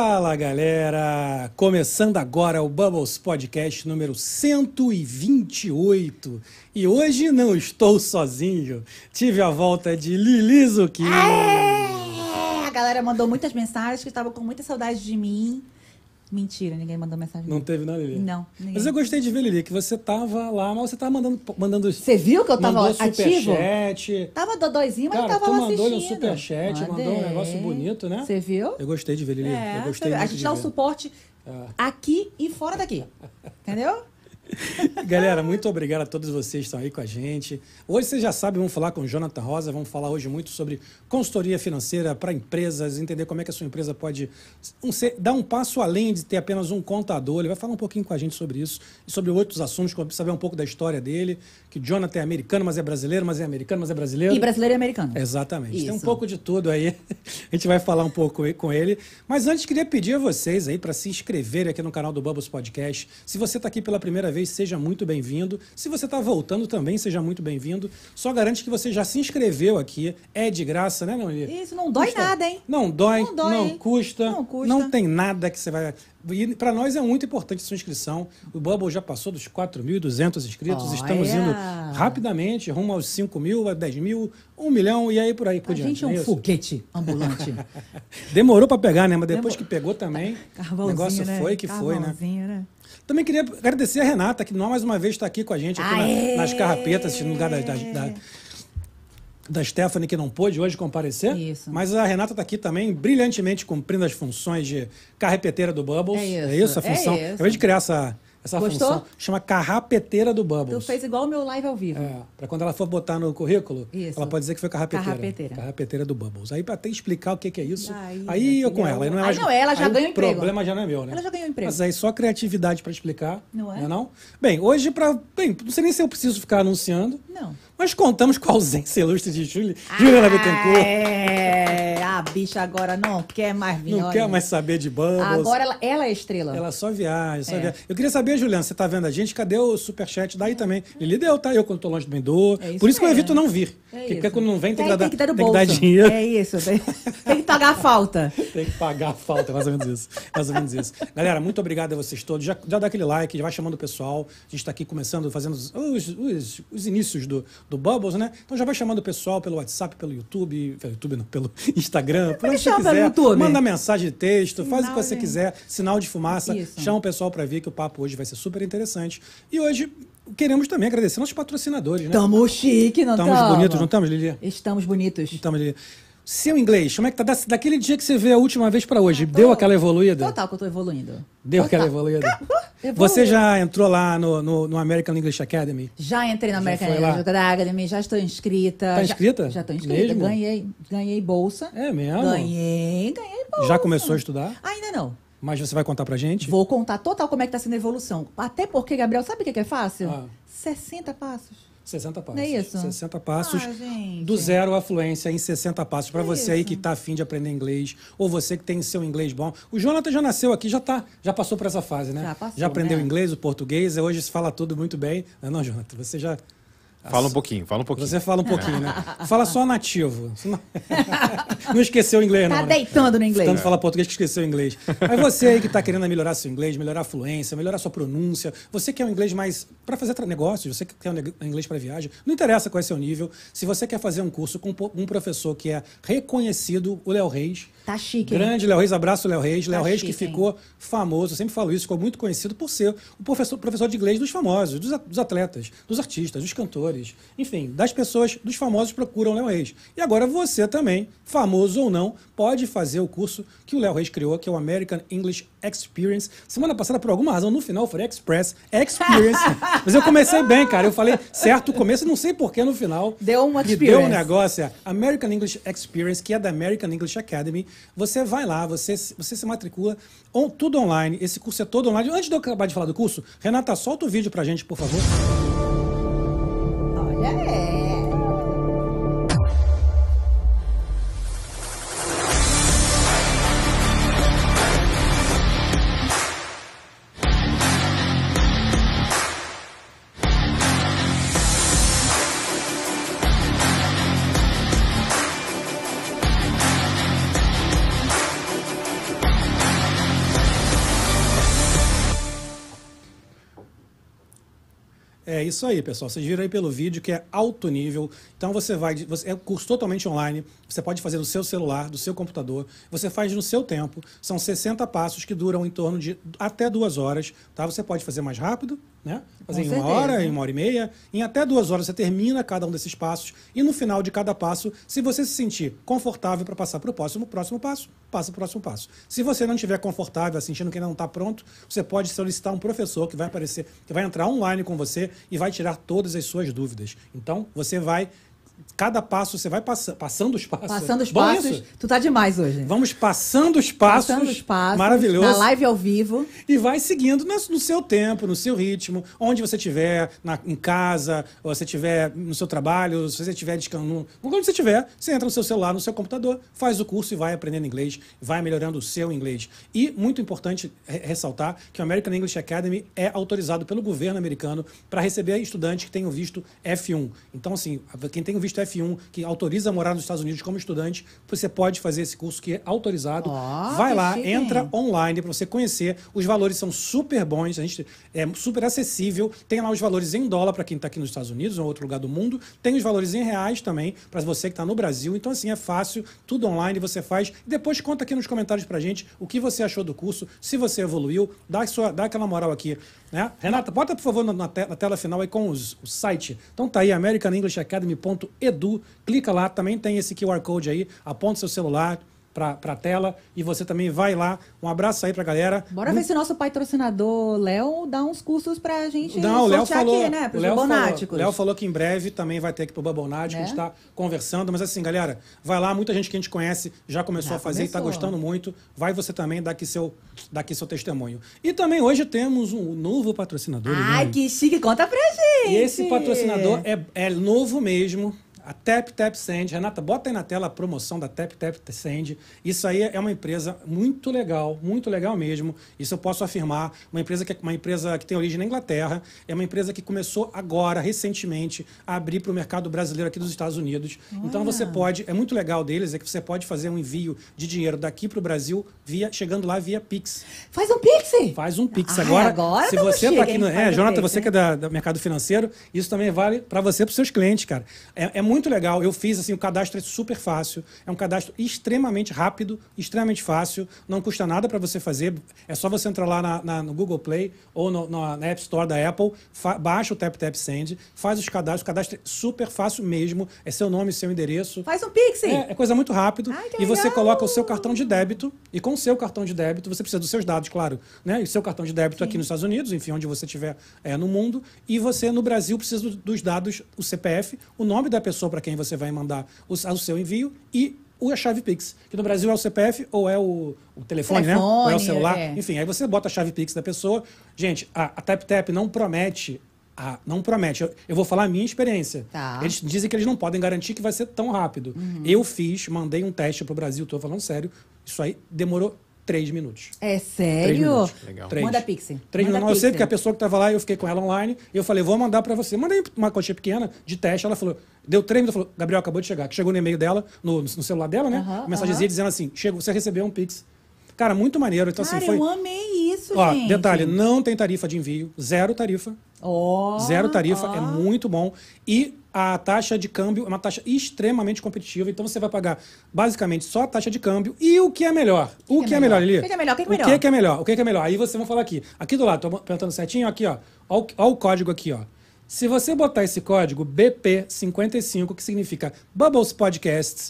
Fala, galera! Começando agora o Bubbles Podcast número 128. E hoje não estou sozinho. Tive a volta de Lili Zucchini. A galera mandou muitas mensagens que estavam com muita saudade de mim. Mentira, ninguém mandou mensagem. Não teve nada, Lili? Não, ninguém. Mas eu gostei de ver, Lili, que você tava lá, mas você tava mandando... Você viu que eu tava ativo? Superchat. Tava dodóizinho, mas Cara, eu tava lá mandou assistindo. Um superchat, mandou um negócio bonito, né? Você viu? Eu gostei de ver, Lili. Eu gostei a muito gente de dá o ver. suporte aqui e fora daqui. Entendeu? Galera, muito obrigado a todos vocês que estão aí com a gente. Hoje vocês já sabem, vamos falar com o Jonathan Rosa, vamos falar hoje muito sobre consultoria financeira para empresas, entender como é que a sua empresa pode dar um passo além de ter apenas um contador. Ele vai falar um pouquinho com a gente sobre isso e sobre outros assuntos, que eu preciso saber um pouco da história dele, que o Jonathan é americano, mas é brasileiro, mas é americano, mas é brasileiro. E brasileiro e americano. Exatamente. Isso. Tem um pouco de tudo aí. A gente vai falar um pouco com ele. Mas antes, queria pedir a vocês aí para se inscreverem aqui no canal do Bubbles Podcast. Se você está aqui pela primeira vez, seja muito bem-vindo. Se você está voltando também, seja muito bem-vindo. Só garante que você já se inscreveu aqui. É de graça, né, não, Lili? Isso, não dói nada, hein? Não dói, não hein? custa, Não custa. não tem nada que você vai... E para nós é muito importante a sua inscrição. O Bubble já passou dos 4.200 inscritos. Olha. Estamos indo rapidamente, rumo aos 5.000, a 10.000, 1 milhão e aí por aí por diante. A gente é um foguete ambulante. Demorou para pegar, né? Mas depois que pegou também, o negócio né? foi que foi, né? Né? Também queria agradecer a Renata, que mais uma vez está aqui com a gente, aqui nas carrapetas, no lugar da Stephanie, que não pôde hoje comparecer. Isso. Mas a Renata está aqui também, brilhantemente cumprindo as funções de carrapeteira do Bubbles. É isso a função. é isso. Eu vou de criar essa Gostou? função. Chama carrapeteira do Bubbles. Tu fez igual o meu live ao vivo. Para quando ela for botar no currículo, Isso. ela pode dizer que foi carrapeteira. Carrapeteira do Bubbles. Aí para até explicar o que é isso, aí eu com ela. Aí não é ela já ganhou emprego. O problema já não é meu, né? Ela já ganhou emprego. Mas aí só criatividade para explicar. Não é? Não é não? Bem, hoje não sei nem se eu preciso ficar anunciando. Não. Mas contamos com a ausência ilustre de Juliana Bittencourt. A bicha agora não quer mais vir. Não quer mais saber de Bubbles. Agora ela é estrela. Ela só viaja, Eu queria saber, Juliana, você tá vendo a gente? Cadê o superchat? Daí também. Ele deu, tá? Eu, quando tô longe, também dou. Por isso que eu evito não vir. Porque quando não vem, tem que dar dinheiro. É isso. Tem que pagar a falta. Tem que pagar a falta, mais ou menos isso. Mais ou menos isso. Galera, muito obrigado a vocês todos. Já dá aquele like, já vai chamando o pessoal. A gente tá aqui começando, fazendo os inícios do Bubbles, né? Então já vai chamando o pessoal pelo WhatsApp, pelo YouTube pelo Instagram, por onde você quiser. Manda mensagem de texto, faz o que você quiser, sinal de fumaça. Isso. Chama o pessoal para ver que o papo hoje vai ser super interessante. E hoje queremos também agradecer nossos patrocinadores, né? Tamo chique, não estamos? Estamos bonitos, não estamos, Lili? Estamos bonitos. Estamos, Lili. Seu inglês, como é que tá? Daquele dia que você veio a última vez para hoje, deu aquela evoluída? Total que eu tô evoluindo. Deu aquela evoluída? Você já entrou lá no American English Academy? Já entrei no American English Academy, já estou inscrita. Tá inscrita? Já estou inscrita. Mesmo? Ganhei bolsa. É mesmo? Ganhei bolsa. Já começou a estudar? Ainda não. Mas você vai contar pra gente? Vou contar total como é que tá sendo a evolução. Até porque, Gabriel, sabe o que é fácil? 60 passos. 60 passos. Não é isso? 60 passos do zero à fluência em 60 passos. Para você aí que está afim de aprender inglês, ou você que tem seu inglês bom. O Jonathan já nasceu aqui, já passou por essa fase, né? Já aprendeu inglês, o português, hoje se fala tudo muito bem. Não, Jonathan, você já... Fala um pouquinho. Você fala um pouquinho, né? Fala só nativo. Não esqueceu o inglês, não. Tá deitando no inglês. Tanto fala português que esqueceu o inglês. Mas você aí que tá querendo melhorar seu inglês, melhorar a fluência, melhorar a sua pronúncia, você quer um inglês mais para fazer negócios, você quer um inglês para viagem, não interessa qual é seu nível. Se você quer fazer um curso com um professor que é reconhecido, o Léo Reis. Tá chique, Grande Léo Reis, abraço Léo Reis. Léo Reis chique, que ficou famoso, eu sempre falo isso, ficou muito conhecido por ser o professor de inglês dos famosos, dos atletas, dos artistas, dos cantores, enfim, das pessoas, dos famosos procuram o Léo Reis. E agora você também, famoso ou não, pode fazer o curso que o Léo Reis criou, que é o American English Experience. Semana passada, por alguma razão, no final eu falei Experience. Mas eu comecei bem, cara. Eu falei certo o começo, não sei porquê no final. Deu uma experience. Me deu um negócio, American English Experience, que é da American English Academy. Você vai lá, você se matricula, tudo online. Esse curso é todo online. Antes de eu acabar de falar do curso, Renata, solta o vídeo pra gente, por favor. Olha, É isso aí, pessoal. Vocês viram aí pelo vídeo que é alto nível. Então é um curso totalmente online. Você pode fazer no seu celular, do seu computador. Você faz no seu tempo. São 60 passos que duram em torno de até 2 horas. Tá? Você pode fazer mais rápido, né? Fazer em 1 hora, em 1h30. Em até 2 horas você termina cada um desses passos. E no final de cada passo, se você se sentir confortável para passar para o próximo passo, passa para o próximo passo. Se você não estiver confortável, sentindo que ainda não está pronto, você pode solicitar um professor que vai aparecer, que vai entrar online com você e vai tirar todas as suas dúvidas. Então, você vai... Cada passo você vai passando os passos. Passando os Bom passos. isso? Tu tá demais hoje. Vamos passando os passos. Passando os passos. Maravilhoso. Na live ao vivo. E vai seguindo no seu tempo, no seu ritmo, onde você estiver, em casa, ou você estiver no seu trabalho, se você estiver descansando, onde você estiver, você entra no seu celular, no seu computador, faz o curso e vai aprendendo inglês, vai melhorando o seu inglês. E, muito importante ressaltar que o American English Academy é autorizado pelo governo americano para receber estudantes que tenham visto F1. Então, assim, quem tem o visto F1, que autoriza a morar nos Estados Unidos como estudante, você pode fazer esse curso que é autorizado. Vai lá, chique. entra online para você conhecer. Os valores são super bons, a gente é super acessível. Tem lá os valores em dólar para quem está aqui nos Estados Unidos ou em outro lugar do mundo. Tem os valores em reais também para você que está no Brasil. Então, assim, é fácil, tudo online você faz. E depois conta aqui nos comentários para a gente o que você achou do curso, se você evoluiu, dá aquela moral aqui. Né? Renata, bota, por favor, na tela final aí com o site. Então tá aí, americanenglishacademy.edu. Clica lá, também tem esse QR Code aí, aponta seu celular para a tela e você também vai lá. Um abraço aí pra galera. Bora ver se nosso patrocinador Léo dá uns cursos pra gente Não, o Léo falou, aqui, né? Pros o Léo falou que em breve também vai ter aqui pro Bubblenático, a gente tá conversando, mas assim, galera, vai lá, muita gente que a gente conhece já começou a fazer e tá gostando muito. Vai você também dar aqui seu testemunho. E também hoje temos um novo patrocinador. Ai, que chique, conta pra gente! E esse patrocinador é novo mesmo. A Tap Tap Send. Renata, bota aí na tela a promoção da Tap Tap Send. Isso aí é uma empresa muito legal mesmo. Isso eu posso afirmar. Uma empresa que tem origem na Inglaterra. É uma empresa que começou agora, recentemente, a abrir para o mercado brasileiro aqui dos Estados Unidos. Então você pode, é muito legal deles, é que você pode fazer um envio de dinheiro daqui para o Brasil, chegando lá via Pix. Faz um Pix! Faz um Pix. Agora se você está aqui no... Jonathan, Pix, você que é do mercado financeiro, isso também vale para você e para os seus clientes, cara. É muito legal. Eu fiz assim, o cadastro é super fácil. É um cadastro extremamente rápido, extremamente fácil. Não custa nada para você fazer. É só você entrar lá no Google Play ou na App Store da Apple, baixa o Tap Tap Send, faz os cadastros. O cadastro é super fácil mesmo. É seu nome, seu endereço. Faz um Pix! É coisa muito rápido. Ai, e você coloca o seu cartão de débito. E com o seu cartão de débito, você precisa dos seus dados, claro. Né? E seu cartão de débito aqui nos Estados Unidos, enfim, onde você estiver no mundo. E você, no Brasil, precisa dos dados, o CPF, o nome da pessoa para quem você vai mandar o seu envio e a chave Pix, que no Brasil é o CPF ou é o telefone, né? Ou é o celular. Enfim, aí você bota a chave Pix da pessoa. Gente, a TapTap não promete. Não promete. Eu vou falar a minha experiência. Tá. Eles dizem que eles não podem garantir que vai ser tão rápido. Eu mandei um teste pro Brasil, tô falando sério. Isso aí demorou 3 minutos. É 3 sério? minutos. Legal. Manda Pix. 3 minutos. Eu sei porque a pessoa que estava lá, eu fiquei com ela online, e eu falei, vou mandar para você. Mandei uma quantia pequena de teste, ela falou, deu 3 minutos, falou, Gabriel, acabou de chegar. Que chegou no e-mail dela, no celular dela, né? Uma mensagenzinha dizendo assim, você recebeu um Pix. Cara, muito maneiro. Então, Cara, assim, foi... eu amei isso, gente. Detalhe, não tem tarifa de envio, zero tarifa. Zero tarifa, é muito bom. E a taxa de câmbio é uma taxa extremamente competitiva. Então você vai pagar basicamente só a taxa de câmbio. E o que é melhor? O que é melhor, Lili? O que é melhor? O que é melhor? Aí vocês vão falar aqui. Aqui do lado, tô apertando certinho, aqui, ó. Ó o código aqui, ó. Se você botar esse código BP55, que significa Bubbles Podcasts.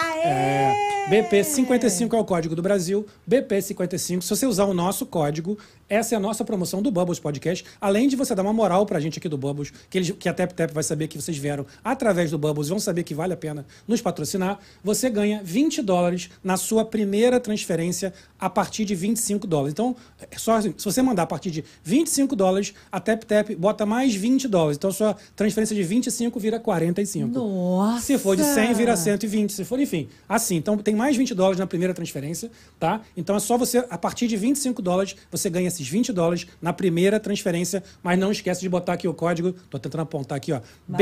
BP55 é o código do Brasil, BP55. Se você usar o nosso código, essa é a nossa promoção do Bubbles Podcast. Além de você dar uma moral pra gente aqui do Bubbles, que a TapTap vai saber que vocês vieram através do Bubbles, vão saber que vale a pena nos patrocinar, você ganha $20 na sua primeira transferência a partir de $25. Então, só assim, se você mandar a partir de $25, a TapTap bota mais $20. Então, sua transferência de 25 vira 45. Nossa! Se for de 100, vira 120. Se for, enfim. assim. Então, tem mais $20 na primeira transferência, tá? Então, é só você, a partir de $25, você ganha esses $20 na primeira transferência, mas não esquece de botar aqui o código, tô tentando apontar aqui, ó,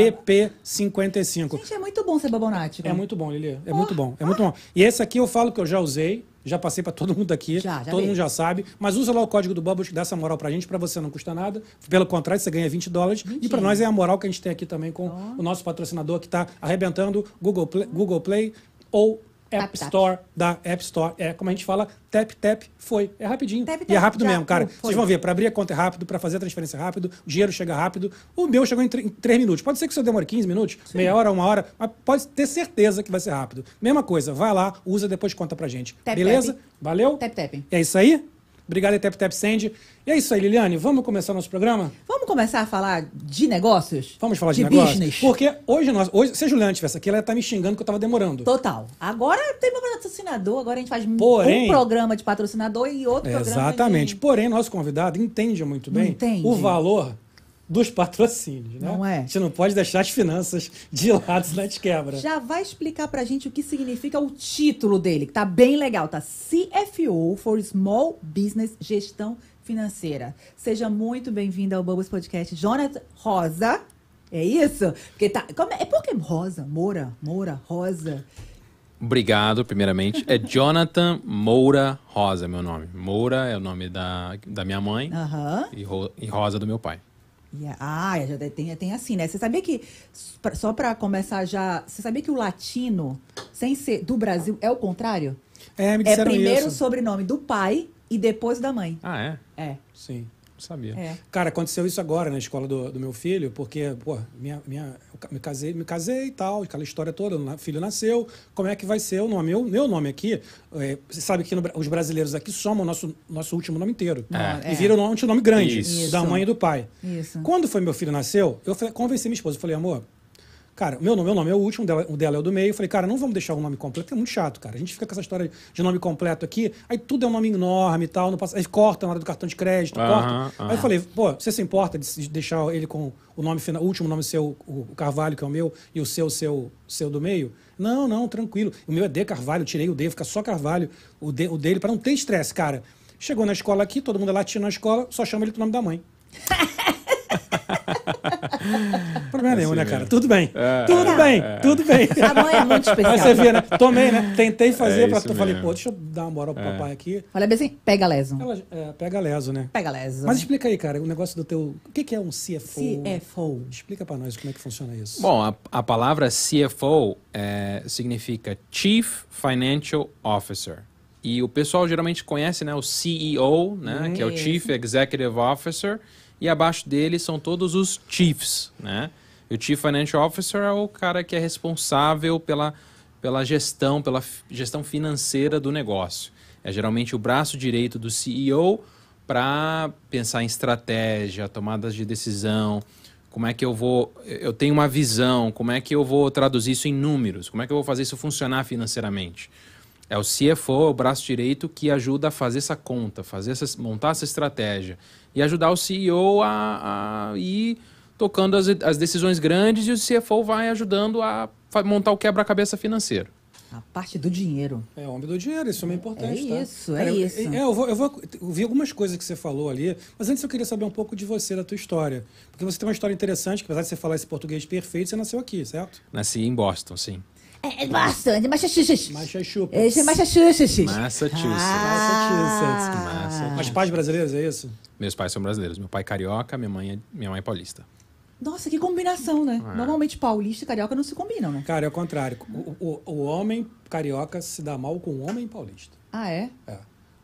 BP55. Gente, é muito bom ser babonático. É muito bom, Lili. É muito bom. É muito bom. E esse aqui eu falo que eu já usei. Já passei para todo mundo aqui, todo mundo já sabe. Mas usa lá o código do Bubbles que dá essa moral pra gente, pra você não custa nada. Pelo contrário, você ganha $20. E para nós é a moral que a gente tem aqui também com o nosso patrocinador que tá arrebentando Google Play ou App Store da App Store. É como a gente fala, tap, foi. É rapidinho. E é rápido mesmo, cara. Vocês vão ver, para abrir a conta é rápido, para fazer a transferência é rápido, o dinheiro chega rápido. O meu chegou em 3 minutos. Pode ser que o seu demore 15 minutos, meia hora, 1 hora, mas pode ter certeza que vai ser rápido. Mesma coisa, vai lá, usa, depois conta pra gente. Beleza? Valeu? Tap. É isso aí? Obrigado, Tap Send. E é isso aí, Liliane. Vamos começar nosso programa? Vamos começar a falar de negócios? Vamos falar de negócios? Business. Porque hoje, se a Juliane estivesse aqui, ela ia estar me xingando que eu estava demorando. Total. Agora tem um patrocinador, agora a gente faz um programa de patrocinador e outro programa Exatamente. Porém, nosso convidado entende muito bem o valor dos patrocínios, né? Não é? A gente não pode deixar as finanças de lado, senão a gente quebra. Já vai explicar pra gente o que significa o título dele, que tá bem legal, tá? CFO for Small Business Gestão Financeira. Seja muito bem-vindo ao Bubbles Podcast. Jonathan Rosa, é isso? Porque por que Rosa? Moura, Rosa. Obrigado, primeiramente. É Jonathan Moura Rosa, meu nome. Moura é o nome da minha mãe e Rosa do meu pai. Já tem assim, né? Você sabia que, só para começar já, você sabia que o latino, sem ser do Brasil, é o contrário? Me disseram primeiro isso. O sobrenome do pai e depois da mãe. Ah, é? É. Sim. Sabia. Cara, aconteceu isso agora na escola do meu filho, porque, pô, eu me casei e tal, aquela história toda, o filho nasceu, como é que vai ser o nome? Meu nome aqui, você sabe que os brasileiros aqui somam o nosso último nome inteiro. E viram um nome grande, da mãe e do pai. Isso. Quando foi meu filho nasceu, eu convenci minha esposa, eu falei, amor, cara, meu nome é o último, o dela é o do meio. Eu falei, cara, não vamos deixar o nome completo, porque é muito chato, cara. A gente fica com essa história de nome completo aqui, aí tudo é um nome enorme e tal, não passa, aí corta na hora do cartão de crédito, corta. Aí eu falei, pô, você se importa de deixar ele com o nome final, o último nome seu, o Carvalho, que é o meu, e o seu do meio? Não, tranquilo. O meu é D Carvalho, eu tirei o D, fica só Carvalho, o dele, pra não ter estresse, cara. Chegou na escola aqui, todo mundo é latino na escola, só chama ele com o nome da mãe. Problema nenhum, né, cara? Tudo bem. Tudo bem. A mãe é muito especial. Aí você vê, né? Tomei, né? Tentei fazer falei, pô, deixa eu dar uma moral pro papai aqui. Olha bem assim, pega leso. Pega leso, né? Pega leso. Mas explica aí, cara, o negócio do teu... O que é um CFO? CFO. Explica pra nós como é que funciona isso. Bom, a palavra CFO significa Chief Financial Officer. E o pessoal geralmente conhece, né, o CEO, né, que é o Chief Executive Officer, e abaixo dele são todos os Chiefs, né? E o Chief Financial Officer é o cara que é responsável pela gestão financeira do negócio. É geralmente o braço direito do CEO para pensar em estratégia, tomadas de decisão, como é que eu tenho uma visão, como é que eu vou traduzir isso em números, como é que eu vou fazer isso funcionar financeiramente. É o CFO, o braço direito, que ajuda a fazer essa conta, montar essa estratégia e ajudar o CEO a ir tocando as decisões grandes, e o CFO vai ajudando a montar o quebra-cabeça financeiro. A parte do dinheiro. É o homem do dinheiro, isso é muito importante, tá? Isso. Eu vou ouvir algumas coisas que você falou ali, mas antes eu queria saber um pouco de você, da tua história. Porque você tem uma história interessante, que apesar de você falar esse português perfeito, você nasceu aqui, certo? Nasci em Boston, sim. Boston, de Massachusetts. Massachusetts. Massachusetts. Mas pais brasileiros, é isso? Meus pais são brasileiros. Meu pai é carioca, minha mãe é paulista. Nossa, que combinação, né? Normalmente paulista e carioca não se combinam, né? Cara, é o contrário. O homem carioca se dá mal com o homem paulista. Ah, é? É.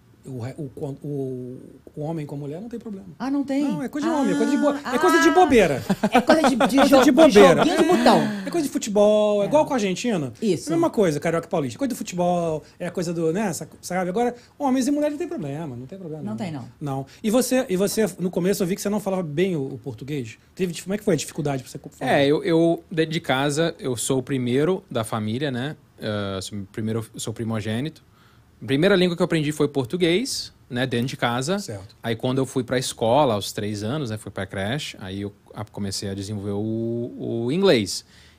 O homem com a mulher não tem problema. Ah, não tem? Não, é coisa de homem, é coisa de bobeira. É coisa de bobeira. joguinho de botão. É coisa de futebol, é igual com a Argentina. Isso. É a mesma coisa, carioca e paulista. Coisa do futebol, é coisa do, né, sabe? Agora, homens e mulheres não tem problema, não tem problema. Não tem, não. Não. E você, no começo, eu vi que você não falava bem o português. Como é que foi a dificuldade pra você falar? Eu dentro de casa, eu sou o primeiro da família, né? Sou primogênito. A primeira língua que eu aprendi foi português, né, dentro de casa. Certo. Aí quando eu fui para a escola, aos 3 anos, né, fui para a creche, aí eu comecei a desenvolver o inglês.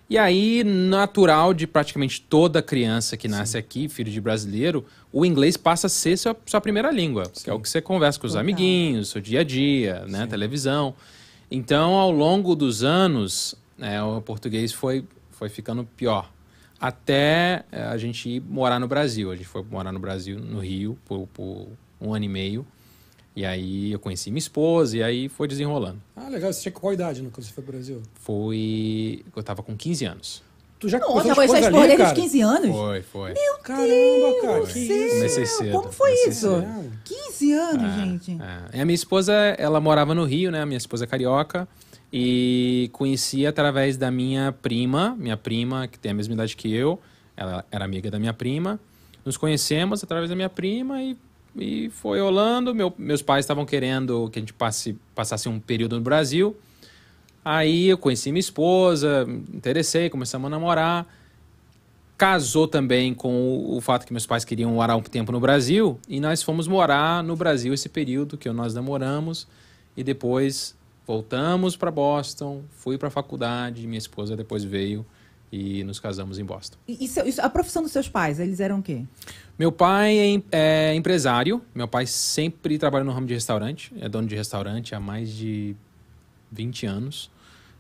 E aí, natural de praticamente toda criança que nasce aqui, filho de brasileiro, o inglês passa a ser sua primeira língua, que é o que você conversa com os amiguinhos, seu dia a dia, né, televisão. Então, ao longo dos anos, o português foi ficando pior. Até a gente ir morar no Brasil. A gente foi morar no Brasil, no Rio, por 1 ano e meio. E aí eu conheci minha esposa e aí foi desenrolando. Ah, legal. Você tinha qual idade quando você foi pro Brasil? Eu tava com 15 anos. Tu já Nossa, conheceu a conheceu a esposa esposa ali, dele aos cara? 15 anos? Foi. Caramba, cara, que isso? Comecei cedo. Como foi comecei isso? cedo. 15 anos, gente. E a minha esposa, ela morava no Rio, né? A minha esposa é carioca. E conheci através da minha prima, que tem a mesma idade que eu. Ela era amiga da minha prima. Nos conhecemos através da minha prima e foi rolando. Meus pais estavam querendo que a gente passasse um período no Brasil. Aí eu conheci minha esposa, me interessei, começamos a namorar. Casou também com o fato que meus pais queriam morar um tempo no Brasil. E nós fomos morar no Brasil esse período que nós namoramos. E depois voltamos para Boston, fui para a faculdade, minha esposa depois veio e nos casamos em Boston. E a profissão dos seus pais, eles eram o quê? Meu pai é empresário. Meu pai sempre trabalhou no ramo de restaurante. É dono de restaurante há mais de 20 anos.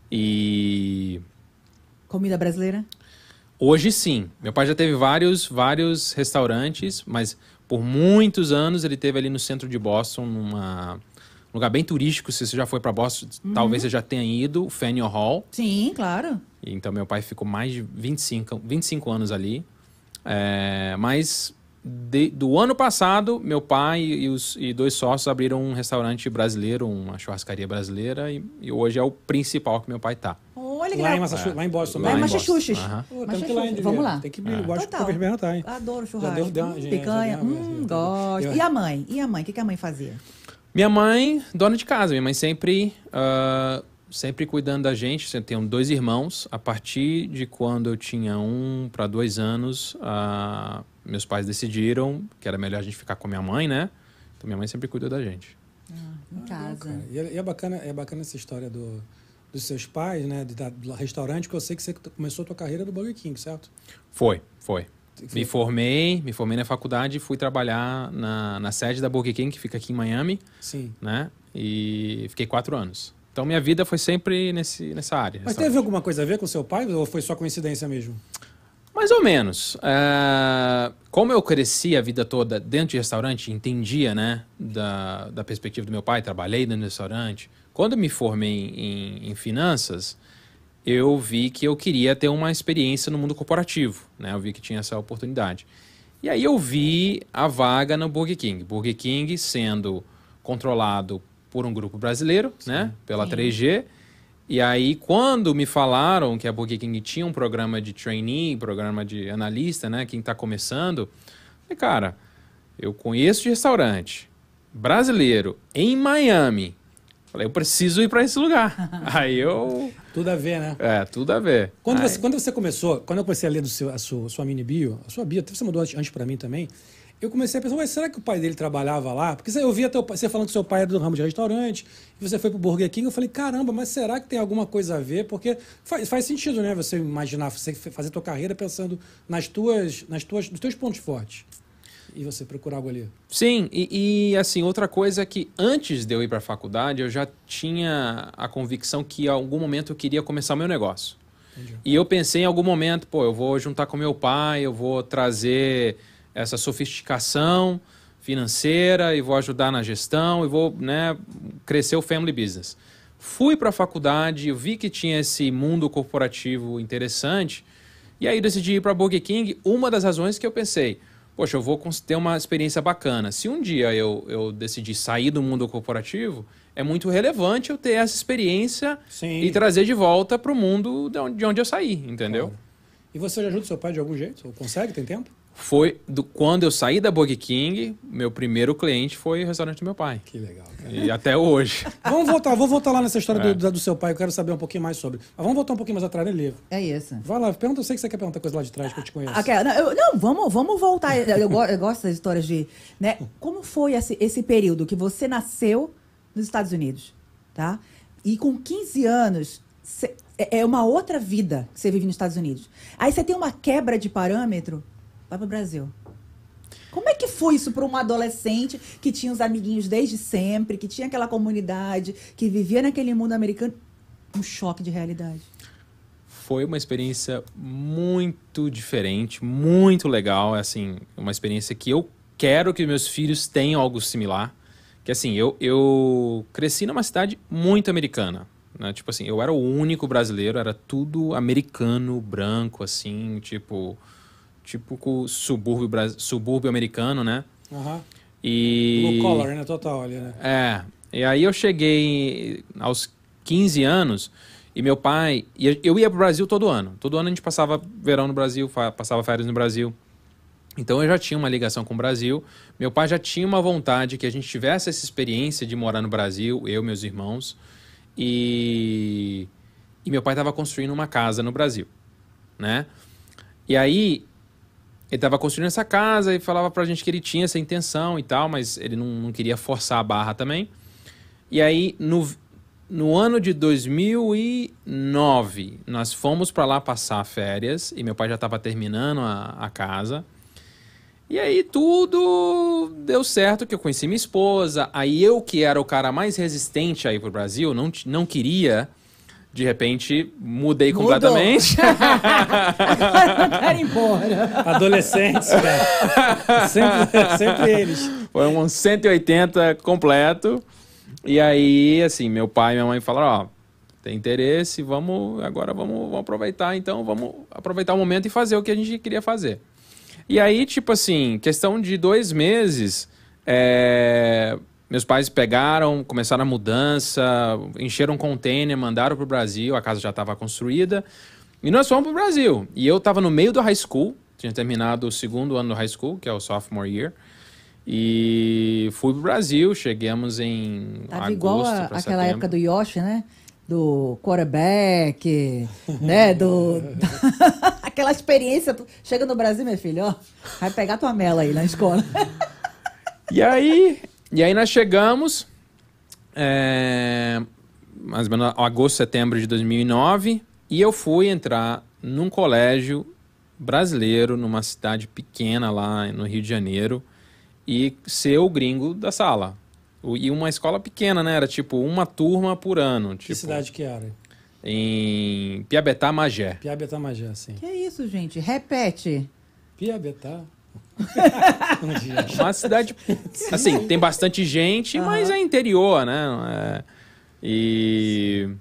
E Comida brasileira? hoje sim. Meu pai já teve vários restaurantes, mas por muitos anos ele teve ali no centro de Boston, num lugar bem turístico. Se você já foi para Boston, talvez você já tenha ido, o Faneuil Hall. Sim, claro. Então meu pai ficou mais de 25 anos ali. Mas do ano passado, meu pai e 2 sócios abriram um restaurante brasileiro, uma churrascaria brasileira, e hoje é o principal que meu pai tá. Olha que Lá em legal. Massachusetts, lá em Boston. Lá em né? Massachusetts. Aham. Pô, temos que ir lá, hein, Vamos lá. Tem que ir, gosto de Total. experimentar, hein? Adoro Já churrasco. deu Picanha. já deu. Gosto. E a mãe? O que a mãe fazia? Minha mãe, dona de casa. Minha mãe sempre cuidando da gente. Eu tenho 2 irmãos. A partir de quando eu tinha 1 para 2 anos, meus pais decidiram que era melhor a gente ficar com a minha mãe, né? Então minha mãe sempre cuidou da gente. Em casa. Cara, e é bacana essa história dos seus pais, né? Do restaurante, que eu sei que você começou a tua carreira do Burger King, certo? Foi. Me formei na faculdade e fui trabalhar na sede da Burger King, que fica aqui em Miami. Sim. Né? E fiquei 4 anos. Então minha vida foi sempre nessa área. Mas teve alguma coisa a ver com seu pai ou foi só coincidência mesmo? Mais ou menos. Como eu cresci a vida toda dentro de restaurante, entendia, né, da perspectiva do meu pai, trabalhei dentro de restaurante. Quando eu me formei em finanças, eu vi que eu queria ter uma experiência no mundo corporativo, né? Eu vi que tinha essa oportunidade. E aí eu vi a vaga no Burger King. Burger King sendo controlado por um grupo brasileiro, né? Pela 3G. E aí, quando me falaram que a Burger King tinha um programa de trainee, programa de analista, né? Quem está começando, eu falei, cara, eu conheço de restaurante brasileiro em Miami. Falei, eu preciso ir para esse lugar. Aí eu... Tudo a ver, né? Tudo a ver. Quando você começou, quando eu comecei a ler a sua mini bio, a sua bio, até você mandou antes para mim também, eu comecei a pensar, mas será que o pai dele trabalhava lá? Porque eu via você falando que seu pai era do ramo de restaurante, e você foi pro Burger King, eu falei, caramba, mas será que tem alguma coisa a ver? Porque faz sentido, né? Você imaginar, você fazer tua carreira pensando nos teus pontos fortes. E você procurar algo ali. Sim, e assim, outra coisa é que antes de eu ir para a faculdade, eu já tinha a convicção que em algum momento eu queria começar o meu negócio. Entendi. E eu pensei em algum momento, eu vou juntar com meu pai, eu vou trazer essa sofisticação financeira e vou ajudar na gestão e vou, né, crescer o family business. Fui para a faculdade, eu vi que tinha esse mundo corporativo interessante e aí decidi ir para Burger King. Uma das razões que eu pensei, poxa, eu vou ter uma experiência bacana. Se um dia eu decidir sair do mundo corporativo, é muito relevante eu ter essa experiência e trazer de volta para o mundo de onde eu saí, entendeu? Claro. E você já ajuda seu pai de algum jeito? Ou consegue? Tem tempo? Quando eu saí da Burger King, meu primeiro cliente foi o restaurante do meu pai. Que legal, cara. E até hoje. Vamos voltar lá nessa história do seu pai, eu quero saber um pouquinho mais sobre. Mas vamos voltar um pouquinho mais atrás no livro. É isso. Vai lá, pergunta, eu sei que você quer perguntar coisa lá de trás que eu te conheço. Vamos voltar. Eu gosto das histórias de... Né? Como foi esse período que você nasceu nos Estados Unidos, tá? E com 15 anos, É uma outra vida que você vive nos Estados Unidos. Aí você tem uma quebra de parâmetro, vai pro Brasil. Como é que foi isso para uma adolescente que tinha os amiguinhos desde sempre, que tinha aquela comunidade, que vivia naquele mundo americano? Um choque de realidade. Foi uma experiência muito diferente, muito legal. Assim, uma experiência que eu quero que meus filhos tenham algo similar. Que assim, eu cresci numa cidade muito americana. Né? Tipo assim, eu era o único brasileiro, era tudo americano, branco, assim, tipo com subúrbio americano, né? Aham. E... Blue collar, né? Total ali, né? E aí eu cheguei aos 15 anos e meu pai... Eu ia pro Brasil todo ano. Todo ano a gente passava verão no Brasil, passava férias no Brasil. Então eu já tinha uma ligação com o Brasil. Meu pai já tinha uma vontade que a gente tivesse essa experiência de morar no Brasil, eu e meus irmãos. E meu pai estava construindo uma casa no Brasil, né? E aí... Ele estava construindo essa casa e falava pra gente que ele tinha essa intenção e tal, mas ele não queria forçar a barra também. E aí, no ano de 2009, nós fomos para lá passar férias e meu pai já estava terminando a casa. E aí tudo deu certo, que eu conheci minha esposa. Aí eu, que era o cara mais resistente a ir pro Brasil, não queria... De repente, mudei completamente. Agora eu quero ir embora. Adolescentes, cara. Sempre eles. Foi um 180 completo. E aí, assim, meu pai e minha mãe falaram, ó, tem interesse, agora vamos aproveitar, então vamos aproveitar o momento e fazer o que a gente queria fazer. E aí, tipo assim, questão de 2 meses, meus pais começaram a mudança, encheram um container, mandaram pro Brasil, a casa já estava construída. E nós fomos pro Brasil. E eu estava no meio do high school, tinha terminado o 2º ano do high school, que é o sophomore year. E fui pro Brasil, chegamos em Tava agosto igual para aquela setembro. época do Yoshi, né? Do quarterback, né? Aquela experiência. Chega no Brasil, meu filho, ó, vai pegar tua mela aí na escola. E aí nós chegamos, mais ou menos agosto, setembro de 2009, e eu fui entrar num colégio brasileiro, numa cidade pequena lá no Rio de Janeiro, e ser o gringo da sala. E uma escola pequena, né? Era tipo uma turma por ano. Que tipo, cidade que era? Em Piabetá, Magé. Piabetá, Magé, sim. Que isso, gente? Repete. Piabetá. Uma cidade, assim, tem bastante gente, mas é interior, né? E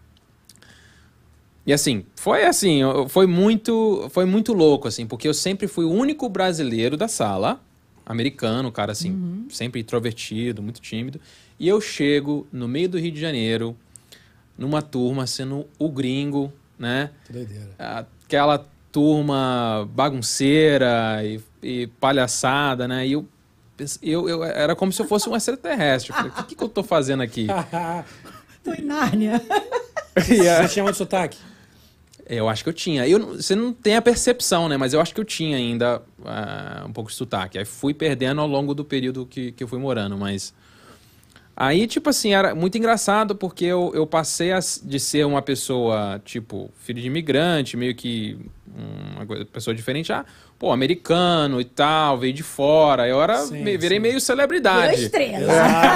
assim, foi muito louco, assim, porque eu sempre fui o único brasileiro da sala, americano, cara, assim, sempre introvertido, muito tímido, e eu chego no meio do Rio de Janeiro, numa turma, sendo o gringo, né? Que doideira. Aquela turma bagunceira e palhaçada, né? E eu era como se eu fosse um extraterrestre. Eu falei, o que eu tô fazendo aqui? Tô em Nárnia. Você tinha muito sotaque? Eu acho que eu tinha. Você não tem a percepção, né? Mas eu acho que eu tinha ainda um pouco de sotaque. Aí fui perdendo ao longo do período que eu fui morando, mas... Aí, tipo assim, era muito engraçado porque eu passei de ser uma pessoa, tipo, filho de imigrante, meio que uma pessoa diferente, americano e tal, veio de fora. Eu virei meio celebridade. Virou estrela.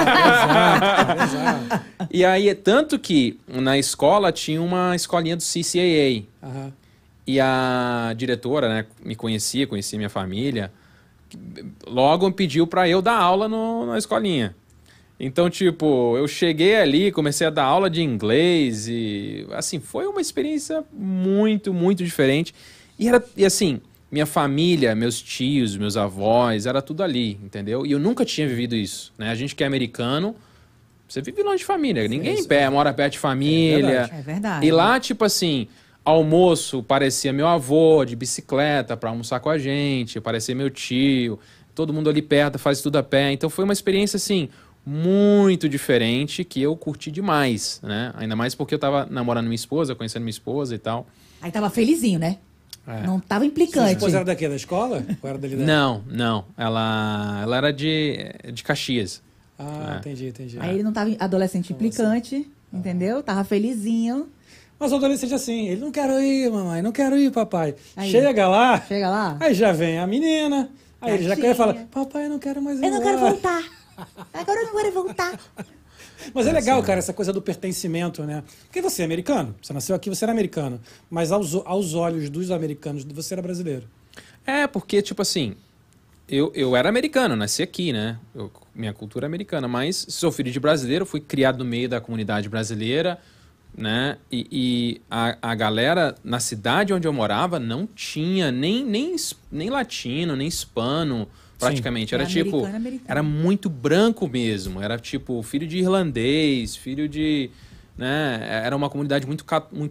Exato. E aí, tanto que na escola tinha uma escolinha do CCAA. Aham. E a diretora, né, me conhecia minha família, logo me pediu para eu dar aula na escolinha. Então, tipo, eu cheguei ali, comecei a dar aula de inglês e, assim, foi uma experiência muito, muito diferente. E assim, minha família, meus tios, meus avós, era tudo ali, entendeu? E eu nunca tinha vivido isso, né? A gente que é americano, você vive longe de família. Ninguém mora perto de família. É verdade. E lá, tipo assim, almoço, parecia meu avô de bicicleta para almoçar com a gente, parecia meu tio. Todo mundo ali perto faz tudo a pé. Então foi uma experiência, assim... muito diferente, que eu curti demais, né? Ainda mais porque eu tava namorando minha esposa, conhecendo minha esposa e tal. Aí tava felizinho, né? Não tava Sua implicante. esposa era daqui, da escola? Ou era dali da... Não. Ela era de Caxias. Entendi. Aí ele não tava adolescente implicante, entendeu? Tava felizinho. Mas o adolescente é assim, ele não quero ir, mamãe, não quero ir, papai. Aí. Chega lá, aí já vem a menina, aí ele já quer falar, papai, eu não quero mais ir. Eu não quero voltar. Agora eu não quero voltar. Mas é legal, cara, essa coisa do pertencimento, né? Porque você é americano, você nasceu aqui, você era americano. Mas aos olhos dos americanos, você era brasileiro. Porque, tipo assim, eu era americano, nasci aqui, né? Minha cultura é americana, mas sou filho de brasileiro, fui criado no meio da comunidade brasileira, né? E a galera na cidade onde eu morava não tinha nem latino, nem hispano, praticamente. Era tipo, americano. Era muito branco mesmo. Era tipo, filho de irlandês, filho de... né? Era uma comunidade muito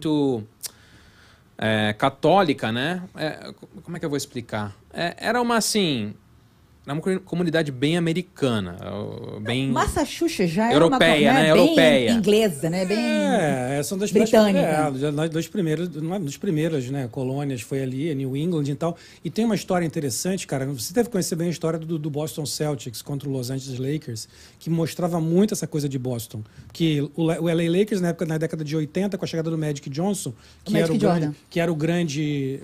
católica, né? Como é que eu vou explicar? Era uma, assim... Era uma comunidade bem americana, bem... Massachusetts já era europeia, uma, né? Bem Europeia. Inglesa, né? Bem são das britânica. Dos primeiras, né, colônias, foi ali, New England e tal. E tem uma história interessante, cara, você deve conhecer bem a história do Boston Celtics contra o Los Angeles Lakers, que mostrava muito essa coisa de Boston. Que o LA Lakers, na década de 80, com a chegada do Magic Johnson, que era o grande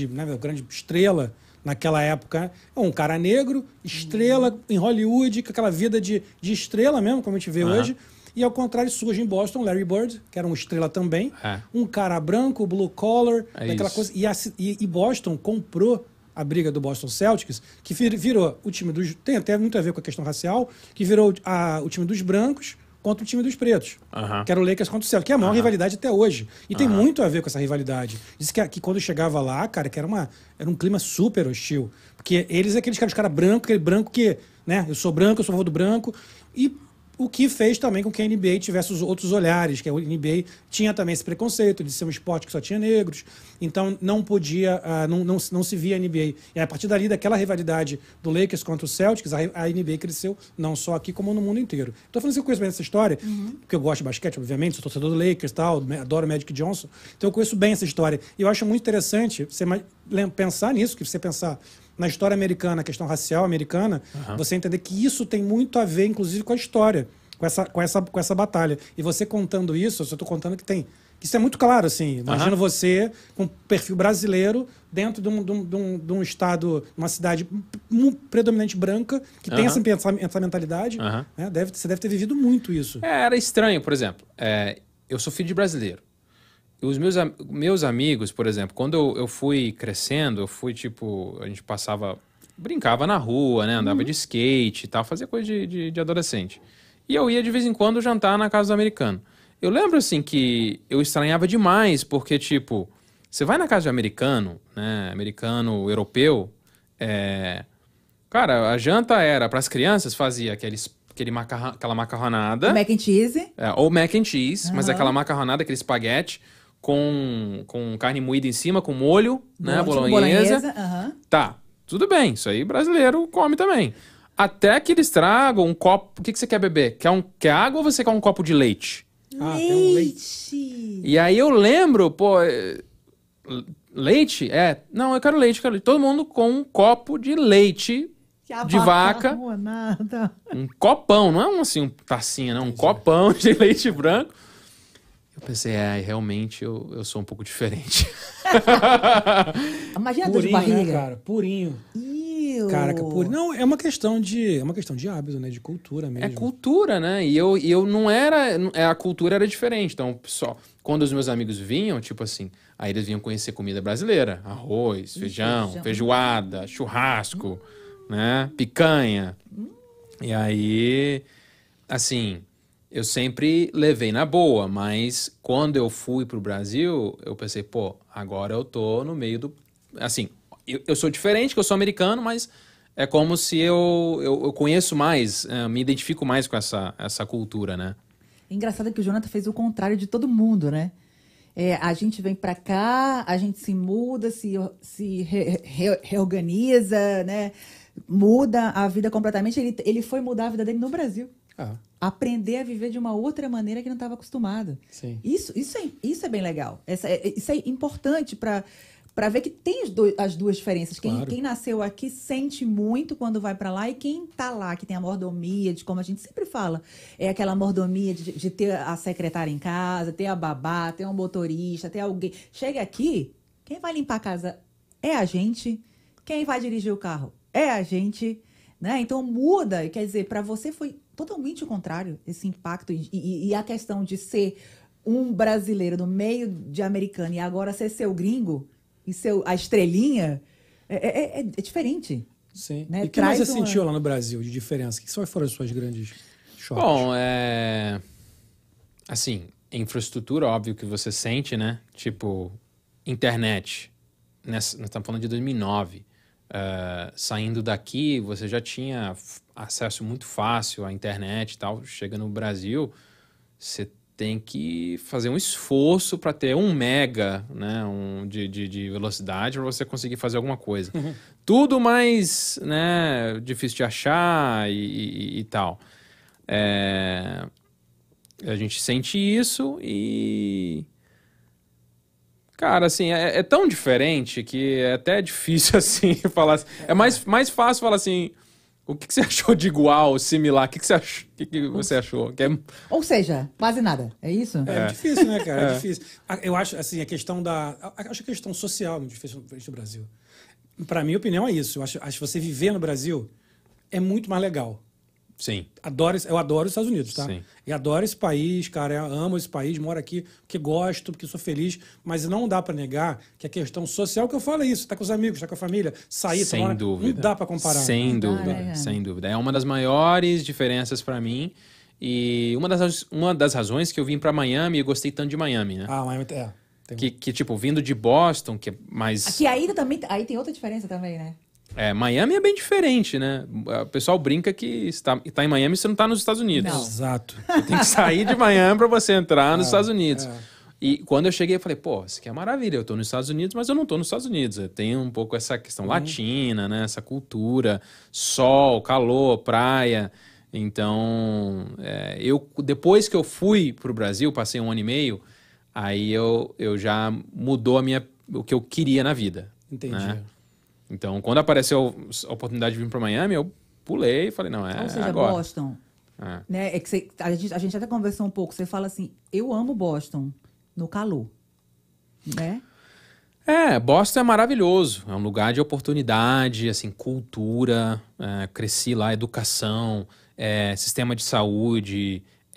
estrela naquela época, um cara negro, estrela em Hollywood, com aquela vida de estrela mesmo, como a gente vê hoje. E ao contrário, surge em Boston Larry Bird, que era uma estrela também, um cara branco, blue collar, aquela coisa. E Boston comprou a briga do Boston Celtics, que virou o time dos... Tem até muito a ver com a questão racial, que virou o time dos brancos contra o time dos pretos, que era o Lakers contra o Celtics, que é a maior rivalidade até hoje. E tem muito a ver com essa rivalidade. Diz que quando chegava lá, cara, que era um clima super hostil. Porque eles, aquele cara branco, aquele branco que, né, eu sou branco, eu sou a favor do branco. E o que fez também com que a NBA tivesse os outros olhares, que a NBA tinha também esse preconceito de ser um esporte que só tinha negros, então não podia, não se via a NBA. E a partir dali, daquela rivalidade do Lakers contra o Celtics, a NBA cresceu não só aqui, como no mundo inteiro. Estou falando que eu conheço bem essa história, porque eu gosto de basquete, obviamente, sou torcedor do Lakers e tal, adoro o Magic Johnson, então eu conheço bem essa história. E eu acho muito interessante você pensar nisso, que você pensar na história americana, a questão racial americana, você entender que isso tem muito a ver, inclusive, com a história, com essa batalha. E você contando isso, eu estou contando que tem... Isso é muito claro, assim. Imagina você com perfil brasileiro dentro de um estado, uma cidade predominante branca, que tem essa mentalidade. Né? Você deve ter vivido muito isso. Era estranho, por exemplo. Eu sou filho de brasileiro. Os meus amigos, por exemplo, quando eu fui crescendo, a gente brincava na rua, né? Andava de skate e tal, fazia coisa de adolescente. E eu ia de vez em quando jantar na casa do americano. Eu lembro, assim, que eu estranhava demais, porque, tipo, você vai na casa de americano, né? Americano, europeu, cara, a janta era, para as crianças, fazia aquela macarronada. O mac and cheese. Ou mac and cheese, mas aquela macarronada, aquele espaguete com carne moída em cima, com molho, né? Bolonhesa. Tá, tudo bem, isso aí brasileiro come também. Até que eles tragam um copo... O que você quer beber? Quer água ou você quer um copo de leite? Leite! Tem um leite. E aí eu lembro, leite? Não, eu quero leite. Todo mundo com um copo de leite de vaca. Um copão, não é um tacinha, não. Um copão de leite branco. Eu pensei, realmente eu sou um pouco diferente. Imagina a dor de barriga. Né, cara? Purinho. Caraca, purinho. Não, é uma questão de hábito, né? De cultura mesmo. É cultura, né? E eu não era... A cultura era diferente. Então, quando os meus amigos vinham, tipo assim... Aí eles vinham conhecer comida brasileira. Arroz, feijão, feijoada, churrasco, né? Picanha. E aí, assim... Eu sempre levei na boa, mas quando eu fui pro Brasil, eu pensei, agora eu tô no meio do... Assim, eu sou diferente, que eu sou americano, mas é como se eu conheço mais, me identifico mais com essa cultura, né? Engraçado que o Jonathan fez o contrário de todo mundo, né? A gente vem pra cá, a gente se muda, se reorganiza, né? Muda a vida completamente. Ele foi mudar a vida dele no Brasil. Aprender a viver de uma outra maneira que não estava acostumado. Sim. Isso é bem legal. Isso é importante para Para ver que tem as duas diferenças. Claro. Quem nasceu aqui sente muito quando vai para lá, e quem tá lá, que tem a mordomia, de como a gente sempre fala, é aquela mordomia de ter a secretária em casa, ter a babá, ter um motorista, ter alguém. Chega aqui, quem vai limpar a casa é a gente, quem vai dirigir o carro é a gente, né? Então muda, quer dizer, para você foi totalmente o contrário, esse impacto. E a questão de ser um brasileiro no meio de americano e agora ser seu gringo, e a estrelinha, é diferente. Sim. Né? E o que mais você sentiu lá no Brasil de diferença? O que foram as suas grandes choques? Bom, assim, infraestrutura, óbvio que você sente, né? Tipo, internet. Nós estamos falando de 2009. Saindo daqui, você já tinha acesso muito fácil à internet e tal. Chega no Brasil, você tem que fazer um esforço para ter 1 mega, né, de velocidade para você conseguir fazer alguma coisa. Uhum. Tudo mais, né, difícil de achar e tal. A gente sente isso e... Cara, assim, é tão diferente que é até difícil, assim, falar... É mais fácil falar assim... O que você achou de igual, similar? O que você achou? O que você achou? Ou seja, quase nada. É isso? É difícil, né, cara? É difícil. Eu acho, assim, a questão acho a questão social muito difícil no Brasil. Pra minha opinião, é isso. Eu acho que você viver no Brasil é muito mais legal. Sim. Eu adoro os Estados Unidos, tá? Sim. E adoro esse país, cara. Eu amo esse país, moro aqui porque gosto, porque sou feliz. Mas não dá pra negar que a questão social, que eu falo é isso. Tá com os amigos, tá com a família, sair, Sem dúvida. Não dá pra comparar. Sem dúvida, sem dúvida. É uma das maiores diferenças pra mim. E uma das razões que eu vim pra Miami, eu gostei tanto de Miami, né? Ah, Miami Que tipo, vindo de Boston, que é mais... Aqui aí tem outra diferença também, né? Miami é bem diferente, né? O pessoal brinca que está em Miami, você não está nos Estados Unidos. Não. Exato. Você tem que sair de Miami para você entrar nos Estados Unidos. E quando eu cheguei, eu falei, pô, isso aqui é maravilha. Eu estou nos Estados Unidos, mas eu não estou nos Estados Unidos. Eu tenho um pouco essa questão latina, né? Essa cultura, sol, calor, praia. Então, depois que eu fui para o Brasil, passei 1 ano e meio, aí eu já mudou o que eu queria na vida. Entendi. Né? Então, quando apareceu a oportunidade de vir para Miami, eu pulei e falei, não, Ou seja, agora. Boston. Né? A gente até conversou um pouco. Você fala assim, eu amo Boston no calor. Né? Boston é maravilhoso. É um lugar de oportunidade, assim, cultura. Cresci lá, educação, sistema de saúde.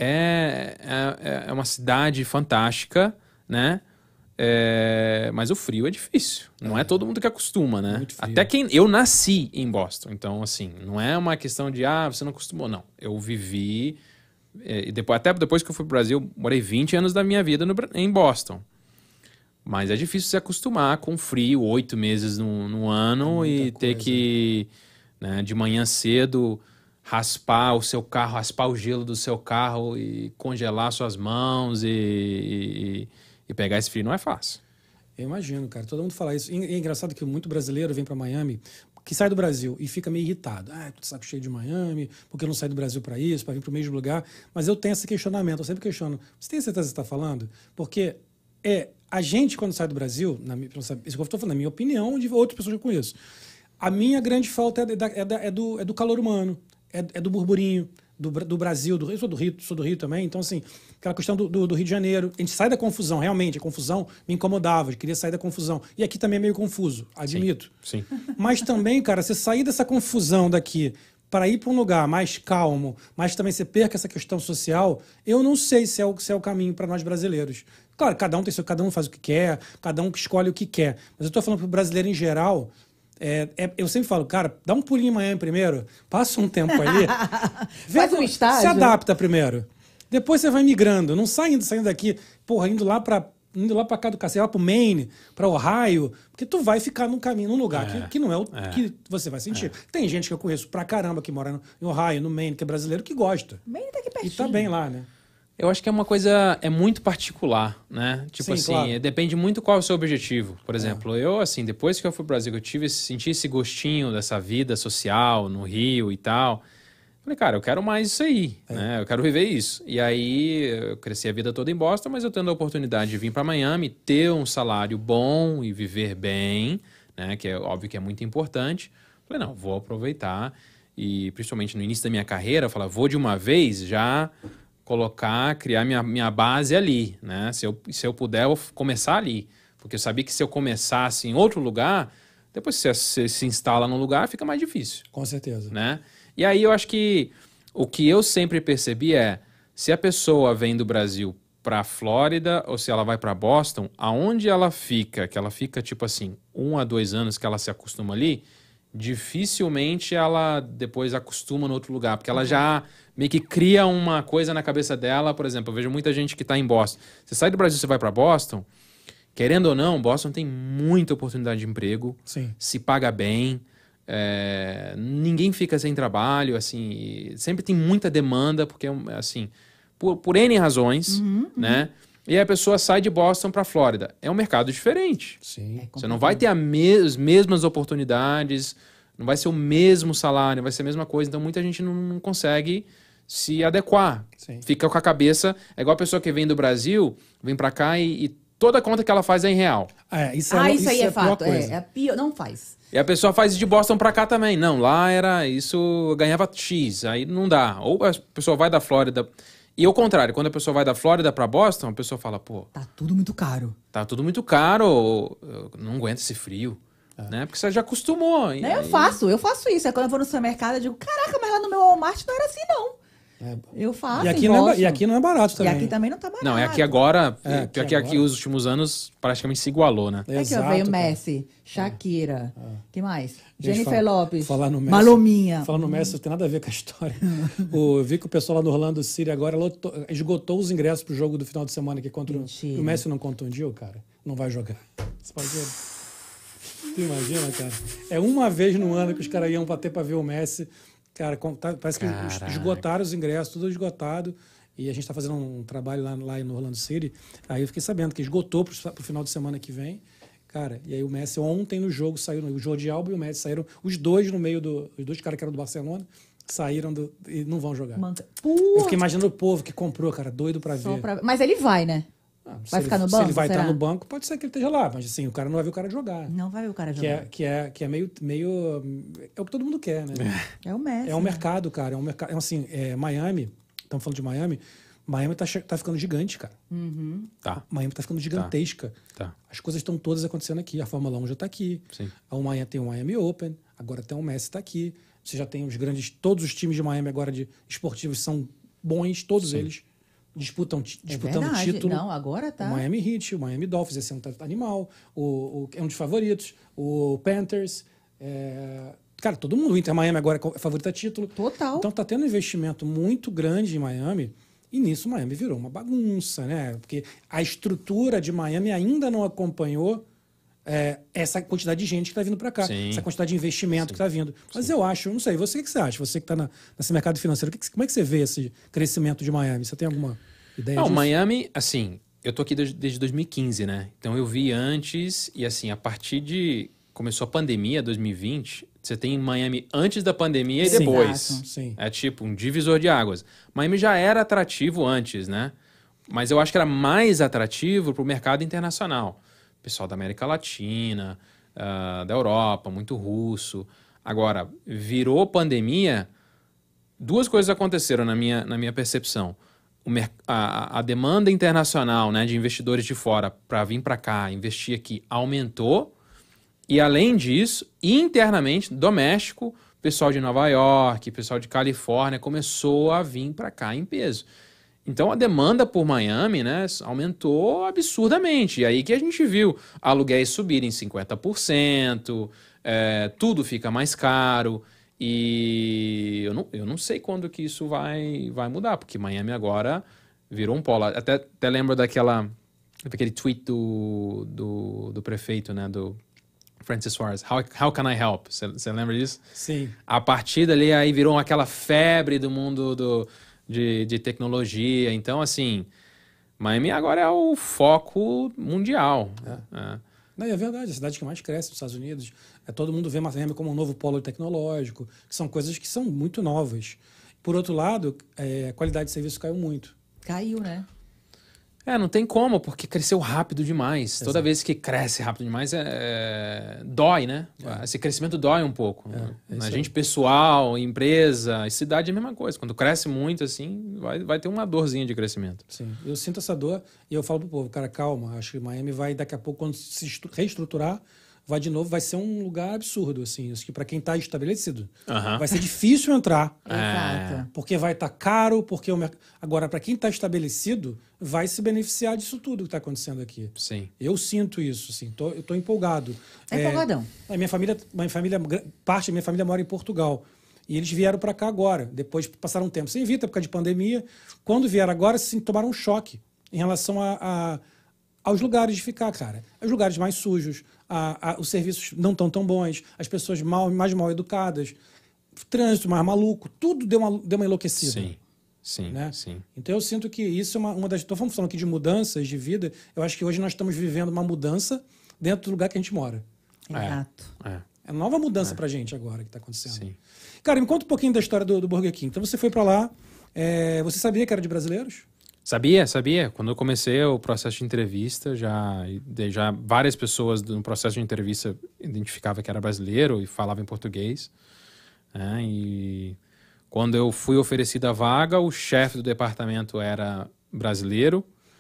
É uma cidade fantástica, né? Mas o frio é difícil. Não é todo mundo que acostuma, né? Muito frio. Até eu nasci em Boston. Então, assim, não é uma questão de, você não acostumou. Não. Eu vivi... até depois que eu fui pro Brasil, morei 20 anos da minha vida em Boston. Mas é difícil se acostumar com frio, 8 meses no ano e ter que, né, de manhã cedo, raspar o seu carro, raspar o gelo do seu carro e congelar suas mãos e pegar esse frio não é fácil. Eu imagino, cara. Todo mundo fala isso. E é engraçado que muito brasileiro vem para Miami, que sai do Brasil e fica meio irritado. Tô de saco cheio de Miami, porque eu não saí do Brasil para isso, para vir para o mesmo lugar. Mas eu tenho esse questionamento, eu sempre questiono. Você tem certeza que você está falando? Porque a gente, quando sai do Brasil, isso que eu estou falando, na minha opinião, de outras pessoas que eu conheço, a minha grande falta é do calor humano, é do burburinho. Do Brasil, eu sou do Rio também, então assim, aquela questão do Rio de Janeiro, a gente sai da confusão, realmente, a confusão me incomodava, eu queria sair da confusão, e aqui também é meio confuso, admito. Sim. Mas também, cara, você sair dessa confusão daqui para ir para um lugar mais calmo, mas também você perca essa questão social, eu não sei se é o caminho para nós brasileiros. Claro, cada um faz o que quer, cada um escolhe o que quer, mas eu estou falando para o brasileiro em geral. Eu sempre falo, cara, dá um pulinho em Miami primeiro, passa um tempo ali, faz um estágio, se adapta primeiro. Depois você vai migrando, não saindo daqui, indo lá pra cá do cacete, lá pro Maine, pra Ohio, porque tu vai ficar num caminho, num lugar que não é o que você vai sentir. Tem gente que eu conheço pra caramba que mora em Ohio, no Maine, que é brasileiro, que gosta. Maine tá aqui pertinho. E tá bem lá, né? Eu acho que é uma coisa, muito particular, né? Tipo, Sim, assim, claro. Depende muito qual é o seu objetivo. Por exemplo, eu, assim, depois que eu fui pro Brasil, que eu senti esse gostinho dessa vida social no Rio e tal, Falei, cara, eu quero mais isso aí, né? Eu quero viver isso. E aí, eu cresci a vida toda em Boston, mas eu tendo a oportunidade de vir para Miami, ter um salário bom e viver bem, né? Que é óbvio que é muito importante. Falei, não, vou aproveitar. E principalmente no início da minha carreira, eu falei, vou de uma vez já criar minha base ali, né? Se eu puder, eu vou começar ali. Porque eu sabia que se eu começasse em outro lugar, depois que você se instala num lugar, fica mais difícil. Com certeza. Né? E aí eu acho que o que eu sempre percebi é, se a pessoa vem do Brasil para a Flórida ou se ela vai para Boston, aonde ela fica, que ela fica tipo assim, 1 a 2 anos que ela se acostuma ali, dificilmente ela depois acostuma no outro lugar, porque ela já meio que cria uma coisa na cabeça dela. Por exemplo, eu vejo muita gente que está em Boston. Você sai do Brasil, você vai para Boston, querendo ou não, Boston tem muita oportunidade de emprego, Sim. se paga bem, ninguém fica sem trabalho, assim, sempre tem muita demanda, porque, assim, por N razões, né? E aí a pessoa sai de Boston para Flórida. É um mercado diferente. Sim. Você não vai ter as mesmas oportunidades, não vai ser o mesmo salário, vai ser a mesma coisa. Então, muita gente não consegue se adequar. Sim. Fica com a cabeça... É igual a pessoa que vem do Brasil, vem para cá e toda a conta que ela faz é em real. Isso aí é a pior fato. coisa. É a pior, não faz. E a pessoa faz isso de Boston pra cá também. Não, lá era isso, eu ganhava X, aí não dá. Ou a pessoa vai da Flórida... E ao contrário, quando a pessoa vai da Flórida pra Boston, a pessoa fala, pô... Tá tudo muito caro. Tá tudo muito caro, eu não aguento esse frio, né? Porque você já acostumou. E Eu faço isso. É quando eu vou no supermercado, eu digo, caraca, mas lá no meu Walmart não era assim, não. Eu faço, E aqui, não é barato também. E aqui também não tá barato. Não, é aqui agora, aqui pior que aqui agora. os últimos anos praticamente se igualou, né? Aqui, ó, veio Messi, Shakira, que mais? Gente, Jennifer Lopes, falar no Messi, Malominha. Falando no Messi, não tem nada a ver com a história. Eu vi que o pessoal lá no Orlando City agora esgotou os ingressos pro jogo do final de semana aqui contra Mentira. o Messi não contundiu, cara. Não vai jogar. Você pode ver? Tu imagina, cara? É uma vez no ano que os caras iam bater pra ver o Messi. Cara, parece que esgotaram os ingressos, tudo esgotado. E a gente tá fazendo um trabalho lá no Orlando City. Aí eu fiquei sabendo que esgotou pro final de semana que vem. Cara, e aí o Messi ontem no jogo saiu, o Jordi Alba e o Messi saíram, os dois no meio os dois caras que eram do Barcelona, saíram e não vão jogar. Eu fiquei imaginando o povo que comprou, cara, doido pra ver. Mas ele vai, né? Vai ficar no banco? Se ele vai será? estar no banco, pode ser que ele esteja lá, mas assim, o cara não vai ver o cara jogar. Não vai ver o cara jogar. Que é meio. É o que todo mundo quer, né? É o Messi. É um mercado, cara. É um mercado. Assim, Miami, estamos falando de Miami. Miami tá ficando gigante, cara. Tá. Miami tá ficando gigantesca. Tá. As coisas estão todas acontecendo aqui. A Fórmula 1 já tá aqui. Sim. Tem o Miami Open. Agora tem o Messi tá aqui. Você já tem todos os times de Miami agora de esportivos são bons, todos eles. Disputando título. Não, agora tá. O Miami Heat, o Miami Dolphins, esse é um animal. É um dos favoritos. O Panthers. Cara, todo mundo. O Inter Miami agora é favorito a título. Total. Então tá tendo um investimento muito grande em Miami. E nisso Miami virou uma bagunça, né? Porque a estrutura de Miami ainda não acompanhou essa quantidade de gente que está vindo para cá. Sim. Essa quantidade de investimento que está vindo. Mas eu acho, não sei, você o que você acha? Você que está nesse mercado financeiro, como é que você vê esse crescimento de Miami? Você tem alguma ideia disso? Miami, assim, eu tô aqui desde 2015, né? Então eu vi antes e assim, a partir de... Começou a pandemia, 2020, você tem Miami antes da pandemia e depois. Sim. É tipo um divisor de águas. Miami já era atrativo antes, né? Mas eu acho que era mais atrativo para o mercado internacional. Pessoal da América Latina, da Europa, muito russo. Agora, virou pandemia, duas coisas aconteceram na minha percepção. A demanda internacional, né, de investidores de fora para vir para cá, investir aqui, aumentou. E além disso, internamente, doméstico, pessoal de Nova York, pessoal de Califórnia começou a vir para cá em peso. Então a demanda por Miami, né, aumentou absurdamente. E aí que a gente viu aluguéis subirem 50%, tudo fica mais caro. E eu não sei quando que isso vai mudar, porque Miami agora virou um polo. Até lembro daquele tweet do prefeito, né, do Francis Suarez, how can I help? Você lembra disso? Sim. A partir dali aí virou aquela febre do mundo de tecnologia. Então, assim, Miami agora é o foco mundial. Não, é verdade, a cidade que mais cresce nos Estados Unidos. Todo mundo vê Miami como um novo polo tecnológico, que são coisas que são muito novas. Por outro lado, a qualidade de serviço caiu muito. Caiu, né? Não tem como, porque cresceu rápido demais. Exato. Toda vez que cresce rápido demais, dói, né? Esse crescimento dói um pouco. A gente pessoal, empresa, e cidade é a mesma coisa. Quando cresce muito, assim, vai ter uma dorzinha de crescimento. Sim, eu sinto essa dor e eu falo pro povo, cara, calma, acho que Miami vai, daqui a pouco, quando se reestruturar, vai de novo, vai ser um lugar absurdo, assim. Acho que para quem está estabelecido, vai ser difícil entrar. Exato. Porque vai estar caro, porque agora, para quem está estabelecido, vai se beneficiar disso tudo que está acontecendo aqui. Sim. Eu sinto isso, assim, eu tô empolgado. Empolgadão. Parte da minha família mora em Portugal. E eles vieram para cá agora. Depois passaram um tempo sem vir, por causa de pandemia. Quando vieram agora, tomaram um choque em relação aos lugares de ficar, cara. Os lugares mais sujos, os serviços não tão bons, as pessoas mais mal educadas, trânsito mais maluco, tudo deu uma enlouquecida. Sim, né? sim. Então eu sinto que isso é uma das... Estamos falando aqui de mudanças de vida. Eu acho que hoje nós estamos vivendo uma mudança dentro do lugar que a gente mora. Exato. É uma nova mudança pra gente agora que está acontecendo. Sim. Cara, me conta um pouquinho da história do Burger King. Então você foi para lá, você sabia que era de brasileiros? Sabia. Quando eu comecei o processo de entrevista, já várias pessoas no processo de entrevista identificavam que era brasileiro e falava em português. Né? E quando eu fui oferecido a vaga, o chefe do departamento era brasileiro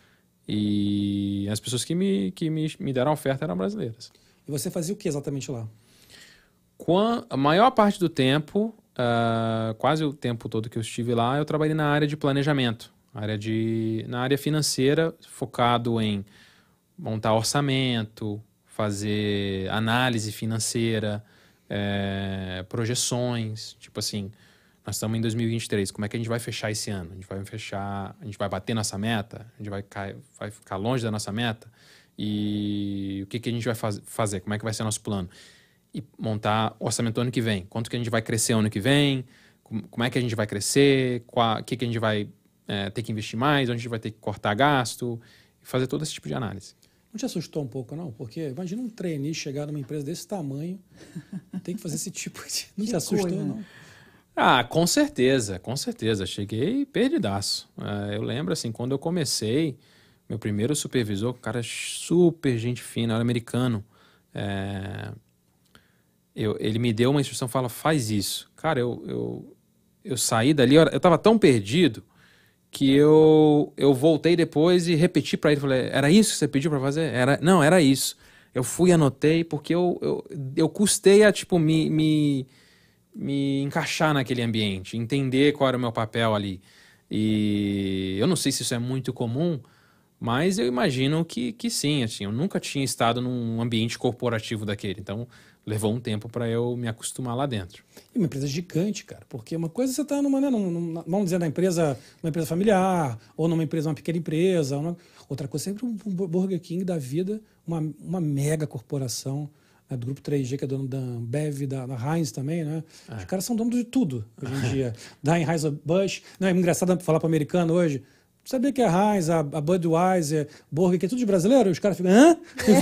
e as pessoas que me deram a oferta eram brasileiras. E você fazia o que exatamente lá? A maior parte do tempo, quase o tempo todo que eu estive lá, eu trabalhei na área de planejamento. Na área financeira, focado em montar orçamento, fazer análise financeira, projeções. Tipo assim, nós estamos em 2023, como é que a gente vai fechar esse ano? A gente vai bater nossa meta? A gente vai ficar longe da nossa meta? E o que a gente vai fazer? Como é que vai ser nosso plano? E montar orçamento ano que vem. Quanto que a gente vai crescer ano que vem? Como é que a gente vai crescer? O que a gente vai ter que investir mais? Onde a gente vai ter que cortar gasto? E fazer todo esse tipo de análise. Não te assustou um pouco, não? Porque imagina um trainee chegar numa empresa desse tamanho, tem que fazer esse tipo de... Não te assustou, não? Com certeza. Cheguei perdidaço. Eu lembro, assim, quando eu comecei, meu primeiro supervisor, cara super gente fina, era americano. Ele me deu uma instrução, faz isso. Cara, eu saí dali, eu tava tão perdido que eu voltei depois e repeti para ele. Falei, era isso que você pediu para fazer? Não, era isso. Eu fui e anotei porque eu custei a tipo, me encaixar naquele ambiente, entender qual era o meu papel ali. E eu não sei se isso é muito comum, mas eu imagino que sim. Assim, eu nunca tinha estado num ambiente corporativo daquele. Então, levou um tempo para eu me acostumar lá dentro. E uma empresa gigante, cara. Porque uma coisa você está vamos dizer, numa empresa familiar, ou numa pequena empresa. Outra coisa, sempre um Burger King da vida, uma mega corporação, né, do grupo 3G, que é dono da Ambev, da Heinz também, né? Os caras são donos de tudo hoje em dia. Da Anheuser-Busch. Não, é engraçado falar para o americano hoje. Sabia que a Heinz, a Budweiser, Burger, que é tudo de brasileiro? Os caras ficam, hã?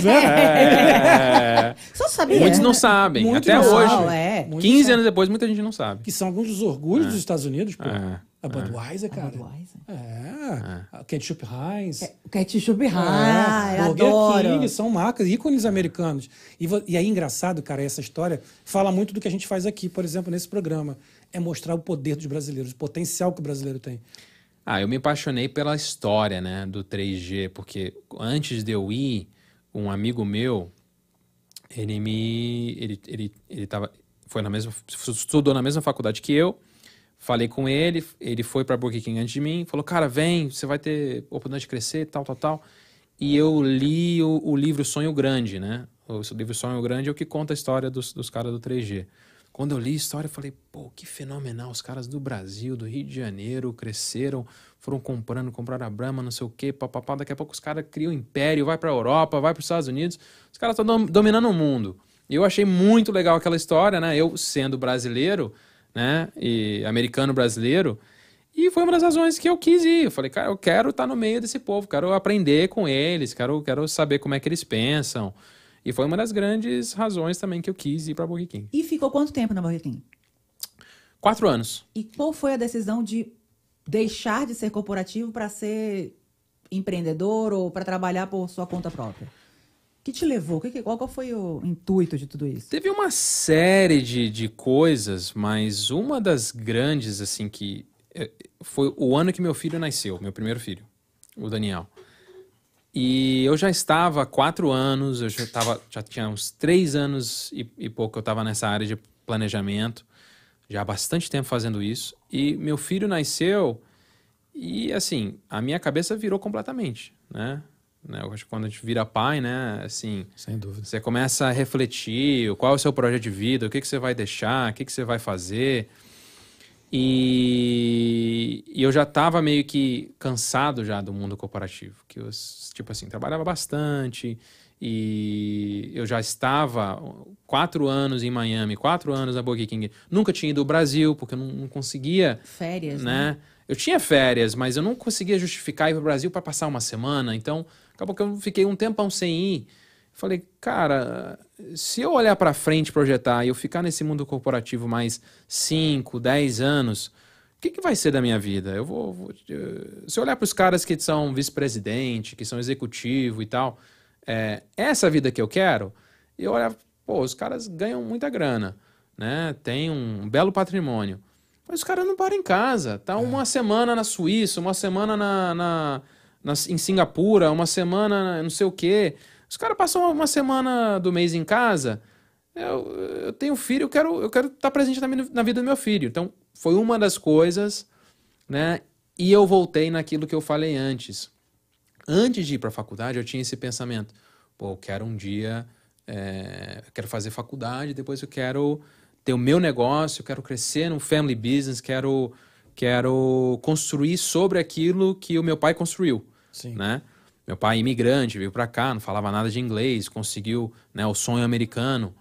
Só sabia. Muitos não sabem, Muito até não. hoje. 15 anos depois, muita gente não sabe. Que são alguns dos orgulhos dos Estados Unidos, pô. A Budweiser, cara. A Budweiser. A Ketchup Heinz. O Ketchup Heinz, Burger adoro. King, são marcas, ícones americanos. E aí, engraçado, cara, essa história fala muito do que a gente faz aqui, por exemplo, nesse programa. É mostrar o poder dos brasileiros, o potencial que o brasileiro tem. Eu me apaixonei pela história, né, do 3G, porque antes de eu ir, um amigo meu, ele estudou na mesma faculdade que eu, falei com ele foi para Burger King antes de mim, falou, cara, vem, você vai ter oportunidade de crescer, tal. E eu li o livro Sonho Grande, né? O livro Sonho Grande é o que conta a história dos caras do 3G. Quando eu li a história, eu falei, pô, que fenomenal. Os caras do Brasil, do Rio de Janeiro, cresceram, foram compraram a Brahma, não sei o quê, papapá. Daqui a pouco os caras criam um império, vai pra Europa, vai pros Estados Unidos. Os caras estão dominando o mundo. E eu achei muito legal aquela história, né? Eu sendo brasileiro, né? E americano brasileiro. E foi uma das razões que eu quis ir. Eu falei, cara, eu quero estar no meio desse povo, quero aprender com eles, quero saber como é que eles pensam. E foi uma das grandes razões também que eu quis ir para Burger King. E ficou quanto tempo na Burger King? 4 anos. E qual foi a decisão de deixar de ser corporativo para ser empreendedor ou para trabalhar por sua conta própria? O que te levou? Qual foi o intuito de tudo isso? Teve uma série de coisas, mas uma das grandes, assim, que foi o ano que meu filho nasceu, meu primeiro filho, o Daniel. E eu já estava há 4 anos, já tinha uns 3 anos e pouco eu estava nessa área de planejamento, já há bastante tempo fazendo isso. E meu filho nasceu e, assim, a minha cabeça virou completamente, né? Eu acho que quando a gente vira pai, né, assim... Sem dúvida. Você começa a refletir qual é o seu projeto de vida, o que você vai deixar, o que você vai fazer. E eu já estava meio que cansado já do mundo corporativo. Que eu, tipo assim, trabalhava bastante e eu já estava 4 anos em Miami, 4 anos na Burger King. Nunca tinha ido ao Brasil, porque eu não conseguia... Férias, né? Eu tinha férias, mas eu não conseguia justificar ir para o Brasil para passar uma semana. Então, acabou que eu fiquei um tempão sem ir. Falei, cara, se eu olhar para frente, projetar e eu ficar nesse mundo corporativo mais 5, 10 anos, o que vai ser da minha vida? Se eu olhar para os caras que são vice-presidente, que são executivo e tal, essa vida que eu quero, eu olhar, pô, os caras ganham muita grana, né? Tem um belo patrimônio. Mas os caras não param em casa. Tá uma semana na Suíça, uma semana em Singapura, uma semana não sei o quê. Os caras passam uma semana do mês em casa. Eu tenho filho, eu quero estar presente na vida do meu filho. Então, foi uma das coisas, né? E eu voltei naquilo que eu falei antes. Antes de ir para a faculdade, eu tinha esse pensamento. Pô, eu quero um dia... eu quero fazer faculdade, depois eu quero... ter o meu negócio, eu quero crescer no family business, quero construir sobre aquilo que o meu pai construiu. Sim. Né? Meu pai imigrante, veio para cá, não falava nada de inglês, conseguiu, né, o sonho americano.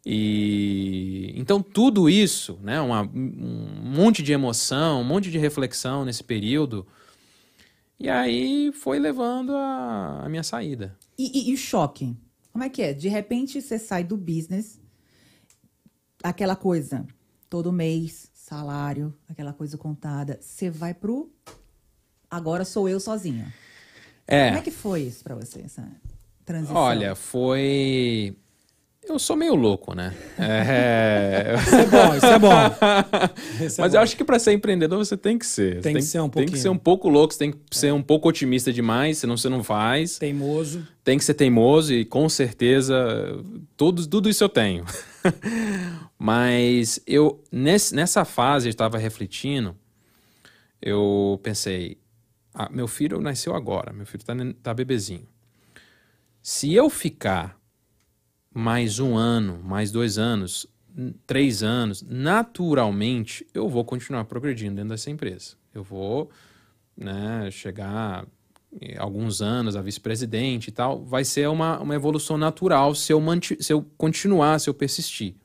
E então tudo isso, né, um monte de emoção, um monte de reflexão nesse período, e aí foi levando a minha saída. E o choque? Como é que é? De repente você sai do business... Aquela coisa, todo mês, salário, aquela coisa contada. Você vai pro... Agora sou eu sozinha. Como é que foi isso pra você, essa transição? Olha, foi... Eu sou meio louco, né? Isso é bom. Mas eu acho que para ser empreendedor você tem que ser. Tem que ser um pouquinho. Tem que ser um pouco louco, você tem que ser um pouco otimista demais, senão você não faz. Teimoso. Tem que ser teimoso e com certeza tudo isso eu tenho. Mas eu, nessa fase, eu estava refletindo, eu pensei, meu filho nasceu agora, meu filho tá bebezinho. Se eu ficar mais 1 ano, mais 2 anos, 3 anos, naturalmente eu vou continuar progredindo dentro dessa empresa. Eu vou, né, chegar alguns anos a vice-presidente e tal. Vai ser uma evolução natural se eu continuar, se eu persistir.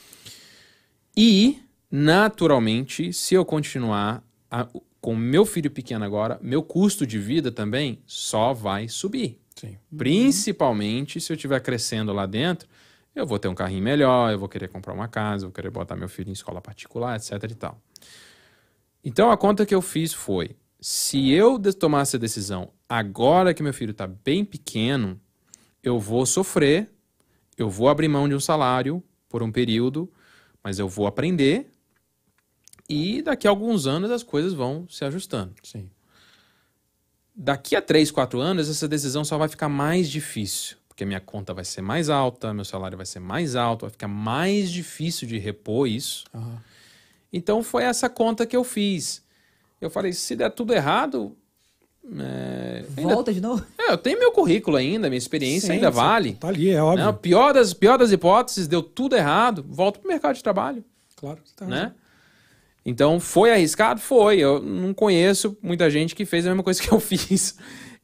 E, naturalmente, se eu continuar com meu filho pequeno agora, meu custo de vida também só vai subir. Sim. Principalmente se eu estiver crescendo lá dentro, eu vou ter um carrinho melhor, eu vou querer comprar uma casa, eu vou querer botar meu filho em escola particular, etc e tal. Então a conta que eu fiz foi, se eu tomasse a decisão agora que meu filho está bem pequeno, eu vou sofrer, eu vou abrir mão de um salário por um período, mas eu vou aprender e daqui a alguns anos as coisas vão se ajustando. Sim. Daqui a 3, 4 anos, essa decisão só vai ficar mais difícil, porque minha conta vai ser mais alta, meu salário vai ser mais alto, vai ficar mais difícil de repor isso. Uhum. Então foi essa conta que eu fiz. Eu falei, se der tudo errado... Volta de novo? Eu tenho meu currículo ainda, minha experiência ainda vale. Tá ali, é óbvio. Né? Pior das hipóteses, deu tudo errado, volto pro mercado de trabalho. Claro. Tá, Né? Então, foi arriscado? Foi. Eu não conheço muita gente que fez a mesma coisa que eu fiz.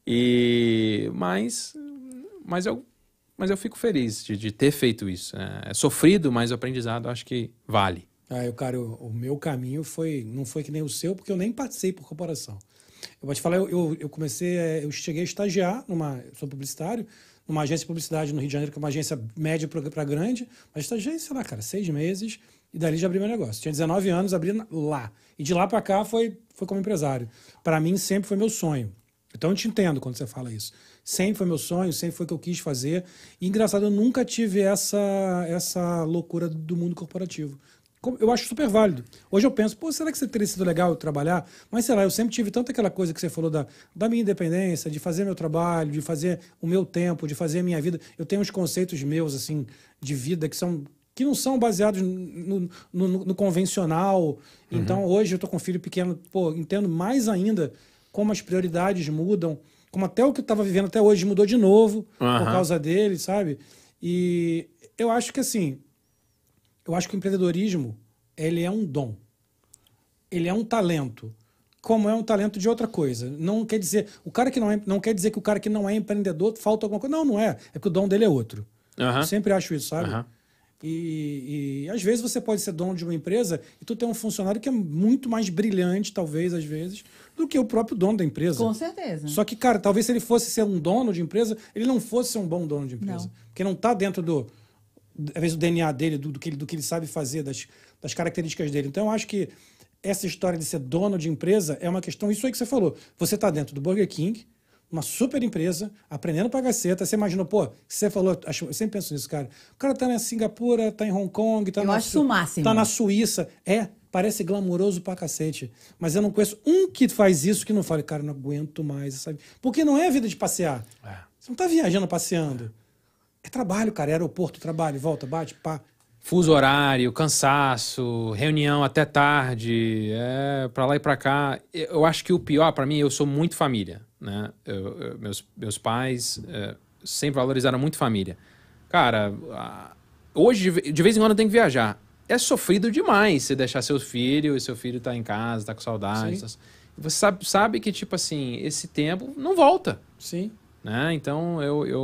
Mas eu fico feliz de ter feito isso. É sofrido, mas o aprendizado acho que vale. Cara, o meu caminho não foi que nem o seu, porque eu nem passei por corporação. Eu vou te falar, eu cheguei a estagiar sou publicitário, numa agência de publicidade no Rio de Janeiro, que é uma agência média para grande, mas estagiei, sei lá, cara, 6 meses. E dali já abri meu negócio. Tinha 19 anos, abri lá. E de lá para cá foi como empresário. Para mim sempre foi meu sonho. Então eu te entendo quando você fala isso. Sempre foi meu sonho, sempre foi o que eu quis fazer. E engraçado, eu nunca tive essa loucura do mundo corporativo. Eu acho super válido. Hoje eu penso, pô, será que você teria sido legal eu trabalhar? Mas sei lá, eu sempre tive tanto aquela coisa que você falou da minha independência, de fazer meu trabalho, de fazer o meu tempo, de fazer a minha vida. Eu tenho uns conceitos meus, assim, de vida que não são baseados no convencional. Então, hoje eu tô com um filho pequeno, pô, entendo mais ainda como as prioridades mudam, como até o que eu estava vivendo até hoje mudou de novo por causa dele, sabe? E eu acho que, assim, eu acho que o empreendedorismo, ele é um dom. Ele é um talento. Como é um talento de outra coisa. Não quer dizer... O cara que não quer dizer que o cara que não é empreendedor falta alguma coisa. Não, não é. É que o dom dele é outro. Eu sempre acho isso, sabe? E às vezes você pode ser dono de uma empresa e tu tem um funcionário que é muito mais brilhante, talvez, às vezes, do que o próprio dono da empresa. Com certeza. Só que, cara, talvez se ele fosse ser um dono de empresa, ele não fosse ser um bom dono de empresa. Não. Porque não está dentro às vezes, do DNA dele, do que ele sabe fazer, das características dele. Então, eu acho que essa história de ser dono de empresa é uma questão... Isso aí que você falou. Você está dentro do Burger King, uma super empresa, aprendendo pra caceta. Você imaginou, pô, você falou, eu sempre penso nisso, cara. O cara tá na Singapura, tá em Hong Kong, eu acho isso o máximo. Tá na Suíça. Parece glamouroso pra cacete. Mas eu não conheço um que faz isso que não fale, cara, não aguento mais, sabe? Porque não é vida de passear. Você não tá viajando, passeando. É trabalho, cara. É aeroporto, trabalho, volta, bate, pá. Fuso horário, cansaço, reunião até tarde, pra lá e pra cá. Eu acho que o pior, pra mim, eu sou muito família, né? Meus pais sempre valorizaram muito família. Cara, hoje, de vez em quando, eu tenho que viajar. É sofrido demais você deixar seu filho, e seu filho tá em casa, tá com saudade. Você sabe que, tipo assim, esse tempo não volta. Sim. Né? Então,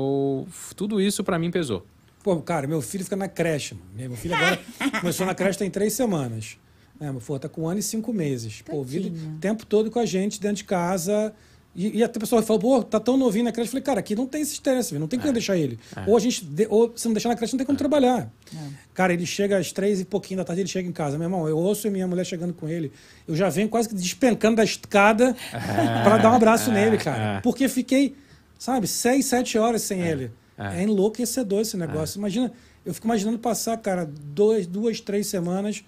tudo isso pra mim pesou. Pô, cara, meu filho fica na creche, mano. Meu filho agora começou na creche tem 3 semanas. Meu filho tá com 1 ano e 5 meses. Pô, o tempo todo com a gente, dentro de casa. E até a pessoa falou, pô, tá tão novinho na creche. Eu falei, cara, aqui não tem esse estresse, não tem como deixar ele. Ou se não deixar na creche, não tem como trabalhar. Cara, ele chega às 3 e pouquinho da tarde, ele chega em casa. Meu irmão, eu ouço a minha mulher chegando com ele. Eu já venho quase que despencando da escada pra dar um abraço nele, cara. Porque fiquei, sabe, 6, 7 horas sem ele. É enlouquecedor esse negócio. Imagina, eu fico imaginando passar, cara, 2, 3 semanas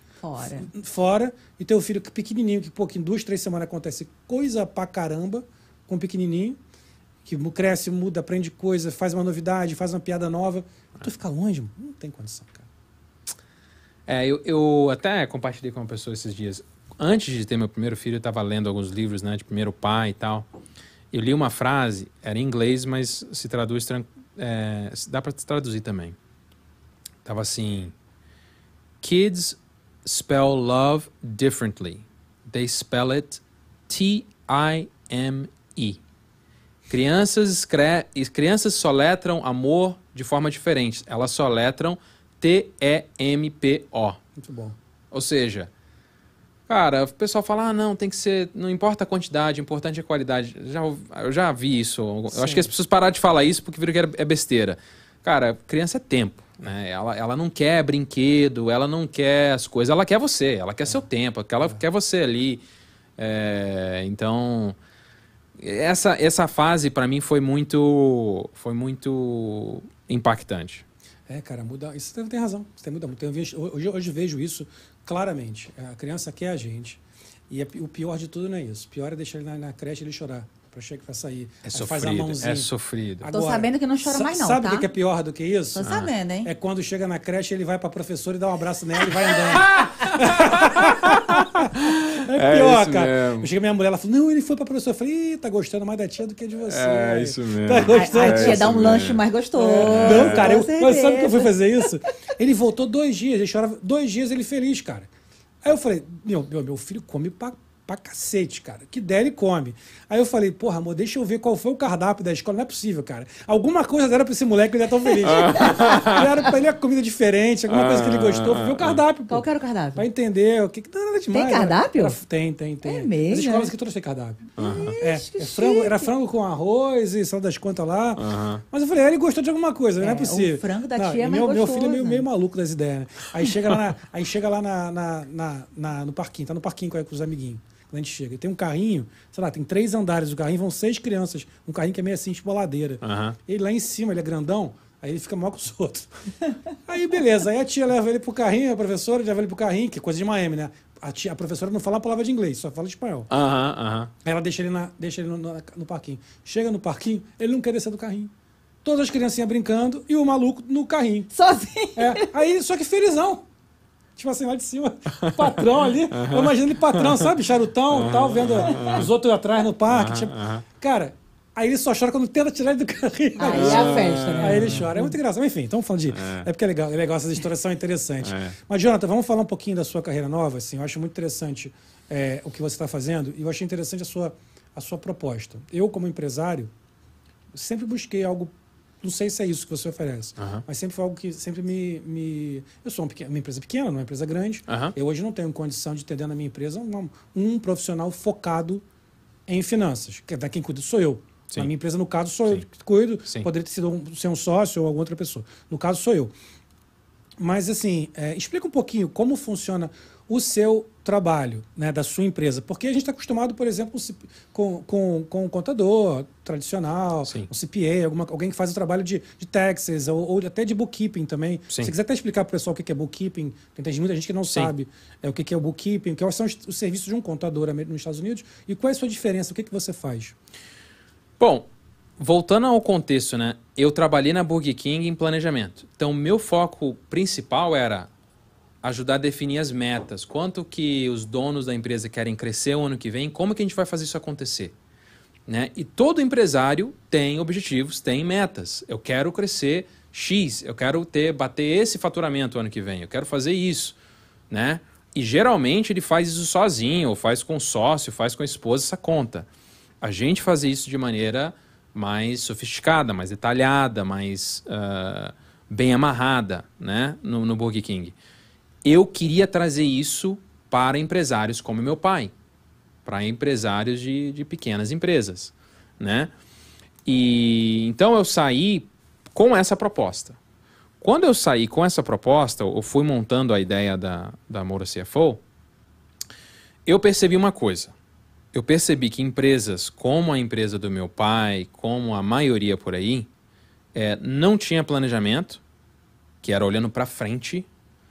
fora e ter o filho pequenininho, que, pô, que em 2, 3 semanas acontece coisa pra caramba com o pequenininho, que cresce, muda, aprende coisa, faz uma novidade, faz uma piada nova. Tu fica longe, mano, não tem condição, cara. Eu até compartilhei com uma pessoa esses dias. Antes de ter meu primeiro filho, eu estava lendo alguns livros, né, de primeiro pai e tal. Eu li uma frase, era em inglês, mas se traduz... dá para traduzir também. Tava assim: Kids spell love differently. They spell it T-I-M-E. Crianças soletram amor de forma diferente. Elas soletram T-E-M-P-O. Muito bom. Ou seja, cara, o pessoal fala, não, tem que ser, não importa a quantidade, o importante é a qualidade. Eu já vi isso. Eu acho que as pessoas pararam de falar isso porque viram que é besteira. Cara, criança é tempo, né? Ela não quer brinquedo, ela não quer as coisas, ela quer você, ela quer seu tempo, ela quer você ali. Então, essa fase para mim foi muito impactante. Cara, muda. Isso você tem razão. Você tem muda muito. Hoje vejo isso claramente. A criança quer a gente. E o pior de tudo não é isso. O pior é deixar ele na creche e ele chorar. Pra sair. Faz a mãozinha. É sofrido. Agora, tô sabendo que não chora mais não, sabe tá? o que é pior do que isso? Tô sabendo, hein? É quando chega na creche, ele vai pra professora e dá um abraço nela e vai andando. É pior, cara. Mesmo. Eu cheguei minha mulher, ela falou, não, ele foi pra professora. Eu falei, tá gostando mais da tia do que de você. É isso mesmo. Tá gostando? A tia dá um lanche mais gostoso. Não, cara, mas sabe que eu fui fazer isso? Ele voltou 2 dias, ele chorava 2 dias, ele feliz, cara. Aí eu falei, meu filho come pra pra cacete, cara. Que der, ele come. Aí eu falei, porra, amor, deixa eu ver qual foi o cardápio da escola. Não é possível, cara. Alguma coisa deram pra esse moleque, ele é tão feliz. Deram pra ele uma comida diferente, alguma coisa que ele gostou. Foi o cardápio, pô. Qual que era o cardápio? Pra entender o que... Não, nada demais. Tem cardápio? Tem. É mesmo? As escolas que todas têm cardápio. Que Frango, era frango com arroz e sal das contas lá. Mas eu falei, ele gostou de alguma coisa, não é possível. O frango da Não, tia é mais meu gostoso. filho é meio maluco das ideias, né? Aí chega lá no parquinho, tá no parquinho com os amiguinhos. Quando a gente chega, e tem um carrinho, sei lá, tem 3 andares do carrinho, vão 6 crianças. Um carrinho que é meio assim, tipo ladeira. Ele lá em cima, ele é grandão, aí ele fica maior que os outros. Aí beleza, aí a tia leva ele pro carrinho, a professora leva ele pro carrinho, que é coisa de Miami, né? A professora não fala a palavra de inglês, só fala espanhol. Aí ela deixa ele no parquinho. Chega no parquinho, ele não quer descer do carrinho. Todas as criancinhas brincando e o maluco no carrinho. Sozinho. Aí, só que felizão. Tipo assim, lá de cima, o patrão ali. Eu imagino ele patrão, sabe? Charutão e tal, vendo os outros atrás no parque. Tipo. Cara, aí ele só chora quando tenta tirar ele do carrinho. Aí é a festa, né? Aí ele chora. É muito engraçado. Enfim, estamos falando de... É porque é legal, essas histórias são interessantes. Mas, Jonathan, vamos falar um pouquinho da sua carreira nova. Assim, eu acho muito interessante o que você está fazendo e eu achei interessante a sua proposta. Eu, como empresário, sempre busquei algo... Não sei se é isso que você oferece, mas sempre foi algo que sempre me... Eu sou uma empresa pequena, não é uma empresa grande. Eu hoje não tenho condição de ter dentro da minha empresa um profissional focado em finanças. Quem cuida sou eu. Na minha empresa, no caso, sou eu que cuido. Poderia ser um sócio ou alguma outra pessoa. No caso, sou eu. Mas, assim, explica um pouquinho como funciona o seu trabalho, né, da sua empresa. Porque a gente está acostumado, por exemplo, com um contador tradicional, um CPA, alguém que faz o trabalho de taxes ou até de bookkeeping também. Se quiser até explicar para o pessoal o que é bookkeeping, tem muita gente que não sabe o que é o bookkeeping, quais são os serviços de um contador nos Estados Unidos e qual é a sua diferença, o que você faz? Bom, voltando ao contexto, né? Eu trabalhei na Burger King em planejamento. Então, meu foco principal era ajudar a definir as metas. Quanto que os donos da empresa querem crescer o ano que vem, como que a gente vai fazer isso acontecer? Né? E todo empresário tem objetivos, tem metas. Eu quero crescer X, eu quero bater esse faturamento o ano que vem, eu quero fazer isso. Né? E geralmente ele faz isso sozinho, ou faz com o sócio, faz com a esposa essa conta. A gente faz isso de maneira mais sofisticada, mais detalhada, mais bem amarrada, né? no Burger King. Eu queria trazer isso para empresários como meu pai, para empresários de pequenas empresas, né? E então eu saí com essa proposta. Quando eu saí com essa proposta, eu fui montando a ideia da Moura CFO, eu percebi uma coisa. Eu percebi que empresas como a empresa do meu pai, como a maioria por aí, não tinha planejamento, que era olhando para frente.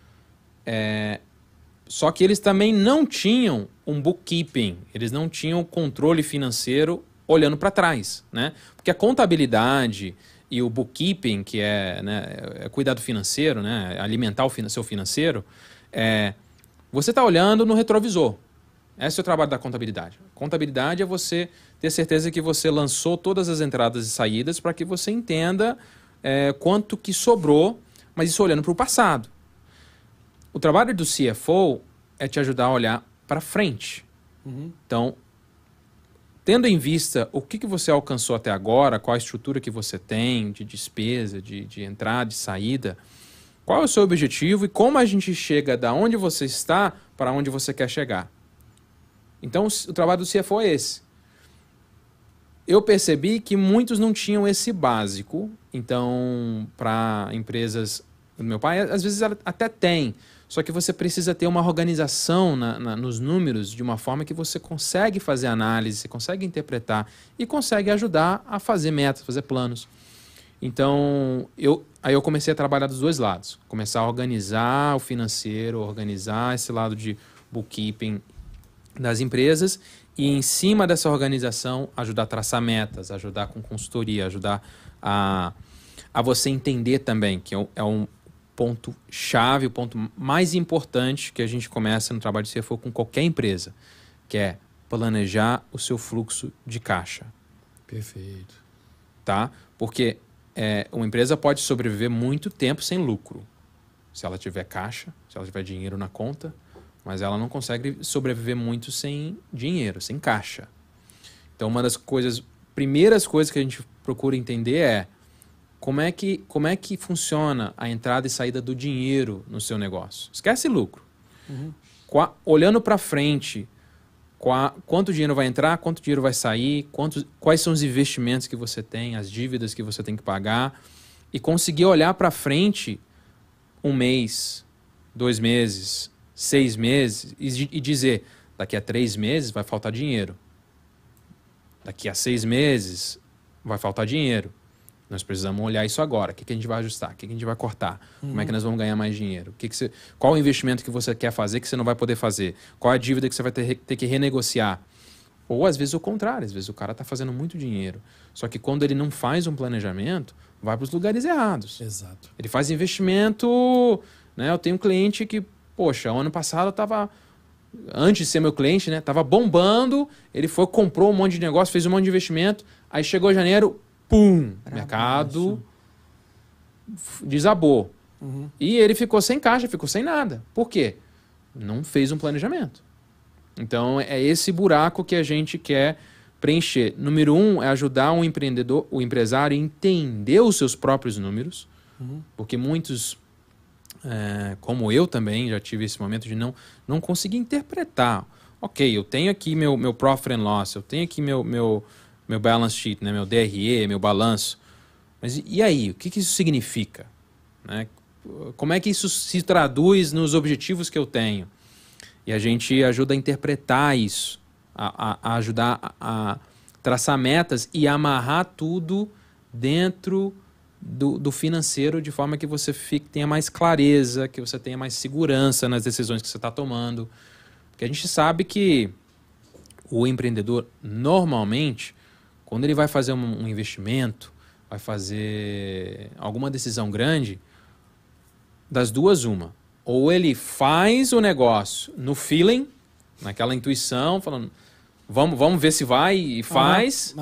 Só que eles também não tinham um bookkeeping, eles não tinham controle financeiro olhando para trás, né? Porque a contabilidade e o bookkeeping, que é cuidado financeiro, né? Alimentar o seu financeiro, você está olhando no retrovisor. Esse é o trabalho da contabilidade. Contabilidade é você ter certeza que você lançou todas as entradas e saídas para que você entenda quanto que sobrou, mas isso olhando para o passado. O trabalho do CFO é te ajudar a olhar para frente. Então, tendo em vista o que você alcançou até agora, qual a estrutura que você tem de despesa, de entrada, de saída, qual é o seu objetivo e como a gente chega da onde você está para onde você quer chegar. Então, o trabalho do CFO é esse. Eu percebi que muitos não tinham esse básico. Então, para empresas do meu pai, às vezes ela até tem, só que você precisa ter uma organização nos números de uma forma que você consegue fazer análise, você consegue interpretar e consegue ajudar a fazer metas, fazer planos. Então, aí eu comecei a trabalhar dos dois lados. Começar a organizar o financeiro, organizar esse lado de bookkeeping das empresas e, em cima dessa organização, ajudar a traçar metas, ajudar com consultoria, ajudar a você entender também, que é um ponto-chave, o ponto mais importante que a gente começa no trabalho de CFO com qualquer empresa, que é planejar o seu fluxo de caixa. Perfeito. Tá? Porque uma empresa pode sobreviver muito tempo sem lucro. Se ela tiver caixa, se ela tiver dinheiro na conta, mas ela não consegue sobreviver muito sem dinheiro, sem caixa. Então, uma das primeiras coisas que a gente procura entender é como é que funciona a entrada e saída do dinheiro no seu negócio. Esquece lucro. Olhando para frente, quanto dinheiro vai entrar, quanto dinheiro vai sair, quais são os investimentos que você tem, as dívidas que você tem que pagar, e conseguir olhar para frente 1 mês, 2 meses, 6 meses e dizer, daqui a 3 meses vai faltar dinheiro. Daqui a 6 meses vai faltar dinheiro. Nós precisamos olhar isso agora. O que a gente vai ajustar? O que a gente vai cortar? Como é que nós vamos ganhar mais dinheiro? Qual o investimento que você quer fazer que você não vai poder fazer? Qual a dívida que você vai ter que renegociar? Ou às vezes o contrário. Às vezes o cara está fazendo muito dinheiro. Só que quando ele não faz um planejamento, vai para os lugares errados. Exato. Ele faz investimento... Né? Eu tenho um cliente que, poxa, ano passado eu estava... Antes de ser meu cliente, né? Tava bombando. Ele comprou um monte de negócio, fez um monte de investimento. Aí chegou janeiro... Pum! Mercado desabou. E ele ficou sem caixa, ficou sem nada. Por quê? Não fez um planejamento. Então, é esse buraco que a gente quer preencher. Número 1 é ajudar o empresário a entender os seus próprios números. Porque muitos, como eu também, já tive esse momento de não conseguir interpretar. Ok, eu tenho aqui meu profit and loss, eu tenho aqui meu balance sheet, né? Meu DRE, meu balanço. Mas e aí? O que isso significa? Né? Como é que isso se traduz nos objetivos que eu tenho? E a gente ajuda a interpretar isso, a ajudar a traçar metas e amarrar tudo dentro do financeiro de forma que você tenha mais clareza, que você tenha mais segurança nas decisões que você está tomando. Porque a gente sabe que o empreendedor, normalmente, quando ele vai fazer um investimento, vai fazer alguma decisão grande, das duas, uma. Ou ele faz o negócio no feeling, naquela intuição, falando, vamos ver se vai e faz.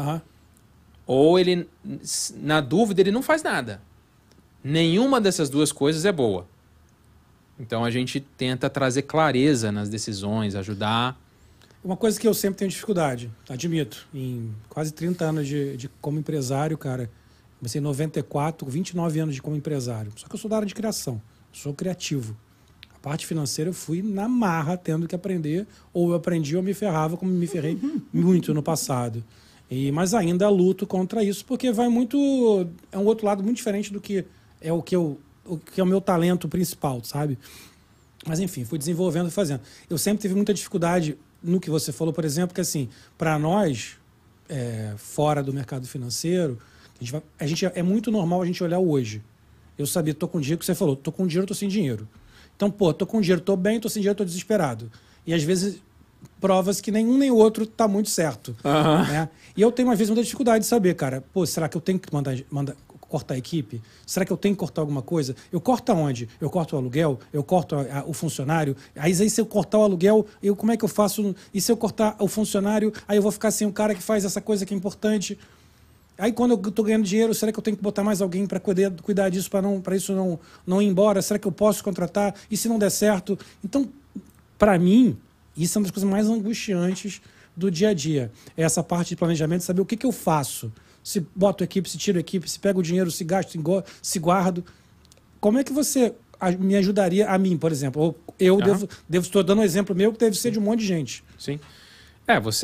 Ou ele, na dúvida, ele não faz nada. Nenhuma dessas duas coisas é boa. Então a gente tenta trazer clareza nas decisões, ajudar. Uma coisa que eu sempre tenho dificuldade, admito, em quase 30 anos de como empresário, cara, comecei em 94, 29 anos como empresário. Só que eu sou da área de criação, sou criativo. A parte financeira eu fui na marra tendo que aprender, ou eu aprendi ou me ferrava, como me ferrei muito no passado. Mas ainda luto contra isso, porque vai muito... É um outro lado muito diferente do que é o que é o meu talento principal, sabe? Mas enfim, fui desenvolvendo e fazendo. Eu sempre tive muita dificuldade no que você falou, por exemplo, que assim, para nós, fora do mercado financeiro, é muito normal a gente olhar o hoje. Eu sabia, tô com dinheiro, que você falou, tô com dinheiro, tô sem dinheiro. Então, tô com dinheiro, tô bem, tô sem dinheiro, tô desesperado. E às vezes provas que nenhum nem o outro tá muito certo. Né? E eu tenho, às vezes, muita dificuldade de saber, cara, será que eu tenho que cortar a equipe? Será que eu tenho que cortar alguma coisa? Eu corto aonde? Eu corto o aluguel? Eu corto o funcionário? Aí se eu cortar o aluguel, como é que eu faço? E se eu cortar o funcionário, aí eu vou ficar sem o cara que faz essa coisa que é importante. Aí quando eu estou ganhando dinheiro, será que eu tenho que botar mais alguém para cuidar disso, para isso não ir embora? Será que eu posso contratar? E se não der certo? Então, para mim, isso é uma das coisas mais angustiantes do dia a dia. É essa parte de planejamento, saber o que eu faço. Se boto equipe, se tiro equipe, se pego o dinheiro, se gasto, se guardo. Como é que você me ajudaria a mim, por exemplo? Ou eu estou dando um exemplo meu que deve ser de um monte de gente. Sim. Você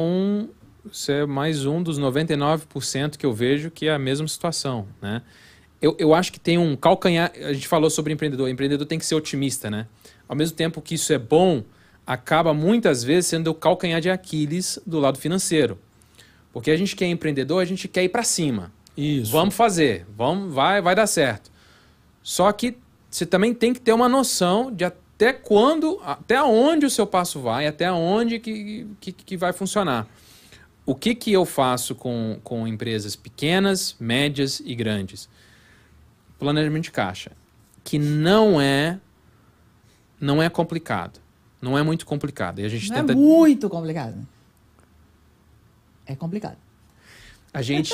é mais um dos 99% que eu vejo que é a mesma situação, né? Eu acho que tem um calcanhar... A gente falou sobre empreendedor. O empreendedor tem que ser otimista, né? Ao mesmo tempo que isso é bom, acaba muitas vezes sendo o calcanhar de Aquiles do lado financeiro. Porque a gente que é empreendedor, a gente quer ir para cima. Isso. Vamos fazer, vai dar certo. Só que você também tem que ter uma noção de até onde o seu passo vai, até onde que vai funcionar. O que eu faço com empresas pequenas, médias e grandes? Planejamento de caixa, que não é complicado. Não é muito complicado. E a gente tenta... é muito complicado. É complicado. A gente...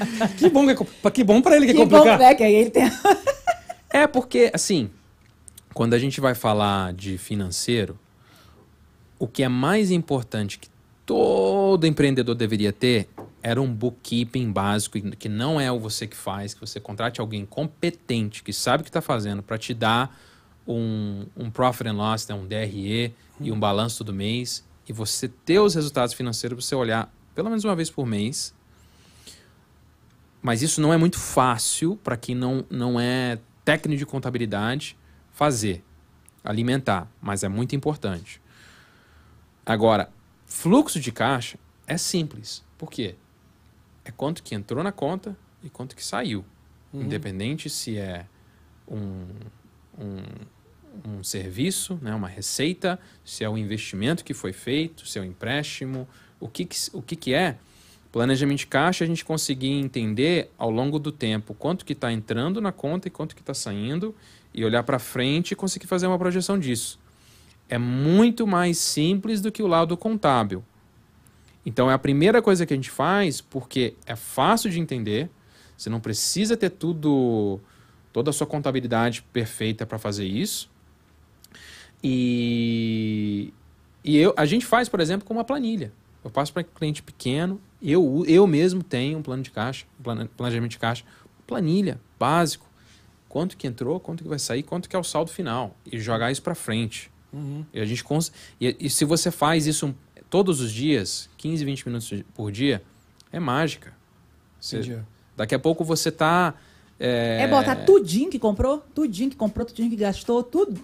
que bom para ele que é complicado. Que aí ele tem... porque, assim, quando a gente vai falar de financeiro, o que é mais importante que todo empreendedor deveria ter era um bookkeeping básico, que não é o você que faz, que você contrate alguém competente, que sabe o que está fazendo, para te dar um profit and loss, né, um DRE e um balanço do mês, e você ter os resultados financeiros para você olhar pelo menos uma vez por mês. Mas isso não é muito fácil para quem não é técnico de contabilidade fazer, alimentar, mas é muito importante. Agora, fluxo de caixa é simples. Por quê? É quanto que entrou na conta e quanto que saiu. Independente se é um serviço, né, uma receita, se é um investimento que foi feito, se é um empréstimo, o que é. Planejamento de caixa, a gente conseguir entender ao longo do tempo quanto que está entrando na conta e quanto que está saindo e olhar para frente e conseguir fazer uma projeção disso. É muito mais simples do que o lado contábil. Então, é a primeira coisa que a gente faz, porque é fácil de entender, você não precisa ter toda a sua contabilidade perfeita para fazer isso. E a gente faz, por exemplo, com uma planilha. Eu passo para cliente pequeno, eu mesmo tenho um plano de caixa, planejamento de caixa, planilha, básico. Quanto que entrou, quanto que vai sair, quanto que é o saldo final. E jogar isso para frente. E, a gente e se você faz isso todos os dias, 15, 20 minutos por dia, é mágica. Daqui a pouco você está... botar tudinho que comprou, tudinho que gastou, tudo.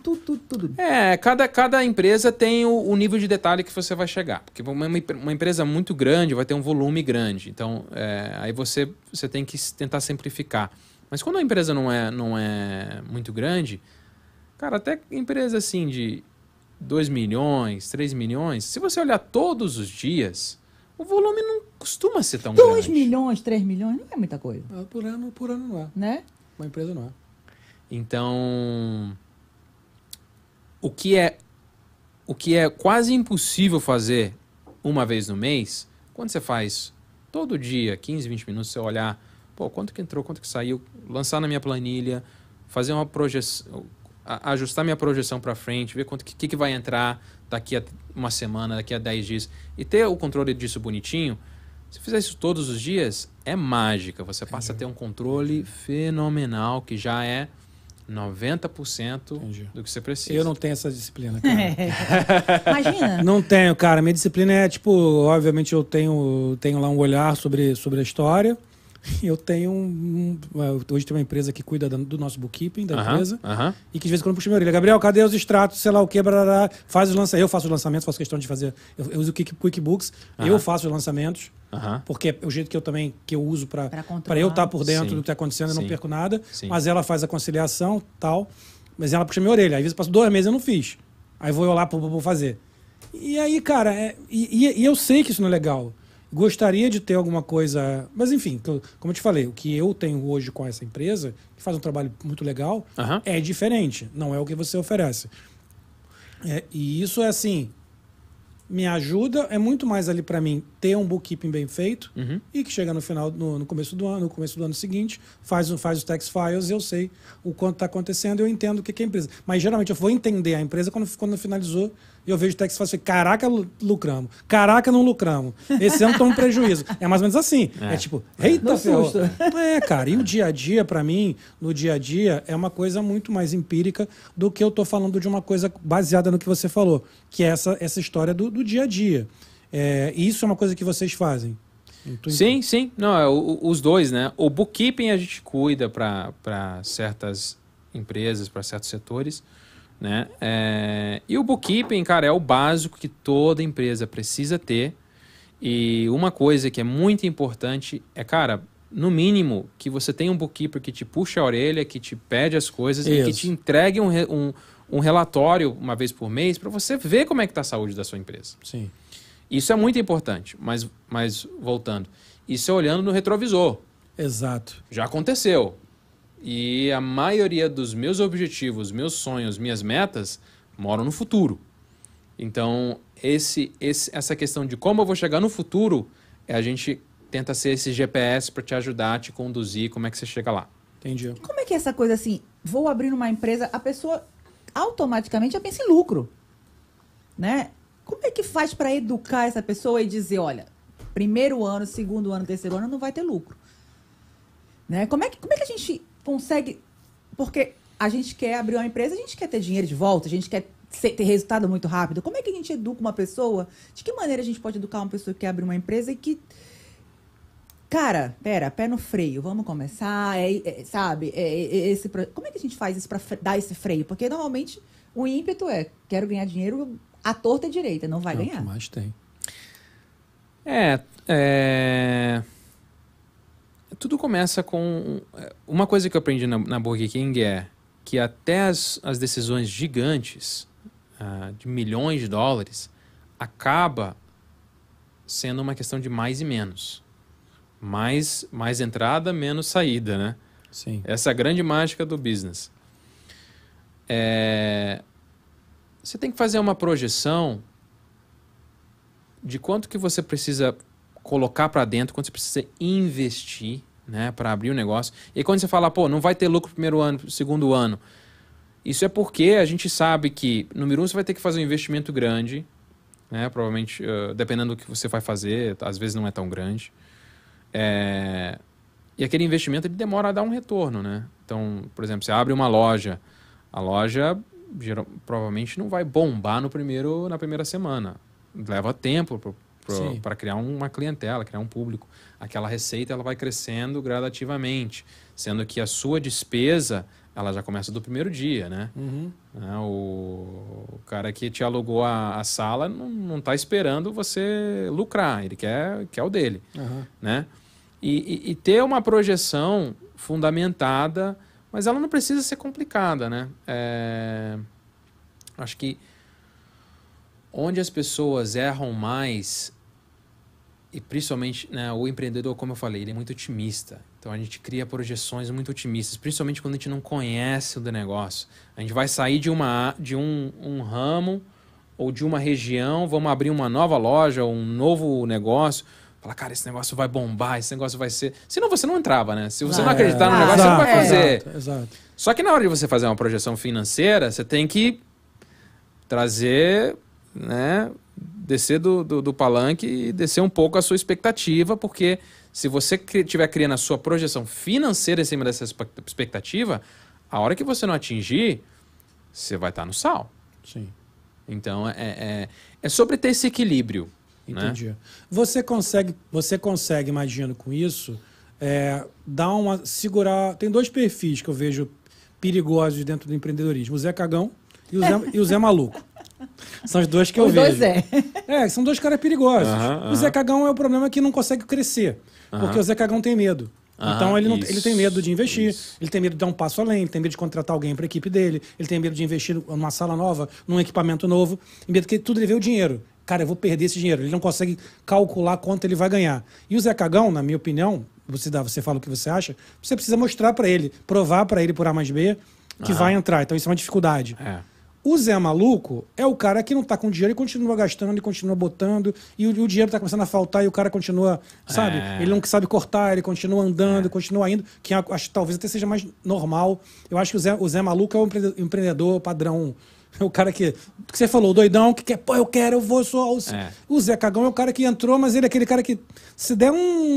Cada empresa tem o nível de detalhe que você vai chegar. Porque uma empresa muito grande vai ter um volume grande. Então, aí você tem que tentar simplificar. Mas quando a empresa não é muito grande, cara, até empresa assim de 2 milhões, 3 milhões, se você olhar todos os dias, o volume não costuma ser tão grande. 2 milhões, 3 milhões, não é muita coisa. Por ano não é. Né? Uma empresa não é. Então, o que é quase impossível fazer uma vez no mês, quando você faz todo dia, 15, 20 minutos, você olhar, quanto que entrou, quanto que saiu, lançar na minha planilha, fazer uma projeção, ajustar minha projeção para frente, ver quanto que vai entrar daqui a uma semana, daqui a 10 dias, e ter o controle disso bonitinho. Se fizer isso todos os dias, é mágica. Você passa a ter um controle fenomenal, que já é 90% do que você precisa. Eu não tenho essa disciplina, cara. Imagina. Não tenho, cara. Minha disciplina é, obviamente eu tenho lá um olhar sobre a história. Eu tenho hoje tem uma empresa que cuida do nosso bookkeeping da empresa e que de vez em quando puxa minha orelha. Gabriel, cadê os extratos, sei lá o que, brará, faz os lançamentos. Eu faço os lançamentos, faço questão de fazer. Eu uso o QuickBooks, eu faço os lançamentos, porque é o jeito que eu uso para eu estar por dentro do que está acontecendo, eu não perco nada. Mas ela faz a conciliação tal, mas ela puxa minha orelha. Às vezes passo 2 meses e eu não fiz. Aí vou eu lá para fazer. E aí, cara, e eu sei que isso não é legal. Gostaria de ter alguma coisa... Mas, enfim, como eu te falei, o que eu tenho hoje com essa empresa, que faz um trabalho muito legal, é diferente. Não é o que você oferece. E isso é assim... Me ajuda, é muito mais ali para mim ter um bookkeeping bem feito e que chega no final, no começo do ano seguinte, faz os tax files, eu sei o quanto está acontecendo, eu entendo o que é a empresa. Mas geralmente eu vou entender a empresa quando finalizou e eu vejo o tax file e falo, caraca, lucramos. Caraca, não lucramos. Esse ano estamos um prejuízo. É mais ou menos assim. É tipo, eita, ferrou. Cara, e o dia a dia, para mim, no dia a dia, é uma coisa muito mais empírica do que eu tô falando de uma coisa baseada no que você falou, que é essa história do dia a dia. Isso é uma coisa que vocês fazem. Sim. Não, os dois, né? O bookkeeping a gente cuida para certas empresas, para certos setores, né? E o bookkeeping, cara, é o básico que toda empresa precisa ter. E uma coisa que é muito importante é, cara, no mínimo, que você tenha um bookkeeper que te puxa a orelha, que te pede as coisas e que te entregue um relatório uma vez por mês para você ver como é que está a saúde da sua empresa. Sim. Isso é muito importante, mas voltando, isso é olhando no retrovisor. Exato. Já aconteceu. E a maioria dos meus objetivos, meus sonhos, minhas metas moram no futuro. Então, essa questão de como eu vou chegar no futuro, a gente tenta ser esse GPS para te ajudar, te conduzir, como é que você chega lá. Entendi. Como é que é essa coisa assim, vou abrir uma empresa, a pessoa automaticamente já pensa em lucro, né? Como é que faz para educar essa pessoa e dizer, olha, primeiro ano, segundo ano, terceiro ano não vai ter lucro, né? Como é que a gente consegue? Porque a gente quer abrir uma empresa, a gente quer ter dinheiro de volta, a gente quer ter resultado muito rápido. Como é que a gente educa uma pessoa? De que maneira a gente pode educar uma pessoa que quer abrir uma empresa e que... Cara, pé no freio, vamos começar, sabe? Como é que a gente faz isso para dar esse freio? Porque normalmente o ímpeto quero ganhar dinheiro à torta e direita, não vai ganhar. É o que mais tem. Tudo começa com... Uma coisa que eu aprendi na Burger King é que até as decisões gigantes, de milhões de dólares, acaba sendo uma questão de mais e menos. Mais entrada, menos saída, né? Sim. Essa é a grande mágica do business. Você tem que fazer uma projeção de quanto que você precisa colocar para dentro, quanto você precisa investir, né, para abrir o negócio. E aí, quando você fala, pô, não vai ter lucro no primeiro ano, segundo ano, isso é porque a gente sabe que, número um, você vai ter que fazer um investimento grande, né, provavelmente, dependendo do que você vai fazer, às vezes não é tão grande. E aquele investimento ele demora a dar um retorno, né? Então, por exemplo, você abre uma loja, a loja provavelmente não vai bombar na primeira semana. Leva tempo para criar uma clientela, criar um público. Aquela receita ela vai crescendo gradativamente, sendo que a sua despesa ela já começa do primeiro dia, né? Uhum. O cara que te alugou a sala não está esperando você lucrar, ele quer o dele, né? E ter uma projeção fundamentada, mas ela não precisa ser complicada, né? Acho que onde as pessoas erram mais, e principalmente, né, o empreendedor, como eu falei, ele é muito otimista. Então a gente cria projeções muito otimistas, principalmente quando a gente não conhece o negócio. A gente vai sair de um ramo ou de uma região, vamos abrir uma nova loja ou um novo negócio. Fala, cara, esse negócio vai bombar, esse negócio vai ser... Senão você não entrava, né? Se você não acreditar no negócio, você não vai fazer. Exato. Só que na hora de você fazer uma projeção financeira, você tem que trazer, né? Descer do palanque e descer um pouco a sua expectativa, porque se você estiver criando a sua projeção financeira em cima dessa expectativa, a hora que você não atingir, você vai estar no sal. Sim. Então, é sobre ter esse equilíbrio. Entendi. Né? Você consegue, imagino, com isso, dar uma... segurar... Tem dois perfis que eu vejo perigosos dentro do empreendedorismo. O Zé Cagão e o Zé Maluco. São os dois que eu vejo. São dois caras perigosos. O Zé Cagão é o problema que não consegue crescer. Porque o Zé Cagão tem medo. Então ele tem medo de investir, ele tem medo de dar um passo além, ele tem medo de contratar alguém para a equipe dele, ele tem medo de investir numa sala nova, num equipamento novo, em medo que tudo ele vê o dinheiro. Cara, eu vou perder esse dinheiro. Ele não consegue calcular quanto ele vai ganhar. E o Zé Cagão, na minha opinião, você fala o que você acha, você precisa mostrar para ele, provar para ele por A mais B que vai entrar. Então isso é uma dificuldade. O Zé Maluco é o cara que não tá com dinheiro e continua gastando e continua botando, e o dinheiro tá começando a faltar e o cara continua, sabe? Ele não sabe cortar, ele continua andando, continua indo, que acho que talvez até seja mais normal. Eu acho que o Zé Maluco é o empreendedor padrão. É o cara que você falou, o doidão, que quer, pô, eu vou só. O Zé Cagão é o cara que entrou, mas ele é aquele cara que, se der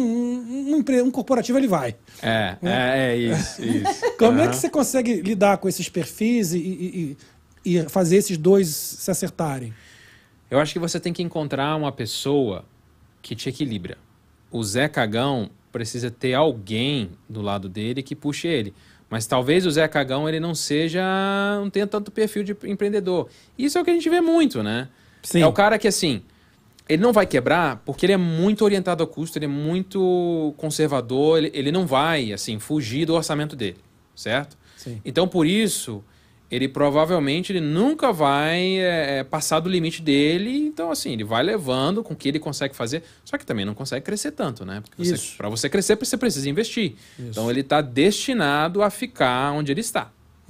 um corporativo, ele vai. Isso. Como é que você consegue lidar com esses perfis e fazer esses dois se acertarem? Eu acho que você tem que encontrar uma pessoa que te equilibra. O Zé Cagão precisa ter alguém do lado dele que puxe ele. Mas talvez o Zé Cagão ele não tenha tanto perfil de empreendedor. Isso é o que a gente vê muito, né? Sim. É o cara que, assim, ele não vai quebrar porque ele é muito orientado a custo, ele é muito conservador, ele não vai, assim, fugir do orçamento dele, certo? Sim. Então, por isso, ele provavelmente nunca vai passar do limite dele. Então, assim, ele vai levando com o que ele consegue fazer. Só que também não consegue crescer tanto, né? Porque para você crescer, você precisa investir. Isso. Então, ele está destinado a ficar onde ele está.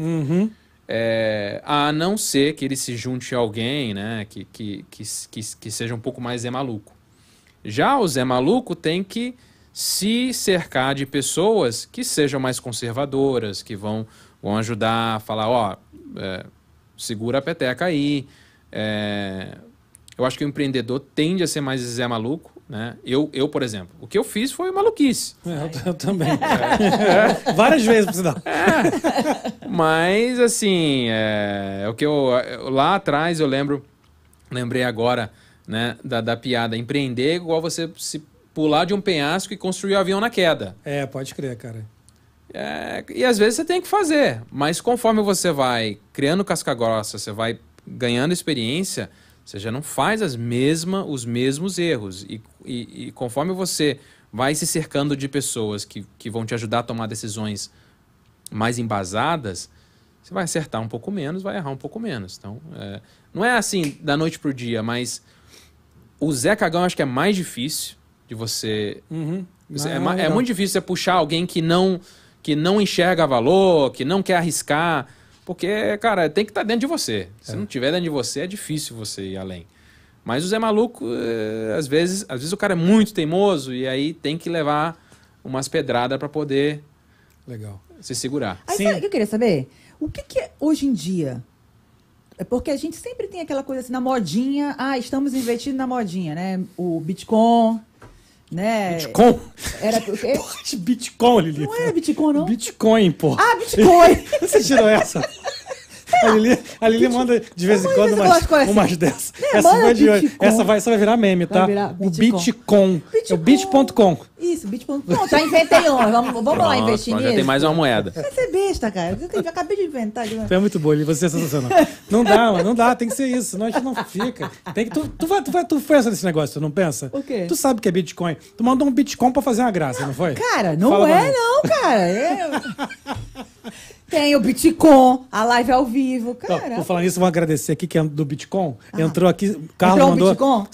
A não ser que ele se junte a alguém, né? Que seja um pouco mais Zé Maluco. Já o Zé Maluco tem que se cercar de pessoas que sejam mais conservadoras, que vão ajudar a falar, segura a peteca aí. Eu acho que o empreendedor tende a ser mais Zé Maluco, né? Eu, por exemplo, o que eu fiz foi maluquice. Eu também. Várias vezes, por sinal. Mas, assim, o que lá atrás eu lembrei agora, né, da piada. Empreender é igual você se pular de um penhasco e construir um avião na queda. Pode crer, cara. E às vezes você tem que fazer, mas conforme você vai criando casca grossa, você vai ganhando experiência, você já não faz os mesmos erros. E conforme você vai se cercando de pessoas que vão te ajudar a tomar decisões mais embasadas, você vai acertar um pouco menos, vai errar um pouco menos. Então, não é assim da noite pro dia, mas o Zé Cagão eu acho que é mais difícil de você... É muito difícil você puxar alguém que não enxerga valor, que não quer arriscar... Porque, cara, tem que estar dentro de você. Se não tiver dentro de você, é difícil você ir além. Mas o Zé Maluco, às vezes o cara é muito teimoso e aí tem que levar umas pedradas para poder se segurar. Aí, sabe o que eu queria saber? O que é hoje em dia? É porque a gente sempre tem aquela coisa assim, na modinha. Estamos investindo na modinha, né? O Bitcoin... Né? Bitcoin? Era o quê? Porra, de Bitcoin, Lili. Não era Bitcoin, não? Bitcoin, pô. Bitcoin! Você tirou essa? A Lili manda de vez em quando umas dessas. Essa vai de hoje. Essa vai virar meme, tá? O Bitcoin. É o bit.com. Isso, bit.com. Já inventei um. Vamos lá investir nisso. Já tem mais uma moeda. Você é besta, cara. Eu acabei de inventar. É muito bom, Lili. Você é sensacional. Não dá, mano. Não dá. Tem que ser isso. Senão a gente não fica. Tu pensa nesse negócio, tu não pensa? O quê? Tu sabe que é Bitcoin. Tu mandou um Bitcoin pra fazer uma graça, não foi? Cara, não não, cara. Tem o Bitcoin, a live ao vivo, cara. Vou falar nisso, vou agradecer aqui, que é do Bitcoin. Entrou aqui, o Carlos mandou R$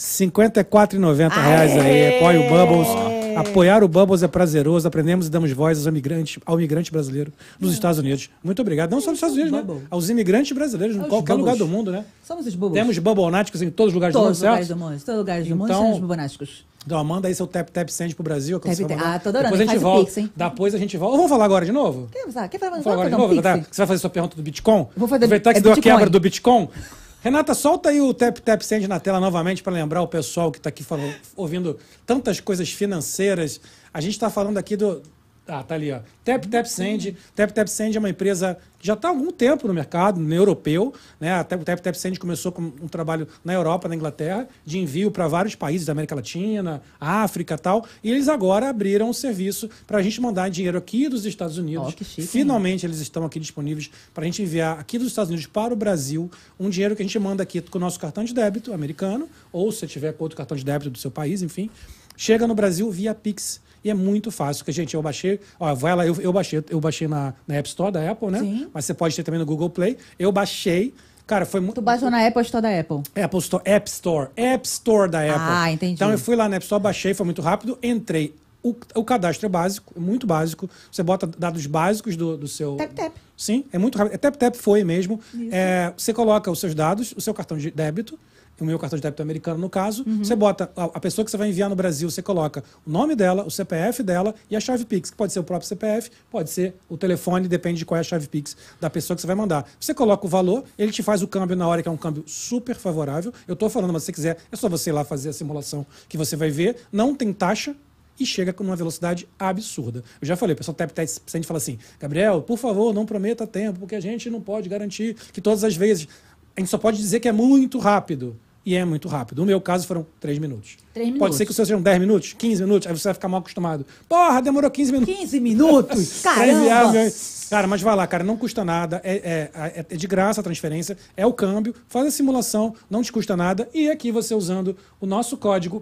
54,90 aí. Apoia o Bubbles. Apoiar o Bubbles é prazeroso. Aprendemos e damos voz ao imigrante brasileiro dos Estados Unidos. Muito obrigado. Não só nos Estados Unidos, né? Aos imigrantes brasileiros, em qualquer lugar do mundo, né? Somos os Bubbles. Temos bubblenáticos em todos os lugares do mundo, certo? Todos os lugares do mundo são os bubblenáticos. Então, manda aí seu tap send pro Brasil. Tô adorando. Depois a gente volta. Depois a gente volta. Vamos falar agora de novo? Quer falar agora de novo? Você vai fazer sua pergunta do Bitcoin? Vou fazer. Aproveitar que você deu a quebra do Bitcoin. Renata, solta aí o tap send na tela novamente para lembrar o pessoal que está aqui ouvindo tantas coisas financeiras. A gente está falando aqui do... tá ali, ó. Tap Send. Tap Send é uma empresa que já está há algum tempo no mercado, no europeu, né? O Tap Send começou com um trabalho na Europa, na Inglaterra, de envio para vários países da América Latina, África e tal. E eles agora abriram um serviço para a gente mandar dinheiro aqui dos Estados Unidos. Que chique, finalmente eles estão aqui disponíveis para a gente enviar aqui dos Estados Unidos para o Brasil um dinheiro que a gente manda aqui com o nosso cartão de débito americano, ou se tiver com outro cartão de débito do seu país, enfim. Chega no Brasil via Pix. E é muito fácil, porque, gente, eu baixei... vai lá, eu baixei na App Store da Apple, né? Sim. Mas você pode ter também no Google Play. Eu baixei... Cara, foi muito... Tu baixou na Apple Store da Apple? App Store da Apple. Entendi. Então, eu fui lá na App Store, baixei, foi muito rápido, entrei. O cadastro é básico, muito básico. Você bota dados básicos do seu... Tap. Sim, é muito rápido. Tap foi mesmo. Você coloca os seus dados, o seu cartão de débito, o meu cartão de débito americano, no caso, você bota a pessoa que você vai enviar no Brasil, você coloca o nome dela, o CPF dela e a chave Pix, que pode ser o próprio CPF, pode ser o telefone, depende de qual é a chave Pix da pessoa que você vai mandar. Você coloca o valor, ele te faz o câmbio na hora, que é um câmbio super favorável. Eu tô falando, mas se você quiser, é só você ir lá fazer a simulação que você vai ver. Não tem taxa e chega com uma velocidade absurda. Eu já falei, o pessoal Tap Send fala assim, Gabriel, por favor, não prometa tempo, porque a gente não pode garantir que todas as vezes... A gente só pode dizer que é muito rápido. E é muito rápido. No meu caso, foram 3 minutos. 3 minutos. Pode ser que o seu sejam 10 minutos, 15 minutos, aí você vai ficar mal acostumado. Porra, demorou 15 minutos. 15 minutos? Caramba! Cara, mas vai lá, cara, não custa nada, é de graça a transferência, é o câmbio, faz a simulação, não te custa nada, e aqui você usando o nosso código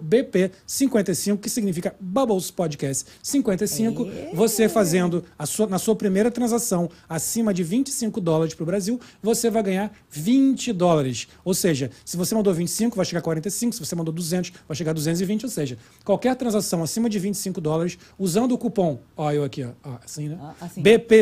BP55, que significa Bubbles Podcast 55, você fazendo na sua primeira transação acima de $25 para o Brasil, você vai ganhar $20. Ou seja, se você mandou $25, 25, vai chegar a 45. Se você mandou 200, vai chegar a 220. Ou seja, qualquer transação acima de $25, usando o cupom, ó, eu aqui, ó, assim, né? Assim.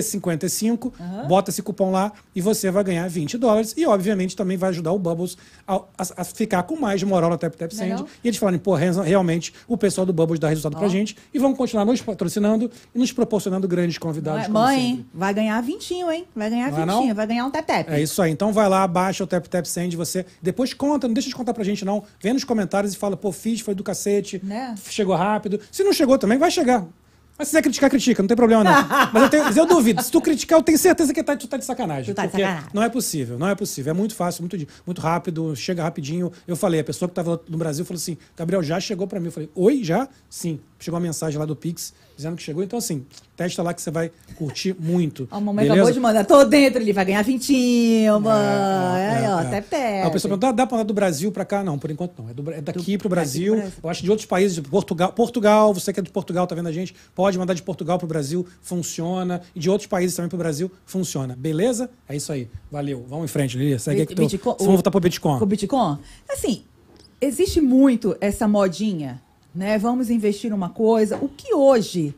BP55, bota esse cupom lá e você vai ganhar $20. E, obviamente, também vai ajudar o Bubbles a ficar com mais moral no Tap Tap Send. Legal. E eles falarem, pô, realmente, o pessoal do Bubbles dá resultado pra gente. E vão continuar nos patrocinando e nos proporcionando grandes convidados. como Mãe, sempre. hein? Vai ganhar 20, hein? Vai ganhar Não é 20, não? vai ganhar um Tap-Tap. É isso aí. Então vai lá, baixa o Tap Tap Send, você depois conta, não deixa de contar pra gente não. Vem nos comentários e fala, pô, fiz, foi do cacete, Né? chegou rápido. Se não chegou também, vai chegar. Mas se quiser criticar, critica, não tem problema não. Mas eu duvido. Se tu criticar, eu tenho certeza que tu tá de sacanagem. Tu tá de porque sacanagem. não é possível, não é possível. É muito fácil, muito rápido, chega rapidinho. Eu falei, a pessoa que tava no Brasil falou assim, Gabriel, já chegou pra mim. Eu falei, oi, já? Sim. Chegou uma mensagem lá do Pix, dizendo que chegou. Então assim, testa lá que você vai curtir muito. A mamãe beleza? acabou de mandar, tô dentro, ele vai ganhar 20, mãe. Aí, ó, Tap-Tap. Aí o pessoal pergunta, dá pra mandar do Brasil pra cá? Não, por enquanto não. É daqui pro Brasil. Brasil. Eu acho de outros países, de Portugal, você que é de Portugal, tá vendo a gente? Pode mandar de Portugal pro Brasil, funciona. E de outros países também pro Brasil, funciona. Beleza? É isso aí. Valeu. Vamos em frente, Lili. Segue aqui. Vamos voltar pro Bitcoin. Com o Bitcoin? Assim, existe muito essa modinha, né? Vamos investir numa coisa. O que hoje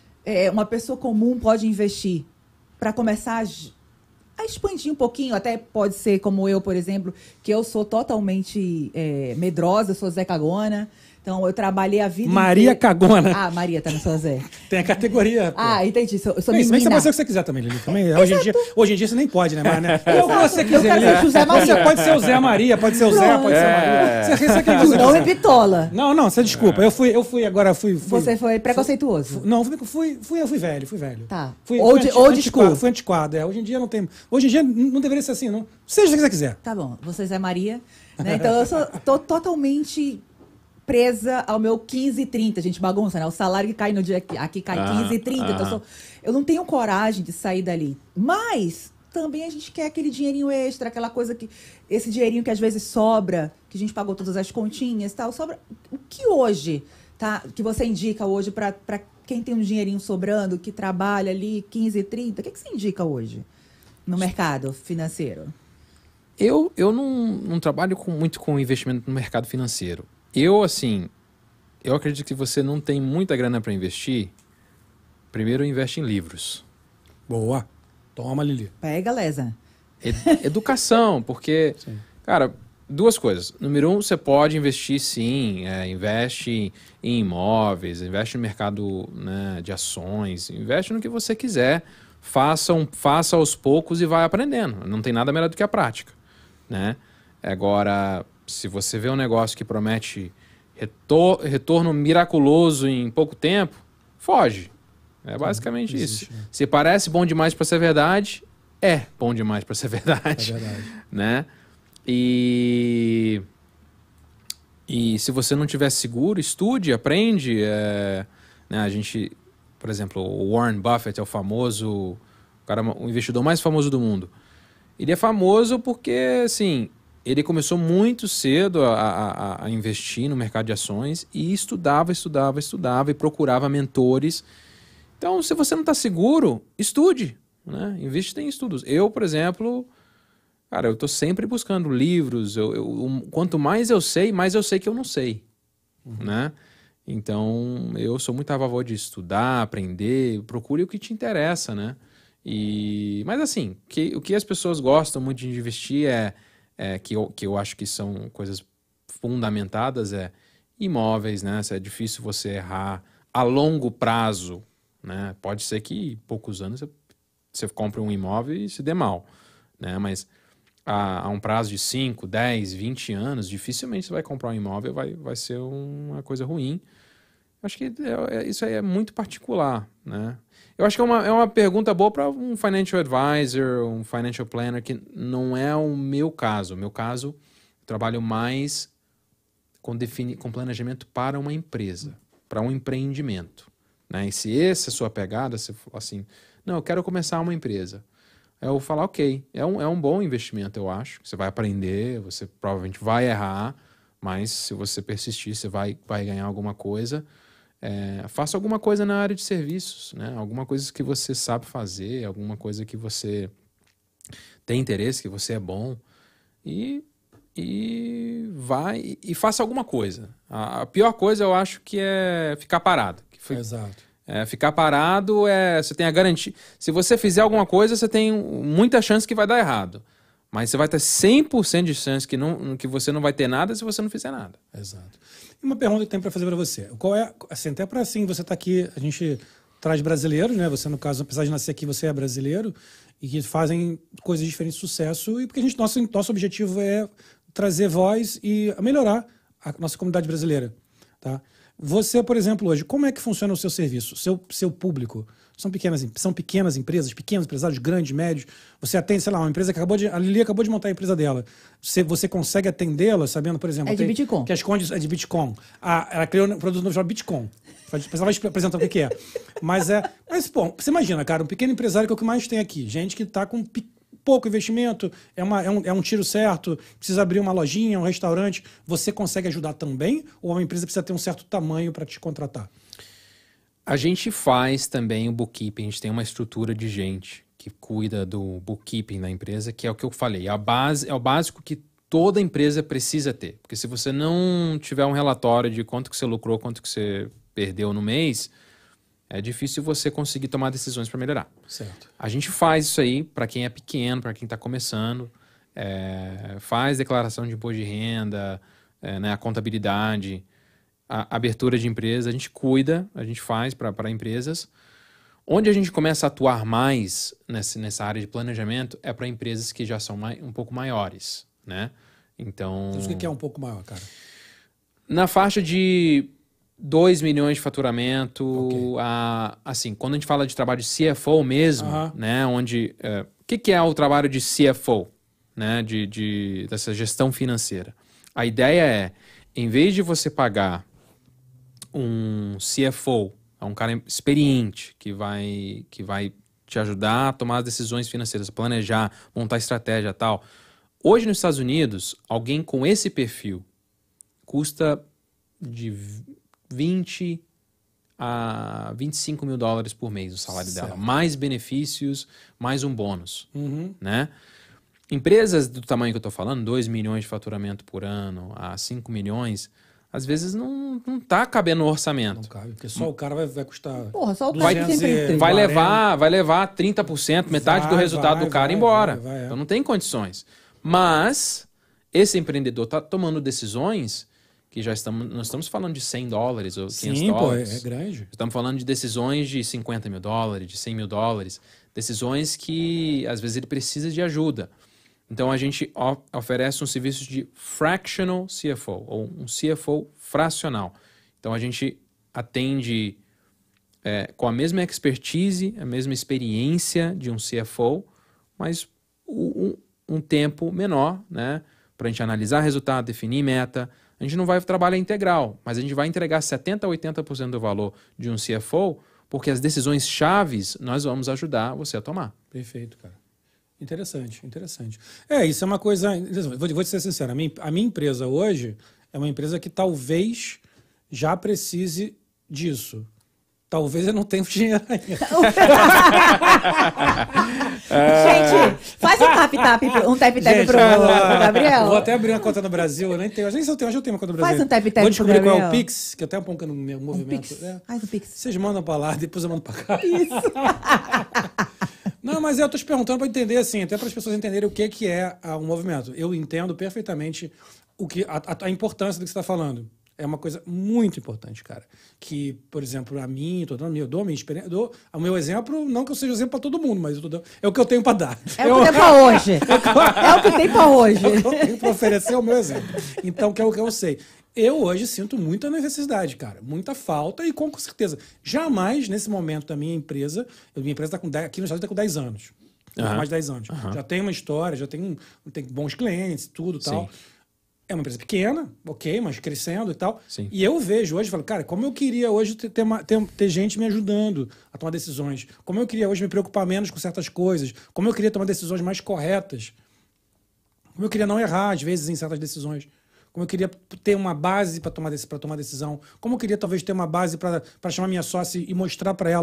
uma pessoa comum pode investir para começar a expandir um pouquinho? Até pode ser como eu, por exemplo, que eu sou totalmente medrosa, eu sou Zé Cagona. Então, eu trabalhei a vida Maria inteira... Cagona. Ah, Maria, tá no seu Zé. Tem a categoria. Pô. Ah, entendi. Eu sou Bem, menina. você pode ser o que você quiser também, Lili. Também, hoje em dia você nem pode, né? Mas, né? Exato. O que você Eu quiser, quero Lili. ser José Maria. Você pode ser o Zé Maria, pode ser o Zé, pode ser a Maria. Você quem você Não me quiser. bitola. Não, você desculpa. Eu fui agora, fui. Você foi preconceituoso. Não, fui velho. Tá. Fui Old antiquado, school. Fui antiquado. Hoje em dia não tem. Hoje em dia não deveria ser assim, não. Seja o que você quiser. Tá bom, você Zé Maria. Né? Então eu tô totalmente presa ao meu 15,30. A gente bagunça, né? O salário que cai no dia aqui cai 15,30. Então eu não tenho coragem de sair dali. Mas também a gente quer aquele dinheirinho extra, aquela coisa que. Esse dinheirinho que às vezes sobra, que a gente pagou todas as continhas e tal. Sobra. O que hoje, tá? Que você indica hoje para quem tem um dinheirinho sobrando, que trabalha ali 15,30? O que você indica hoje no mercado financeiro? Eu não trabalho muito com investimento no mercado financeiro. Eu acredito que você não tem muita grana para investir. Primeiro, investe em livros. Boa. Toma, Lili. Pega, Lesa. Educação, porque, cara, duas coisas. Número um, você pode investir sim, investe em imóveis, investe no mercado, né, de ações, investe no que você quiser, faça aos poucos e vai aprendendo. Não tem nada melhor do que a prática, né? Agora, se você vê um negócio que promete retorno miraculoso em pouco tempo, foge. É basicamente isso. Né? Se parece bom demais para ser verdade, é bom demais para ser verdade. É verdade. Né? E se você não estiver seguro, estude, aprende. Né? A gente, por exemplo, o Warren Buffett é o investidor mais famoso do mundo. Ele é famoso porque, assim, ele começou muito cedo a investir no mercado de ações e estudava e procurava mentores. Então, se você não está seguro, estude, né? Invista em estudos. Eu, por exemplo, cara, eu estou sempre buscando livros. Quanto mais eu sei que eu não sei, né? Então, eu sou muito a favor de estudar, aprender, procure o que te interessa, né? Mas assim, o que as pessoas gostam muito de investir que eu acho que são coisas fundamentadas imóveis, né? É difícil você errar a longo prazo, né? Pode ser que em poucos anos você compre um imóvel e se dê mal, né? Mas a um prazo de 5, 10, 20 anos, dificilmente você vai comprar um imóvel e vai ser uma coisa ruim. Acho que isso aí é muito particular, né? Eu acho que é uma pergunta boa para um financial advisor, um financial planner, que não é o meu caso. O meu caso, eu trabalho mais com planejamento para uma empresa, para um empreendimento, né? E se essa é a sua pegada, você fala assim, não, eu quero começar uma empresa. Eu vou falar, ok, é um bom investimento, eu acho. Você vai aprender, você provavelmente vai errar, mas se você persistir, você vai ganhar alguma coisa. Faça alguma coisa na área de serviços, né? Alguma coisa que você sabe fazer, alguma coisa que você tem interesse, que você é bom. E e vai e faça alguma coisa. A pior coisa eu acho que é ficar parado. Exato. Ficar parado você tem a garantia. Se você fizer alguma coisa, você tem muita chance que vai dar errado. Mas você vai ter 100% de chance que você não vai ter nada se você não fizer nada. Exato. E uma pergunta que tem para fazer para você. Qual é, assim, até para assim, você tá aqui, a gente traz brasileiros, né? Você, no caso, apesar de nascer aqui, você é brasileiro e que fazem coisas de diferente sucesso, e porque nosso objetivo é trazer voz e melhorar a nossa comunidade brasileira, tá? Você, por exemplo, hoje, como é que funciona o seu serviço, seu público? São pequenas empresas, pequenos empresários, grandes, médios? Você atende, sei lá, uma empresa que a Lili acabou de montar a empresa dela. Você consegue atendê-la sabendo, por exemplo... É de Bitcoin. Que as condições é de Bitcoin. Ela criou um produto novo chamado Bitcoin. Precisava apresentar o que é. Mas, bom, você imagina, cara, um pequeno empresário que é o que mais tem aqui. Gente que está com pouco investimento, é um tiro certo, precisa abrir uma lojinha, um restaurante. Você consegue ajudar também? Ou uma empresa precisa ter um certo tamanho para te contratar? A gente faz também o bookkeeping. A gente tem uma estrutura de gente que cuida do bookkeeping da empresa, que é o que eu falei. É o básico que toda empresa precisa ter. Porque se você não tiver um relatório de quanto que você lucrou, quanto que você perdeu no mês, é difícil você conseguir tomar decisões para melhorar. Certo. A gente faz isso aí para quem é pequeno, para quem está começando. Faz declaração de imposto de renda, a contabilidade, a abertura de empresa. A gente cuida, a gente faz para empresas. Onde a gente começa a atuar mais nessa área de planejamento é para empresas que já são um pouco maiores, né? Então... O que é um pouco maior, cara? Na faixa de 2 milhões de faturamento, Okay. assim, quando a gente fala de trabalho de CFO mesmo, né, onde... o que é o trabalho de CFO, né, dessa gestão financeira? A ideia é, em vez de você pagar um CFO, um cara experiente, que vai te ajudar a tomar as decisões financeiras, planejar, montar estratégia e tal. Hoje nos Estados Unidos, alguém com esse perfil custa de 20 a 25 mil dólares por mês o salário dela. Mais benefícios, mais um bônus. Né? Empresas do tamanho que eu estou falando, 2 milhões de faturamento por ano a 5 milhões, às vezes não tá cabendo no orçamento. Não cabe, porque só o cara vai custar... Porra, só o cara que sempre tem. Vai levar 30%, metade do resultado do cara embora. Então não tem condições. Mas esse empreendedor está tomando decisões que nós estamos falando de 100 dólares ou 500 dólares. É grande. Estamos falando de decisões de 50 mil dólares, de 100 mil dólares. Decisões que, às vezes, ele precisa de ajuda. Então, a gente oferece um serviço de fractional CFO, ou um CFO fracional. Então, a gente atende com a mesma expertise, a mesma experiência de um CFO, mas um tempo menor, né? Para a gente analisar resultado, definir meta. A gente não vai trabalhar integral, mas a gente vai entregar 70% a 80% do valor de um CFO, porque as decisões chaves nós vamos ajudar você a tomar. Perfeito, cara. Interessante. Isso é uma coisa... Vou te ser sincero, a minha empresa hoje é uma empresa que talvez já precise disso. Talvez eu não tenha dinheiro ainda. Gente, faz um tap-tap pro Gabriel. Vou até abrir uma conta no Brasil, eu nem sei se eu tenho, hoje eu tenho uma conta no Brasil. Faz um tap-tap Vou descobrir pro qual é Gabriel. o Pix, que eu até um pouco no meu movimento. Pix. Faz um Pix. Vocês mandam pra lá, depois eu mando pra cá. Isso. Não, mas eu tô te perguntando para entender, assim, até para as pessoas entenderem o que é um movimento. Eu entendo perfeitamente a importância do que você está falando. É uma coisa muito importante, cara. Que, por exemplo, a mim, eu dou a minha experiência, o meu exemplo, não que eu seja exemplo para todo mundo, mas é o que eu tenho para dar. É o que tem para hoje. É o que tem para hoje. É o que eu tenho para oferecer, é o meu exemplo. Então, que é o que eu sei. Eu hoje sinto muita necessidade, cara. Muita falta e com certeza. Jamais, nesse momento da minha empresa está com 10, aqui no Estados Unidos está com 10 anos. Mais de 10 anos. Já tem uma história, tem bons clientes, tudo e tal. É uma empresa pequena, ok, mas crescendo e tal. Sim. E eu vejo hoje, falo, cara, como eu queria hoje ter gente me ajudando a tomar decisões. Como eu queria hoje me preocupar menos com certas coisas. Como eu queria tomar decisões mais corretas. Como eu queria não errar, às vezes, em certas decisões. Como eu queria ter uma base para tomar decisão. Como eu queria, talvez, ter uma base para chamar minha sócia e mostrar para ela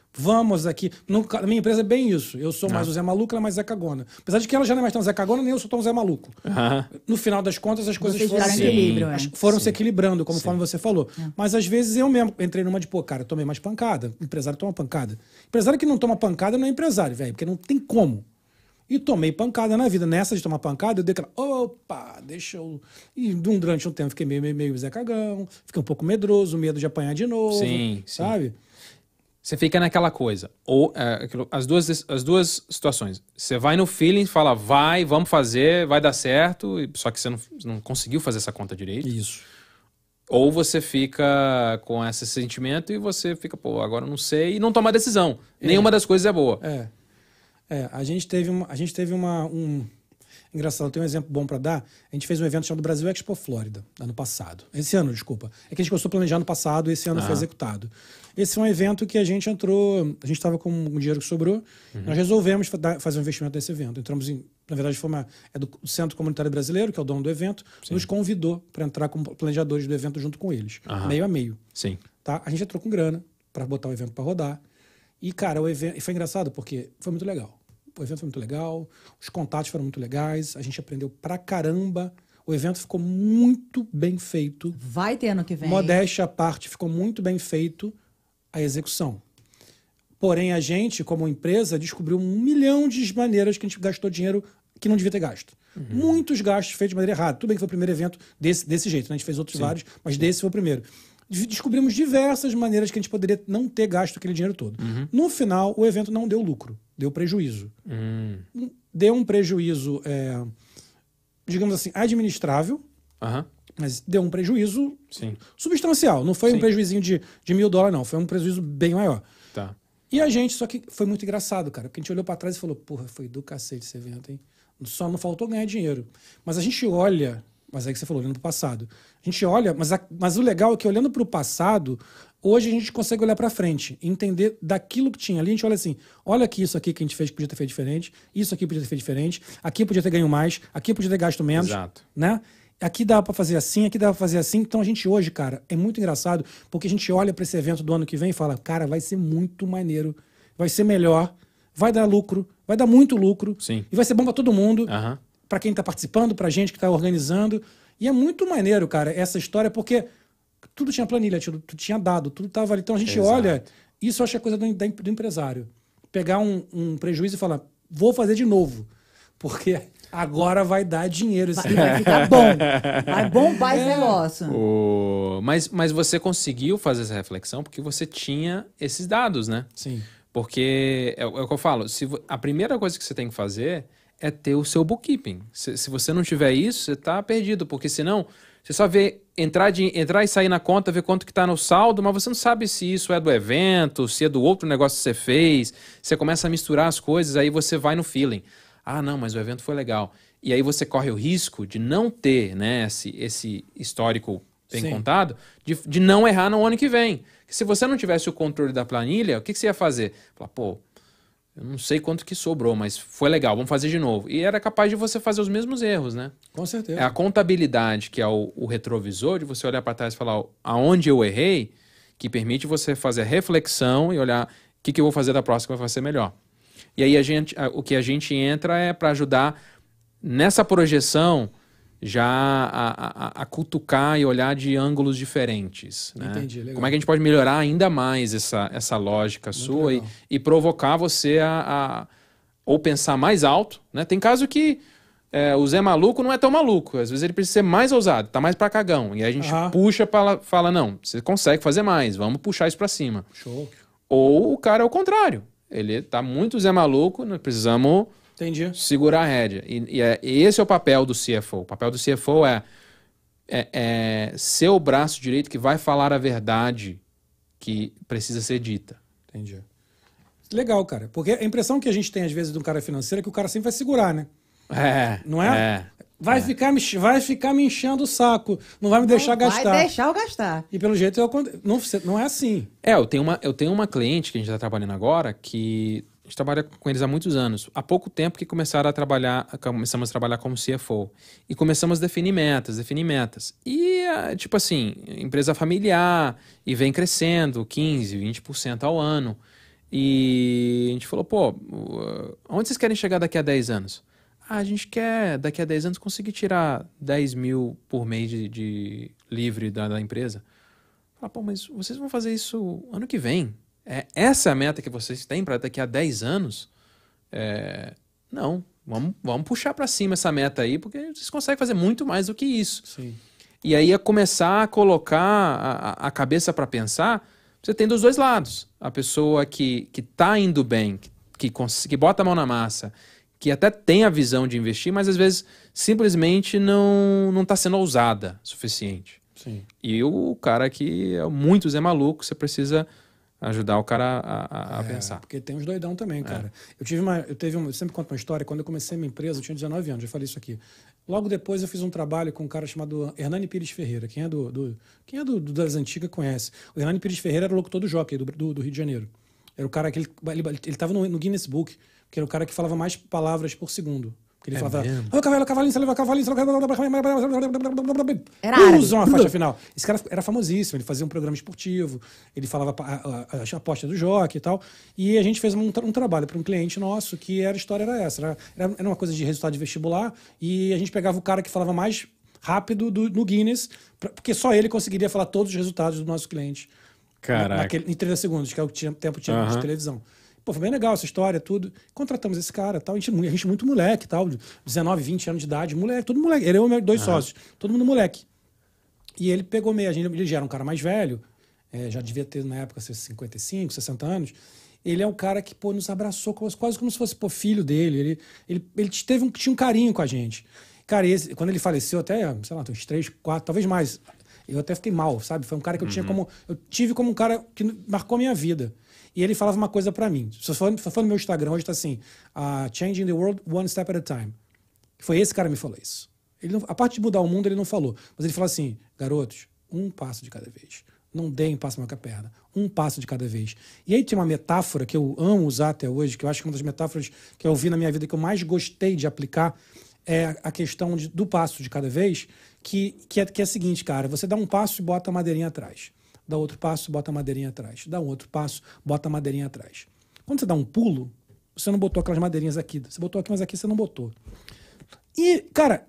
Vamos aqui. Na minha empresa é bem isso. Eu sou mais o Zé Maluco, ela é mais Zé Cagona. Apesar de que ela já não é mais tão Zé Cagona, nem eu sou tão Zé Maluco. No final das contas, as coisas foram se equilibrando, conforme você falou. Mas às vezes eu mesmo entrei numa de, pô, cara, tomei mais pancada. Empresário toma pancada. Empresário que não toma pancada não é empresário, velho, porque não tem como. E tomei pancada na vida. Nessa de tomar pancada, eu dei aquela, opa, deixa eu... E durante um tempo fiquei meio Zé Cagão, fiquei um pouco medroso, medo de apanhar de novo, sabe? Você fica naquela coisa. Ou as duas situações. Você vai no feeling, fala, vamos fazer, vai dar certo, só que você não conseguiu fazer essa conta direito. Isso. Ou você fica com esse sentimento e você fica, pô, agora eu não sei, e não toma decisão. Nenhuma das coisas é boa. A gente teve Engraçado, eu tenho um exemplo bom para dar. A gente fez um evento chamado Brasil Expo Flórida, ano passado. Esse ano, desculpa. É que a gente começou a planejar no passado e esse ano foi executado. Esse foi um evento que a gente entrou... A gente estava com um dinheiro que sobrou. Nós resolvemos fazer um investimento nesse evento. Entramos na verdade, é do Centro Comunitário Brasileiro, que é o dono do evento, nos convidou para entrar como planejadores do evento junto com eles. Meio a meio. Sim. Tá? A gente entrou com grana para botar o evento para rodar. E, cara, e foi engraçado porque foi muito legal. O evento foi muito legal, os contatos foram muito legais, a gente aprendeu pra caramba, o evento ficou muito bem feito. Vai ter ano que vem. Modéstia à parte, ficou muito bem feito a execução. Porém, a gente, como empresa, descobriu 1 milhão de maneiras que a gente gastou dinheiro que não devia ter gasto. Muitos gastos feitos de maneira errada. Tudo bem que foi o primeiro evento desse jeito, né? A gente fez outros vários, mas desse foi o primeiro. Descobrimos diversas maneiras que a gente poderia não ter gasto aquele dinheiro todo. No final, o evento não deu lucro, deu prejuízo. Deu um prejuízo, digamos assim, administrável, mas deu um prejuízo substancial. Não foi um prejuizinho de $1.000, não. Foi um prejuízo bem maior. Tá. E a gente, só que foi muito engraçado, cara, porque a gente olhou para trás e falou, porra, foi do cacete esse evento, hein? Só não faltou ganhar dinheiro. Mas a gente olha... Mas é que você falou, olhando para o passado. A gente olha, mas o legal é que olhando para o passado, hoje a gente consegue olhar para frente, entender daquilo que tinha ali. A gente olha assim, olha aqui, isso aqui que a gente fez que podia ter feito diferente, isso aqui podia ter feito diferente, aqui podia ter ganho mais, aqui podia ter gasto menos. Exato. Né? Aqui dá para fazer assim, aqui dá para fazer assim. Então a gente hoje, cara, é muito engraçado, porque a gente olha para esse evento do ano que vem e fala, cara, vai ser muito maneiro, vai ser melhor, vai dar lucro, vai dar muito lucro, e vai ser bom para todo mundo. Para quem está participando, para gente que está organizando. E é muito maneiro, cara, essa história, porque tudo tinha planilha, tudo tinha dado, tudo estava ali. Então a gente olha, isso eu acho que é coisa do empresário. Pegar um prejuízo e falar, vou fazer de novo, porque agora vai dar dinheiro. Vai ficar bom. Vai bombar esse negócio. Mas você conseguiu fazer essa reflexão porque você tinha esses dados, né? Sim. Porque é o que eu falo, a primeira coisa que você tem que fazer é ter o seu bookkeeping. Se você não tiver isso, você está perdido, porque senão você só vê entrar e sair na conta, ver quanto que está no saldo, mas você não sabe se isso é do evento, se é do outro negócio que você fez. Você começa a misturar as coisas, aí você vai no feeling. Ah, não, mas o evento foi legal. E aí você corre o risco de não ter, né, esse histórico bem contado, de não errar no ano que vem. Porque se você não tivesse o controle da planilha, o que você ia fazer? Falar, pô, eu não sei quanto que sobrou, mas foi legal, vamos fazer de novo. E era capaz de você fazer os mesmos erros, né? Com certeza. É a contabilidade, que é o retrovisor, de você olhar para trás e falar aonde eu errei, que permite você fazer a reflexão e olhar o que eu vou fazer da próxima que vai ser melhor. E aí o que a gente entra é para ajudar nessa projeção já a cutucar e olhar de ângulos diferentes. Né? Entendi, legal. Como é que a gente pode melhorar ainda mais essa lógica sua e provocar você ou pensar mais alto. Né? Tem caso que o Zé Maluco não é tão maluco. Às vezes ele precisa ser mais ousado, tá mais pra cagão. E aí a gente puxa fala, não, você consegue fazer mais, vamos puxar isso pra cima. Show. Ou o cara é o contrário. Ele tá muito Zé Maluco, nós precisamos... Entendi. Segurar a rédea. E esse é o papel do CFO. O papel do CFO é ser o braço direito que vai falar a verdade que precisa ser dita. Entendi. Legal, cara. Porque a impressão que a gente tem, às vezes, de um cara financeiro é que o cara sempre vai segurar, né? Não é? Vai ficar me enchendo o saco. Não vai me deixar gastar. Vai deixar eu gastar. E pelo jeito, não é assim. Eu tenho uma cliente que a gente está trabalhando agora que... A gente trabalha com eles há muitos anos. Há pouco tempo que começamos a trabalhar como CFO. E começamos a definir metas. E, tipo assim, empresa familiar, e vem crescendo 15%, 20% ao ano. E a gente falou, pô, onde vocês querem chegar daqui a 10 anos? A gente quer, daqui a 10 anos, conseguir tirar 10 mil por mês de livre da empresa. Fala, pô, mas vocês vão fazer isso ano que vem? Essa é a meta que vocês têm para daqui a 10 anos? Não, vamos puxar para cima essa meta aí, porque vocês conseguem fazer muito mais do que isso. Sim. E aí é começar a colocar a cabeça para pensar. Você tem dos dois lados. A pessoa que tá indo bem, que bota a mão na massa, que até tem a visão de investir, mas às vezes simplesmente não tá sendo ousada o suficiente. Sim. E o cara que muitos é maluco, você precisa ajudar o cara a pensar. Porque tem uns doidão também, cara. Eu sempre conto uma história, quando eu comecei minha empresa, eu tinha 19 anos, já falei isso aqui. Logo depois eu fiz um trabalho com um cara chamado Hernani Pires Ferreira. Quem é das antigas conhece. O Hernani Pires Ferreira era o locutor do Jockey do Rio de Janeiro. Era o cara que ele tava no Guinness Book, que era o cara que falava mais palavras por segundo. Porque ele falava, cavalinho, você leva cavalinho, você leva cavalinho. Usa uma faixa final. Esse cara era famosíssimo, ele fazia um programa esportivo, ele falava a aposta do jockey e tal. E a gente fez um trabalho para um cliente nosso que a história era essa. Era uma coisa de resultado de vestibular e a gente pegava o cara que falava mais rápido no Guinness, porque só ele conseguiria falar todos os resultados do nosso cliente. Caraca. Em 30 segundos, que é o tempo tinha de televisão. Pô, foi bem legal essa história, tudo. Contratamos esse cara, tal. A gente muito moleque, tal, 19, 20 anos de idade, moleque, todo moleque. Ele e eu, dois sócios, todo mundo moleque. E ele pegou meio, ele já era um cara mais velho, já devia ter na época 55, 60 anos. Ele é um cara que, pô, nos abraçou quase como se fosse, pô, filho dele. Ele tinha um carinho com a gente. Cara, quando ele faleceu, até, sei lá, uns 3, 4, talvez mais, eu até fiquei mal, sabe? Foi um cara que eu tive como um cara que marcou a minha vida. E ele falava uma coisa pra mim. Se for no meu Instagram, hoje tá assim, Changing the World One Step at a Time. Foi esse cara que me falou isso. A parte de mudar o mundo, ele não falou. Mas ele falou assim, garotos, um passo de cada vez. Não deem passo com a perna. Um passo de cada vez. E aí tem uma metáfora que eu amo usar até hoje, que eu acho que é uma das metáforas que eu vi na minha vida que eu mais gostei de aplicar, é a questão do passo de cada vez, que é a seguinte, cara, você dá um passo e bota a madeirinha atrás. Dá outro passo, bota a madeirinha atrás. Dá um outro passo, bota a madeirinha atrás. Quando você dá um pulo, você não botou aquelas madeirinhas aqui. Você botou aqui, mas aqui você não botou. E, cara,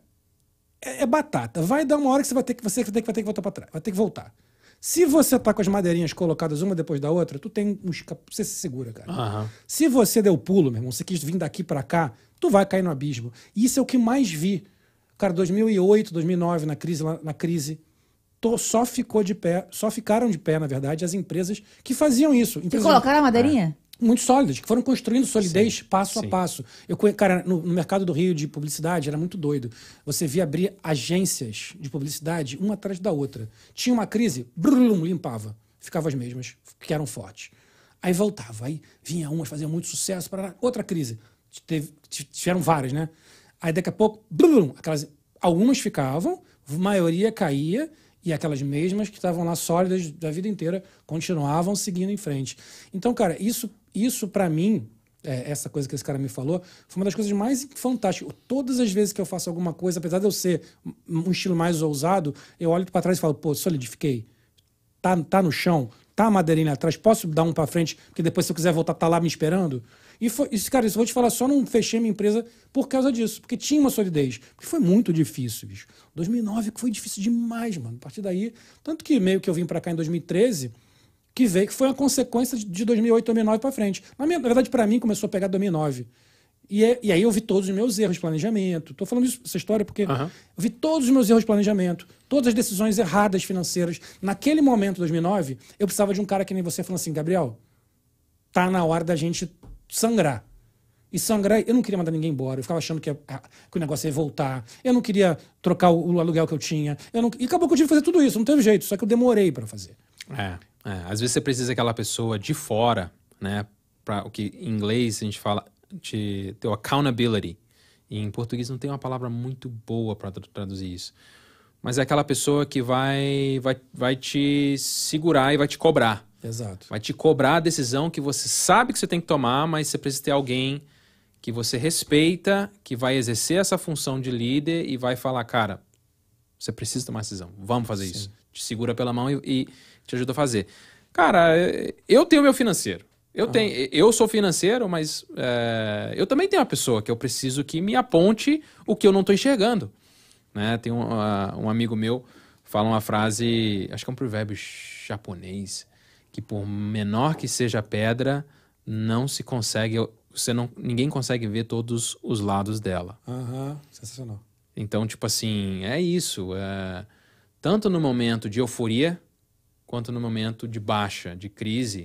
é batata. Vai dar uma hora que você vai ter que voltar para trás. Vai ter que voltar. Se você tá com as madeirinhas colocadas uma depois da outra, você se segura, cara. Uhum. Se você deu pulo, meu irmão, você quis vir daqui para cá, tu vai cair no abismo. E isso é o que mais vi. Cara, 2008, 2009, na crise, só ficaram de pé, na verdade, as empresas que faziam isso. Vocês colocaram a madeirinha? Muito sólidas, que foram construindo solidez passo a passo. Cara, no mercado do Rio de publicidade era muito doido. Você via abrir agências de publicidade uma atrás da outra. Tinha uma crise, limpava. Ficavam as mesmas, que eram fortes. Aí voltava, aí vinha umas, faziam muito sucesso, para outra crise. Tiveram várias, né? Aí daqui a pouco, algumas ficavam, a maioria caía, e aquelas mesmas que estavam lá sólidas da vida inteira continuavam seguindo em frente. Então, cara, isso para mim, essa coisa que esse cara me falou, foi uma das coisas mais fantásticas. Todas as vezes que eu faço alguma coisa, apesar de eu ser um estilo mais ousado, eu olho para trás e falo, pô, solidifiquei. Tá no chão, tá a madeirinha atrás, posso dar um para frente, porque depois se eu quiser voltar, tá lá me esperando? Cara, isso eu vou te falar, só não fechei minha empresa por causa disso, porque tinha uma solidez. Porque foi muito difícil, bicho. 2009 foi difícil demais, mano. A partir daí, tanto que meio que eu vim pra cá em 2013, que foi uma consequência de 2008, 2009 pra frente. Na verdade, pra mim, começou a pegar 2009. E aí eu vi todos os meus erros de planejamento. Tô falando essa história porque eu vi todos os meus erros de planejamento, todas as decisões erradas financeiras. Naquele momento, 2009, eu precisava de um cara que nem você, falando assim, Gabriel, tá na hora da gente sangrar. E sangrar, eu não queria mandar ninguém embora. Eu ficava achando que o negócio ia voltar. Eu não queria trocar o aluguel que eu tinha. E acabou que eu tive que fazer tudo isso. Não teve jeito. Só que eu demorei para fazer. Às vezes você precisa daquela pessoa de fora, né? Para o que em inglês a gente fala de ter accountability. E em português não tem uma palavra muito boa para traduzir isso. Mas é aquela pessoa que vai te segurar e vai te cobrar. Exato. Vai te cobrar a decisão que você sabe que você tem que tomar, mas você precisa ter alguém que você respeita, que vai exercer essa função de líder e vai falar, cara, você precisa tomar essa decisão, vamos fazer isso. Te segura pela mão e te ajuda a fazer. Cara, eu tenho meu financeiro. Eu sou financeiro, mas eu também tenho uma pessoa que eu preciso que me aponte o que eu não estou enxergando. Né? Tem um amigo meu fala uma frase, acho que é um provérbio japonês, que por menor que seja a pedra, não se consegue, ninguém consegue ver todos os lados dela. Sensacional. Então, tipo assim, é isso. Tanto no momento de euforia, quanto no momento de baixa, de crise,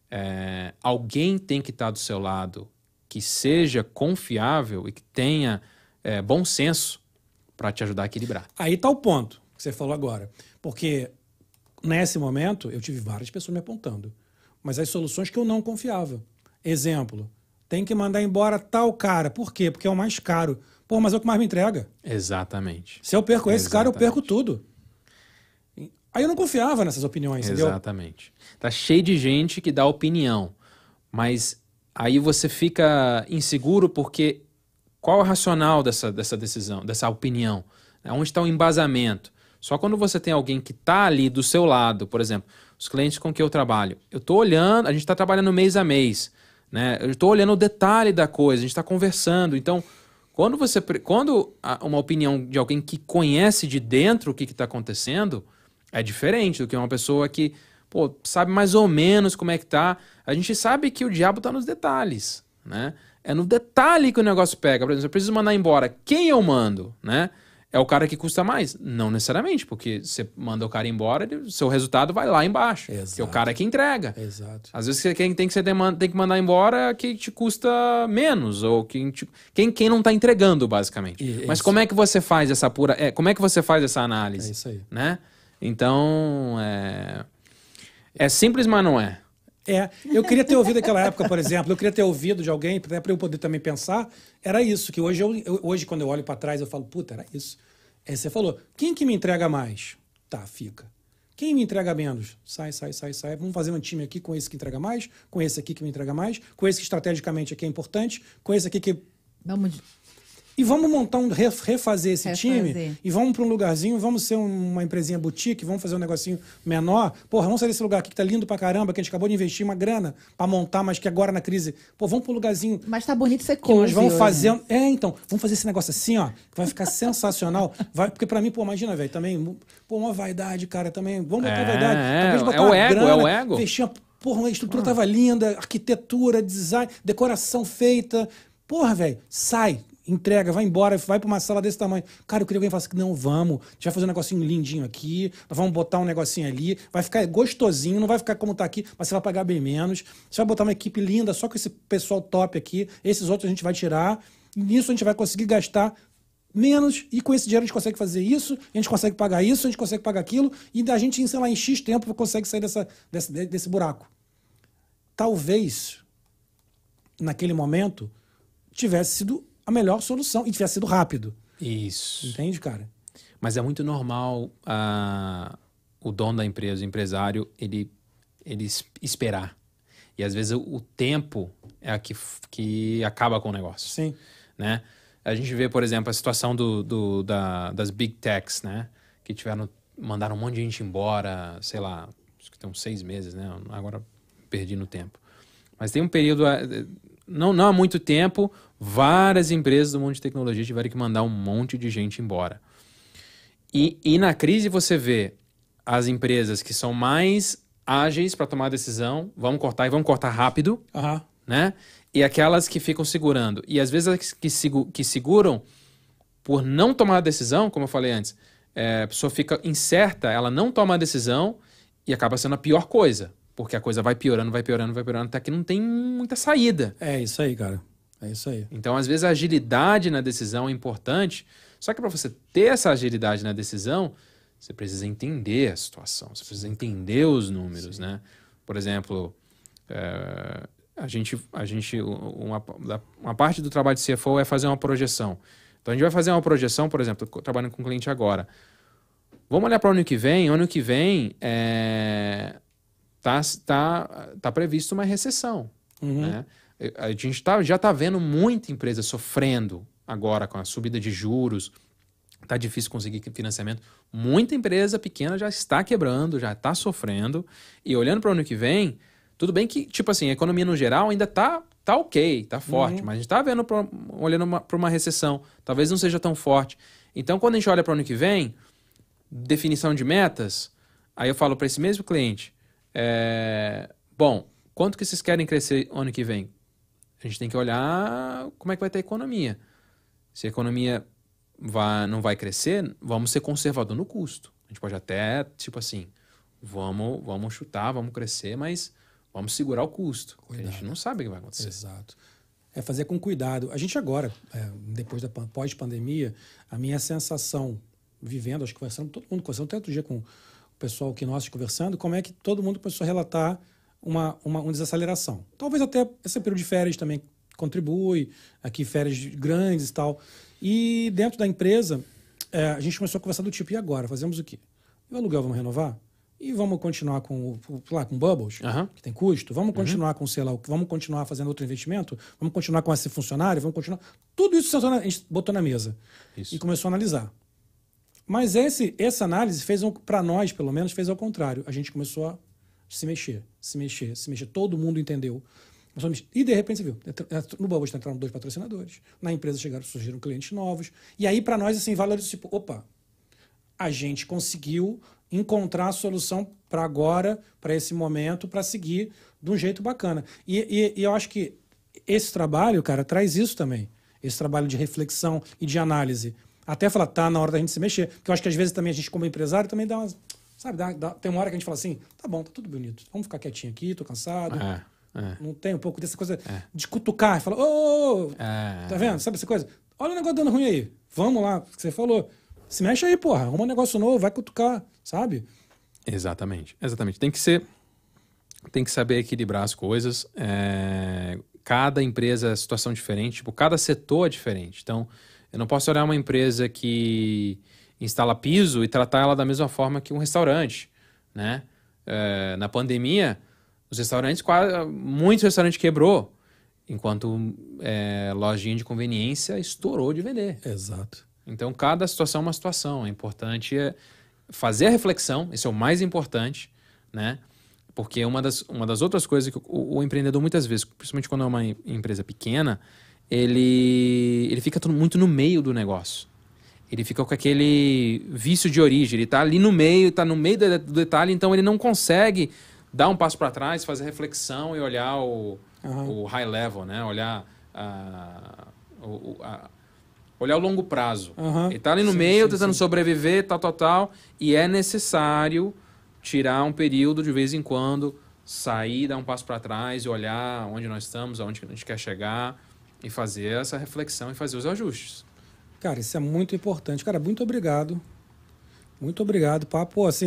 alguém tem que estar do seu lado que seja confiável e que tenha bom senso para te ajudar a equilibrar. Aí tá o ponto que você falou agora. Porque nesse momento eu tive várias pessoas me apontando. Mas as soluções que eu não confiava. Exemplo, tem que mandar embora tal cara. Por quê? Porque é o mais caro. Pô, mas é o que mais me entrega. Exatamente. Se eu perco esse cara, eu perco tudo. Aí eu não confiava nessas opiniões, entendeu? Exatamente. Tá cheio de gente que dá opinião, mas aí você fica inseguro porque qual é o racional dessa decisão, dessa opinião? Onde está o embasamento? Só quando você tem alguém que está ali do seu lado, por exemplo, os clientes com que eu trabalho, eu estou olhando, a gente está trabalhando mês a mês, né? Eu estou olhando o detalhe da coisa, a gente está conversando. Então, quando uma opinião de alguém que conhece de dentro o que está acontecendo, é diferente do que uma pessoa que, sabe mais ou menos como é que tá. A gente sabe que o diabo tá nos detalhes, né? É no detalhe que o negócio pega. Por exemplo, eu preciso mandar embora. Quem eu mando, né? É o cara que custa mais? Não necessariamente, porque você manda o cara embora, seu resultado vai lá embaixo. Exato. Porque é o cara que entrega. Exato. Às vezes quem tem que mandar embora é quem te custa menos, ou quem não está entregando, basicamente. Mas como é que você faz essa como é que você faz essa análise? É isso aí. Né? Então, é simples, mas não é. Eu queria ter ouvido aquela época, por exemplo, eu queria ter ouvido de alguém, até para eu poder também pensar, era isso, que hoje quando eu olho para trás, eu falo, puta, era isso. Aí você falou, quem que me entrega mais? Tá, fica. Quem me entrega menos? Sai. Vamos fazer um time aqui com esse que entrega mais, com esse aqui que me entrega mais, com esse que estrategicamente aqui é importante, com esse aqui que... E vamos montar refazer esse time e vamos para um lugarzinho, vamos ser uma empresinha boutique, vamos fazer um negocinho menor. Porra, vamos sair desse lugar aqui que tá lindo pra caramba, que a gente acabou de investir uma grana para montar, mas que agora na crise, vamos para um lugarzinho. Mas tá bonito ser que nós vamos fazer. Né? Então, vamos fazer esse negócio assim, ó, que vai ficar sensacional. Porque para mim, imagina, velho, também, uma vaidade, cara, também. Vamos botar vaidade. Talvez botar uma grana, é o ego. Investir, a estrutura tava linda, arquitetura, design, decoração feita. Porra, velho, sai. Entrega, vai embora, vai pra uma sala desse tamanho. Cara, eu queria que alguém falasse que não, vamos, a gente vai fazer um negocinho lindinho aqui, nós vamos botar um negocinho ali, vai ficar gostosinho, não vai ficar como tá aqui, mas você vai pagar bem menos. Você vai botar uma equipe linda, só com esse pessoal top aqui, esses outros a gente vai tirar, e nisso a gente vai conseguir gastar menos, e com esse dinheiro a gente consegue fazer isso, a gente consegue pagar isso, a gente consegue pagar aquilo, e a gente, sei lá, em X tempo consegue sair desse buraco. Talvez, naquele momento, tivesse sido a melhor solução e tivesse sido rápido. Isso. Entende, cara? Mas é muito normal o dono da empresa, o empresário, ele esperar. E às vezes o tempo é que acaba com o negócio. Sim. Né? A gente vê, por exemplo, a situação das Big Techs, né? Que mandaram um monte de gente embora, sei lá, acho que tem uns 6 meses, né? Agora perdi no tempo. Mas tem um período... Não há muito tempo, várias empresas do mundo de tecnologia tiveram que mandar um monte de gente embora. E na crise você vê as empresas que são mais ágeis para tomar decisão, vamos cortar rápido, né? E aquelas que ficam segurando. E às vezes as que seguram, por não tomar a decisão, como eu falei antes, a pessoa fica incerta, ela não toma a decisão e acaba sendo a pior coisa. Porque a coisa vai piorando, até que não tem muita saída. É isso aí, cara. É isso aí. Então, às vezes, a agilidade na decisão é importante. Só que para você ter essa agilidade na decisão, você precisa entender a situação. Você precisa entender os números, né? Por exemplo, uma parte do trabalho de CFO é fazer uma projeção. Então, a gente vai fazer uma projeção, por exemplo, trabalhando com um cliente agora. Vamos olhar para o ano que vem. Ano que vem... Tá previsto uma recessão. Né? A gente já está vendo muita empresa sofrendo agora com a subida de juros. Está difícil conseguir financiamento. Muita empresa pequena já está quebrando, já está sofrendo. E olhando para o ano que vem, Tudo bem que, tipo assim, a economia no geral ainda tá ok, tá forte, mas a gente tá vendo, olhando para uma recessão. Talvez não seja tão forte. Então, quando a gente olha para o ano que vem, definição de metas, aí eu falo para esse mesmo cliente, bom, quanto que vocês querem crescer ano que vem? A gente tem que olhar como é que vai ter a economia. Se a economia não vai crescer, vamos ser conservador no custo. A gente pode até, tipo assim, vamos chutar, vamos crescer, mas vamos segurar o custo. A gente não sabe o que vai acontecer. Exato. É fazer com cuidado. A gente agora, depois da pós-pandemia, a minha sensação, vivendo, acho que conversando, todo mundo conversando, até outro dia com o pessoal aqui nós conversando, como é que todo mundo começou a relatar uma desaceleração. Talvez até esse período de férias também contribui, aqui férias grandes e tal. E dentro da empresa, a gente começou a conversar do tipo, e agora? Fazemos o quê? E o aluguel vamos renovar? E vamos continuar com Bubbles, que tem custo? Vamos continuar com, sei lá, vamos continuar fazendo outro investimento? Vamos continuar com esse funcionário? Vamos continuar... Tudo isso a gente botou na mesa e começou a analisar. Mas essa análise fez, para nós, pelo menos, fez ao contrário. A gente começou a se mexer. Todo mundo entendeu. E, de repente, você viu, no Bubbles entraram 2 patrocinadores, na empresa surgiram clientes novos. E aí, para nós, assim, valorizou, tipo, opa, a gente conseguiu encontrar a solução para agora, para esse momento, para seguir de um jeito bacana. E eu acho que esse trabalho, cara, traz isso também. Esse trabalho de reflexão e de análise. Até falar, tá na hora da gente se mexer. Porque eu acho que às vezes também a gente, como empresário, também dá umas... Sabe, tem uma hora que a gente fala assim, tá bom, tá tudo bonito. Vamos ficar quietinho aqui, tô cansado. Não tem um pouco dessa coisa de cutucar. Fala, tá vendo? Sabe essa coisa? Olha o negócio dando ruim aí. Vamos lá, que você falou. Se mexe aí, porra. Arruma um negócio novo, vai cutucar, sabe? Exatamente. Tem que saber equilibrar as coisas. Cada empresa é situação diferente, tipo, cada setor é diferente. Então, eu não posso olhar uma empresa que instala piso e tratar ela da mesma forma que um restaurante, né? Na pandemia, muitos restaurantes quebrou, enquanto lojinha de conveniência estourou de vender. Exato. Então, cada situação é uma situação. É importante fazer a reflexão, esse é o mais importante, né? Porque uma das outras coisas que o empreendedor, muitas vezes, principalmente quando é uma empresa pequena, ele fica muito no meio do negócio. Ele fica com aquele vício de origem. Ele está ali no meio, está no meio do detalhe, então ele não consegue dar um passo para trás, fazer reflexão e olhar o high level, né? Olhar olhar o longo prazo. Ele está ali no meio, tentando sobreviver, tal. E é necessário tirar um período de vez em quando, sair, dar um passo para trás e olhar onde nós estamos, aonde a gente quer chegar e fazer essa reflexão e fazer os ajustes. Cara, isso é muito importante. Cara, muito obrigado. Muito obrigado, Pô, assim,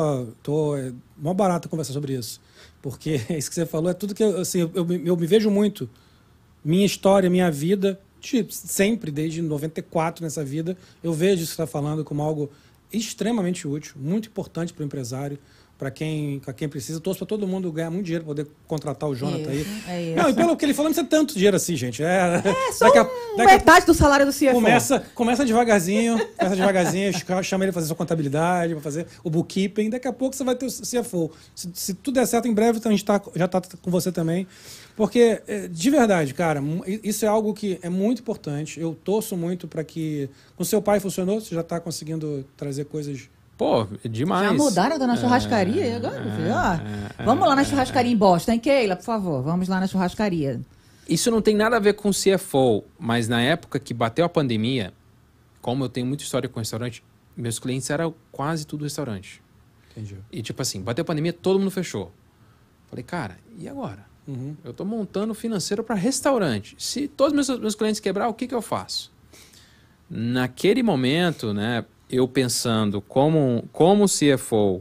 é mó barato conversar sobre isso. Porque isso que você falou é tudo que assim, eu me vejo muito. Minha história, minha vida, sempre, desde 94 nessa vida, eu vejo isso que você está falando como algo extremamente útil, muito importante para o empresário, para quem precisa. Torço para todo mundo ganhar muito dinheiro para poder contratar o Jonathan aí. Não, e pelo que ele falou, não precisa tanto dinheiro assim, gente. Só metade do salário do CFO. Começa devagarzinho, chama ele para fazer sua contabilidade, para fazer o bookkeeping. Daqui a pouco você vai ter o CFO. Se tudo der certo, em breve então a gente já está com você também. Porque, de verdade, cara, isso é algo que é muito importante. Eu torço muito para que... Com seu pai funcionou? Você já está conseguindo trazer coisas... Pô, demais. Já mudaram da churrascaria e agora, meu filho? Vamos lá na churrascaria em Boston, hein, Keila, por favor? Vamos lá na churrascaria. Isso não tem nada a ver com CFO, mas na época que bateu a pandemia, como eu tenho muita história com restaurante, meus clientes eram quase tudo restaurante. Entendi. E tipo assim, bateu a pandemia, todo mundo fechou. Falei, cara, e agora? Eu estou montando financeiro para restaurante. Se todos meus clientes quebrar, o que eu faço? Naquele momento, né, eu pensando como CFO,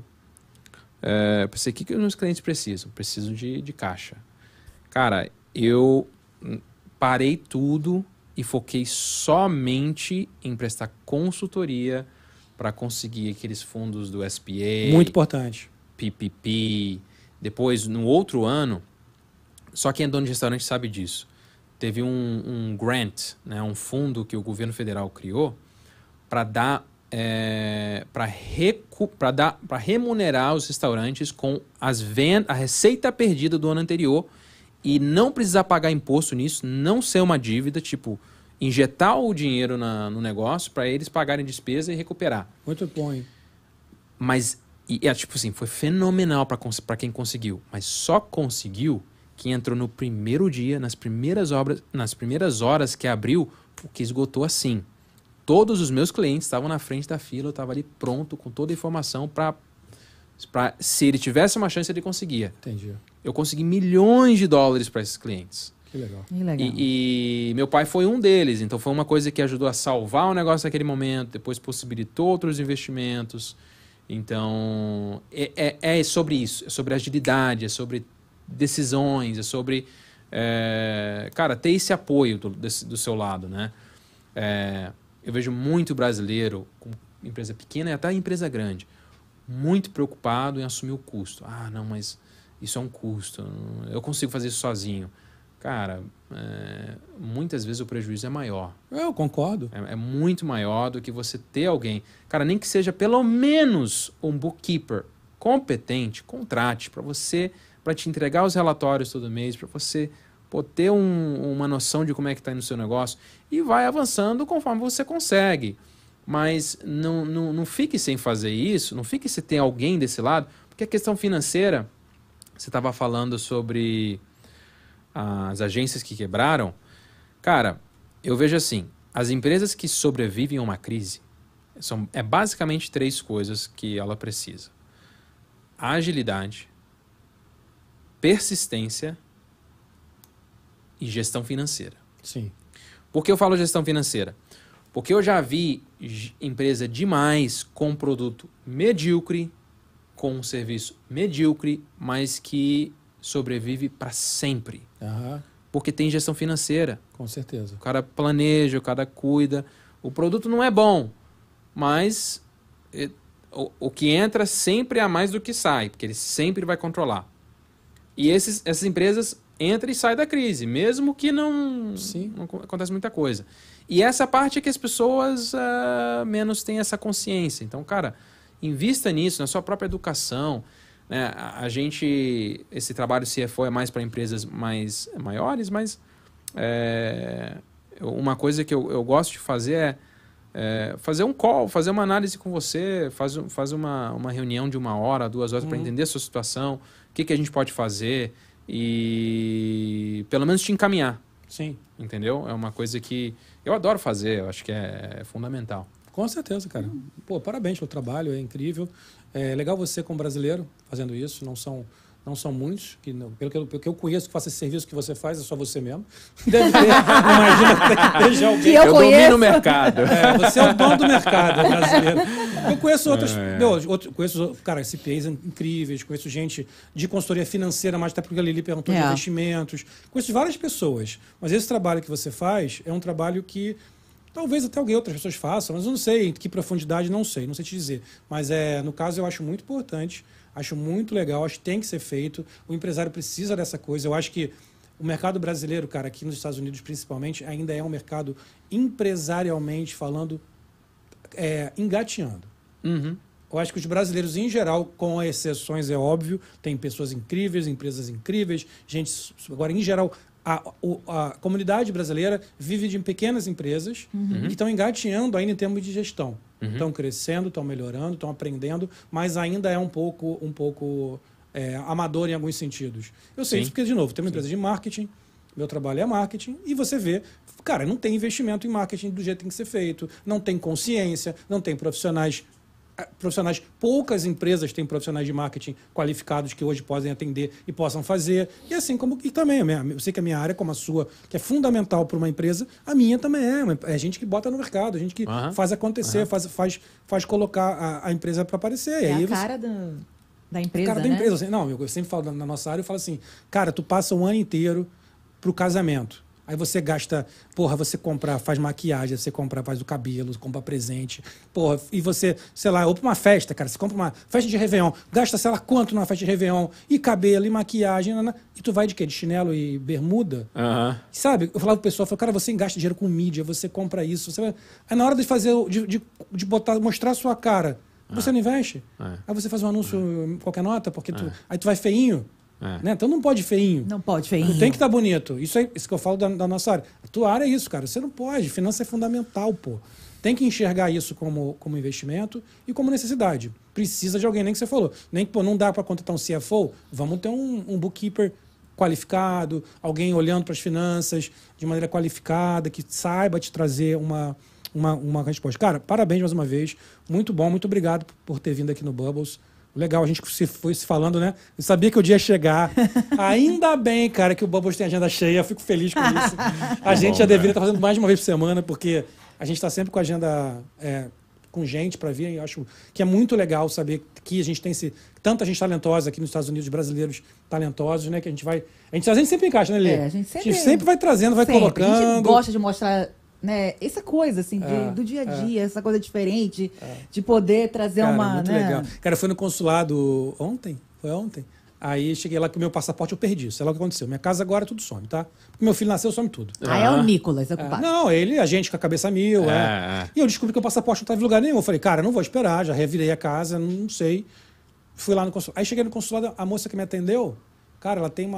pensei, o que os meus clientes precisam? Precisam de caixa. Cara, eu parei tudo e foquei somente em prestar consultoria para conseguir aqueles fundos do SBA. Muito importante. PPP. Depois, no outro ano, só quem é dono de restaurante sabe disso. Teve um grant, né, um fundo que o governo federal criou para dar para remunerar os restaurantes com a receita perdida do ano anterior e não precisar pagar imposto nisso, não ser uma dívida, tipo, injetar o dinheiro no negócio para eles pagarem despesa e recuperar. Muito bom, hein? Mas, tipo assim, foi fenomenal para quem conseguiu. Mas só conseguiu quem entrou no primeiro dia, nas primeiras horas que abriu, porque esgotou assim. Todos os meus clientes estavam na frente da fila, eu estava ali pronto, com toda a informação para se ele tivesse uma chance, ele conseguia. Entendi. Eu consegui milhões de dólares para esses clientes. Que legal. Que legal. E meu pai foi um deles, então foi uma coisa que ajudou a salvar o negócio naquele momento, depois possibilitou outros investimentos. Então, é sobre isso, é sobre agilidade, é sobre decisões, é sobre, cara, ter esse apoio do seu lado, né? Eu vejo muito brasileiro, com empresa pequena e até empresa grande, muito preocupado em assumir o custo. Ah, não, mas isso é um custo, eu consigo fazer isso sozinho. Cara, muitas vezes o prejuízo é maior. Eu concordo. É muito maior do que você ter alguém. Cara, nem que seja pelo menos um bookkeeper competente, contrate para te entregar os relatórios todo mês, para você ter uma noção de como é que está indo o seu negócio e vai avançando conforme você consegue. Mas não fique sem fazer isso, não fique sem ter alguém desse lado, porque a questão financeira, você estava falando sobre as agências que quebraram. Cara, eu vejo assim, as empresas que sobrevivem a uma crise, é basicamente 3 coisas que ela precisa. Agilidade, persistência e gestão financeira. Sim. Por que eu falo gestão financeira? Porque eu já vi empresa demais com produto medíocre, com um serviço medíocre, mas que sobrevive para sempre. Aham. Porque tem gestão financeira. Com certeza. O cara planeja, o cara cuida. O produto não é bom, mas o que entra sempre é a mais do que sai, porque ele sempre vai controlar. E essas empresas entram e saem da crise, mesmo que não acontece muita coisa. E essa parte é que as pessoas menos têm essa consciência. Então, cara, invista nisso, na sua própria educação. Né? Esse trabalho CFO é mais para empresas maiores, mas uma coisa que eu gosto de fazer é fazer um call, fazer uma análise com você, faz uma reunião de 1 hora, 2 horas para entender a sua situação, o que a gente pode fazer e pelo menos te encaminhar. Sim. Entendeu? É uma coisa que eu adoro fazer, eu acho que é fundamental. Com certeza, cara. Pô, parabéns pelo trabalho, é incrível. É legal você como brasileiro fazendo isso, não são muitos, pelo que eu conheço que faça esse serviço que você faz, é só você mesmo. Deve ter, imagina que esteja alguém. Que eu domino o mercado. Você é o dono do mercado brasileiro. Eu conheço conheço, cara, CPAs incríveis, conheço gente de consultoria financeira, mas até porque a Lili perguntou de investimentos. Conheço várias pessoas, mas esse trabalho que você faz é um trabalho que talvez até outras pessoas façam, mas eu não sei em que profundidade, não sei te dizer. Mas no caso eu acho muito importante, acho muito legal, acho que tem que ser feito. O empresário precisa dessa coisa. Eu acho que o mercado brasileiro, cara, aqui nos Estados Unidos principalmente, ainda é um mercado empresarialmente falando, engatinhando. Uhum. Eu acho que os brasileiros, em geral, com exceções, é óbvio, tem pessoas incríveis, empresas incríveis, gente... Agora, em geral, a comunidade brasileira vive de pequenas empresas que estão engatinhando ainda em termos de gestão. Estão crescendo, estão melhorando, estão aprendendo, mas ainda é um pouco amador em alguns sentidos. Eu sei isso porque, de novo, tem uma empresa de marketing, meu trabalho é marketing, e você vê, cara, não tem investimento em marketing do jeito que tem que ser feito, não tem consciência, não tem profissionais, poucas empresas têm profissionais de marketing qualificados que hoje podem atender e possam fazer. E assim como e também, eu sei que a minha área, como a sua, que é fundamental para uma empresa, a minha também é gente que bota no mercado, a gente que faz acontecer, faz colocar a empresa para aparecer. É aí a cara da empresa, cara da empresa. Assim, não, eu sempre falo na nossa área, eu falo assim, cara, tu passa um ano inteiro pro casamento. Aí você gasta, porra, você compra, faz maquiagem, você compra, faz o cabelo, compra presente, porra, e você, sei lá, ou pra uma festa, cara, você compra uma festa de Réveillon, gasta, sei lá, quanto numa festa de Réveillon, e cabelo, e maquiagem, e tu vai de quê? De chinelo e bermuda? Sabe? Eu falava pro pessoal, cara, você gasta dinheiro com mídia, você compra isso, você vai... Aí na hora de fazer, de botar, mostrar a sua cara, você não investe? Aí você faz um anúncio, qualquer nota, porque aí tu vai feinho. Né? Então não pode ir feinho. Não pode feinho. Tu tem que estar bonito. Isso é isso que eu falo da nossa área. A tua área é isso, cara. Você não pode. Finança é fundamental, pô. Tem que enxergar isso como investimento e como necessidade. Precisa de alguém, nem que você falou. Nem que, pô, não dá para contratar um CFO. Vamos ter um bookkeeper qualificado, alguém olhando para as finanças de maneira qualificada, que saiba te trazer uma resposta. Cara, parabéns mais uma vez. Muito bom, muito obrigado por ter vindo aqui no Bubbles. Legal, a gente foi se falando, né? Eu sabia que o dia ia chegar. Ainda bem, cara, que o Bubbles tem agenda cheia. Eu fico feliz com isso. A gente já deveria estar fazendo mais de uma vez por semana, porque a gente está sempre com a agenda com gente para vir. Eu acho que é muito legal saber que a gente tem tanta gente talentosa aqui nos Estados Unidos, brasileiros talentosos, né? Que a gente sempre encaixa, né, Lê? A gente sempre vai trazendo, vai colocando. A gente gosta de mostrar... Né, essa coisa, assim, do dia a dia, essa coisa diferente, de poder trazer muito legal. Cara, eu fui no consulado ontem, foi ontem. Aí cheguei lá que o meu passaporte eu perdi. Sei lá o que aconteceu. Minha casa agora tudo some, tá? Porque meu filho nasceu, some tudo. É o Nicolas, ocupado. Não, a gente com a cabeça mil. E eu descobri que o passaporte não estava em lugar nenhum. Eu falei, cara, não vou esperar, já revirei a casa, não sei. Fui lá no consulado. Aí cheguei no consulado, a moça que me atendeu, cara, ela tem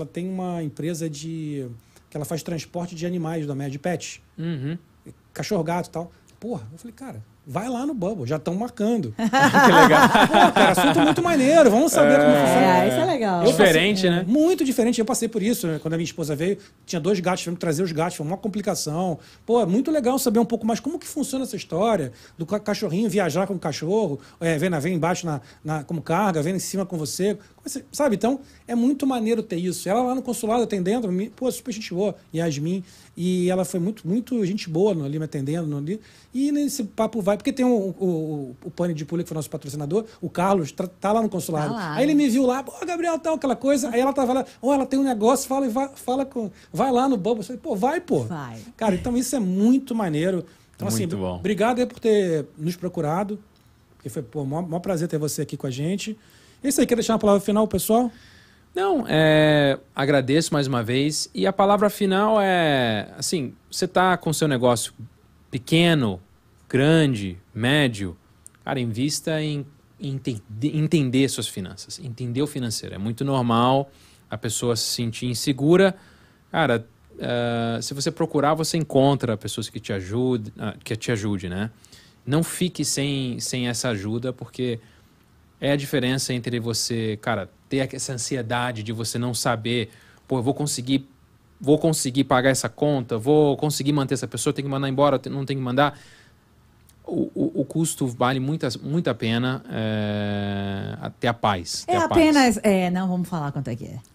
uma empresa que ela faz transporte de animais da média, de pets. Cachorro, gato e tal. Porra, eu falei, cara, vai lá no Bubble, já estão marcando. Que legal. Pô, cara, assunto muito maneiro, vamos saber como funciona. Isso é legal. Diferente, né? Muito diferente. Eu passei por isso, né? Quando a minha esposa veio, tinha 2 gatos, tivemos que trazer os gatos, foi uma complicação. Pô, é muito legal saber um pouco mais como que funciona essa história do cachorrinho viajar com o cachorro, vem embaixo como carga, vem em cima com você. Sabe? Então, é muito maneiro ter isso. Ela lá no consulado atendendo, pô, super gente boa, Yasmin, e ela foi muito, muito gente boa ali me atendendo. Ali. E nesse papo vai, porque tem o Pane de Pula, que foi nosso patrocinador, o Carlos, tá lá no consulado. Aí ele me viu lá, Gabriel, tal, aquela coisa. Aí ela tava lá, ela tem um negócio, vai lá no Bubble. Eu falei, vai, pô. Vai. Cara, então isso é muito maneiro. Então, muito assim, bom. Obrigado aí por ter nos procurado. Porque foi, pô, maior prazer ter você aqui com a gente. Isso aí, quer deixar uma palavra final, pessoal? Não, agradeço mais uma vez. E a palavra final é, assim, você está com seu negócio pequeno, grande, médio, cara, invista em entender suas finanças, entender o financeiro. É muito normal a pessoa se sentir insegura. Cara, se você procurar, você encontra pessoas que te ajude, né? Não fique sem essa ajuda, porque é a diferença entre você, cara, ter essa ansiedade de você não saber, pô, eu vou conseguir pagar essa conta, vou conseguir manter essa pessoa, tem que mandar embora, não tem que mandar. O custo vale muito a pena ter a paz. Não vamos falar quanto é que é.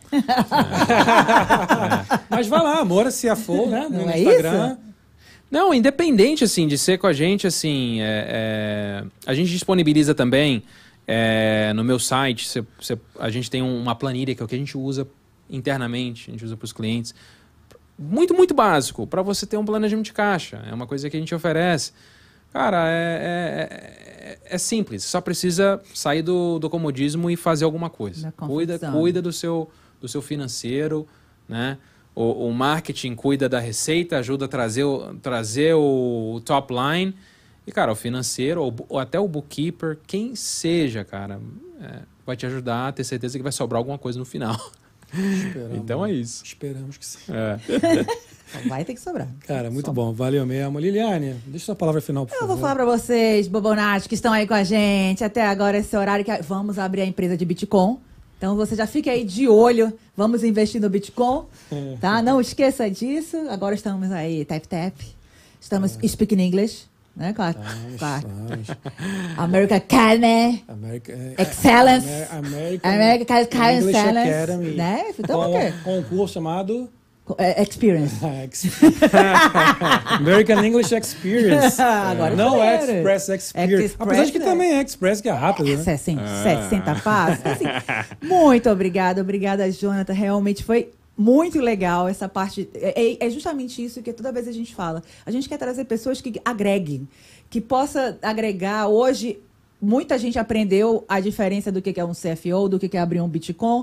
Mas vai lá, Amora CFO, né? No Não é Instagram. isso? Não, independente, assim, de ser com a gente, assim, a gente disponibiliza também no meu site, a gente tem uma planilha que é o que a gente usa internamente, a gente usa para os clientes. Muito, muito básico, para você ter um planejamento de caixa. É uma coisa que a gente oferece. Cara, é simples, só precisa sair do comodismo e fazer alguma coisa. Cuida do seu financeiro, né? O marketing cuida da receita, ajuda a trazer o top line. E, cara, o financeiro, ou até o bookkeeper, quem seja, cara, vai te ajudar a ter certeza que vai sobrar alguma coisa no final. Então é isso. Esperamos que sim. Vai ter que sobrar. Cara, muito bom. Valeu mesmo. Liliane, deixa sua palavra final, por favor. Eu vou falar pra vocês, Bobonauts, que estão aí com a gente até agora, esse horário que vamos abrir a empresa de Bitcoin. Então você já fica aí de olho, vamos investir no Bitcoin, tá? Não esqueça disso. Agora estamos aí, tap. Estamos speaking English, né? Com a American Academy, Excellence, American Excellence, Academy, né? Então, com um curso chamado... Experience. American English Experience. Agora não Express Experience. Apesar de que também é Express, que é rápido, né? 60 passos. Assim, muito obrigada, Jonathan. Realmente foi muito legal essa parte. É justamente isso que toda vez a gente fala. A gente quer trazer pessoas que agreguem, que possa agregar. Hoje, muita gente aprendeu a diferença do que é um CFO, do que é abrir um Bitcoin,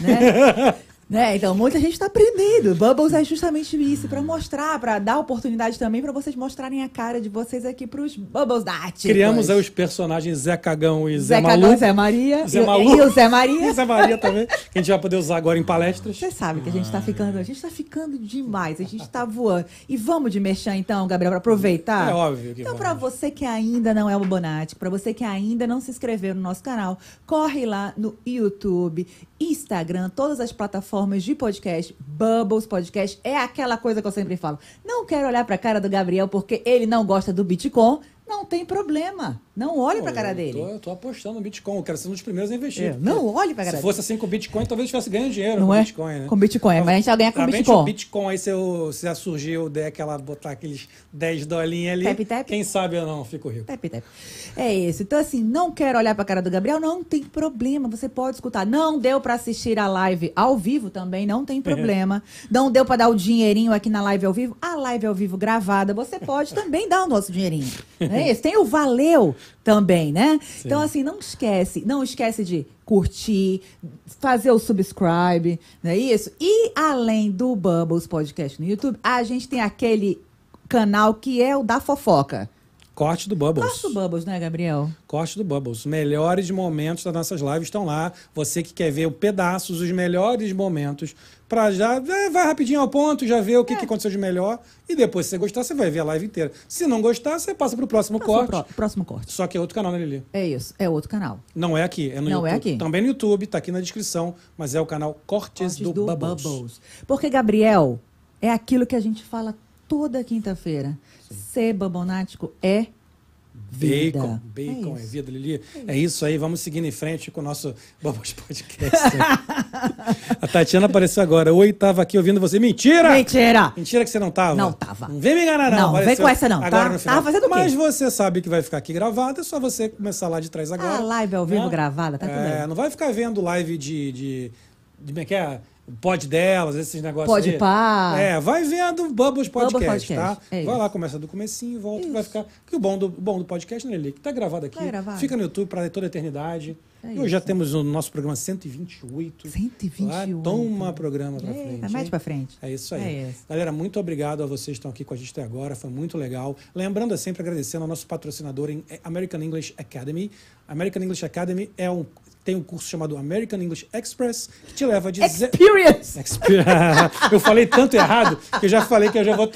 né? Né? Então, muita gente está aprendendo. Bubbles é justamente isso, para mostrar, para dar oportunidade também para vocês mostrarem a cara de vocês aqui para os Bubbles da arte. Criamos aí os personagens Zé Cagão e Zé Cagão, Malu. Zé Maria. Zé Malu. E o Zé Maria. E Zé Maria também, que a gente vai poder usar agora em palestras. Você sabe que a gente tá ficando demais, a gente tá voando. E vamos de merchan então, Gabriel, para aproveitar? É óbvio que Então, vamos. para você que ainda não é o Bobonático, para você que ainda não se inscreveu no nosso canal, corre lá no YouTube, Instagram, todas as plataformas de podcast. Bubbles Podcast é aquela coisa que eu sempre falo. Não quero olhar para a cara do Gabriel porque ele não gosta do Bitcoin. Não tem problema. Não olhe para a cara dele. Eu tô apostando no Bitcoin. Eu quero ser um dos primeiros a investir. Não olhe para a cara dele. Se fosse assim com o Bitcoin, talvez eu estivesse ganhando dinheiro Não com o é? Bitcoin, né? Com Bitcoin, mas a gente vai ganhar com Bitcoin. O Bitcoin, aí se já surgiu, der aquela, botar aqueles 10 dolinhos ali, Tap, tap. quem sabe eu não fico rico. Tap, tap. É isso. Então, assim, não quero olhar para a cara do Gabriel, não tem problema. Você pode escutar. Não deu para assistir a live ao vivo também, não tem problema. Não deu para dar o dinheirinho aqui na live ao vivo. A live ao vivo gravada, você pode também dar o nosso dinheirinho. Não é isso? Tem o Valeu também, né? Sim. Então, assim, não esquece de curtir, fazer o subscribe, não é isso? E além do Bubbles Podcast no YouTube, a gente tem aquele canal que é o da fofoca. Corte do Bubbles. Corte do Bubbles, né, Gabriel? Corte do Bubbles. Os melhores momentos das nossas lives estão lá. Você que quer ver pedaços, os melhores momentos, para já vai rapidinho ao ponto, já ver o que aconteceu de melhor. E depois, se você gostar, você vai ver a live inteira. Se não gostar, você passa pro próximo corte. Próximo corte. Só que é outro canal, né, Lili? É isso, é outro canal. Não é aqui, é no Não YouTube. é aqui. Também no YouTube, tá aqui na descrição, mas é o canal Cortes do Bubbles. Porque, Gabriel, é aquilo que a gente fala toda quinta-feira. Ser babonático é vida. Bacon é isso. vida, Lili. É isso aí, vamos seguindo em frente com o nosso Bubbles Podcast. A Tatiana apareceu agora. Oi, tava aqui ouvindo você. Mentira! Mentira! Mentira que você não tava. Não tava. Não vem me enganar, não. Não, vem Apareceu com essa não, agora tá? no final. Tava fazendo o quê? Mas você sabe que vai ficar aqui gravado, é só você começar lá de trás agora. A live ao vivo gravada, tá tudo bem. Não vai ficar vendo live de como é que é? Pod delas, esses negócios Pode aí. pá. Vai vendo Bubbles Podcast, Podcast, tá? é Vai isso. lá, começa do comecinho, volta, vai ficar... Que o bom do podcast, né, Lili? Que tá gravado aqui. Tá gravado. Fica no YouTube para toda a eternidade. É E hoje já isso. temos o nosso programa 128. 128. Lá, toma programa pra frente. Mete hein? pra frente. É isso aí. É isso. Galera, muito obrigado a vocês que estão aqui com a gente até agora. Foi muito legal. Lembrando, sempre agradecendo ao nosso patrocinador em American English Academy. American English Academy tem um curso chamado American English Express, que te leva de... Experience! Eu falei tanto errado que eu já falei que eu vou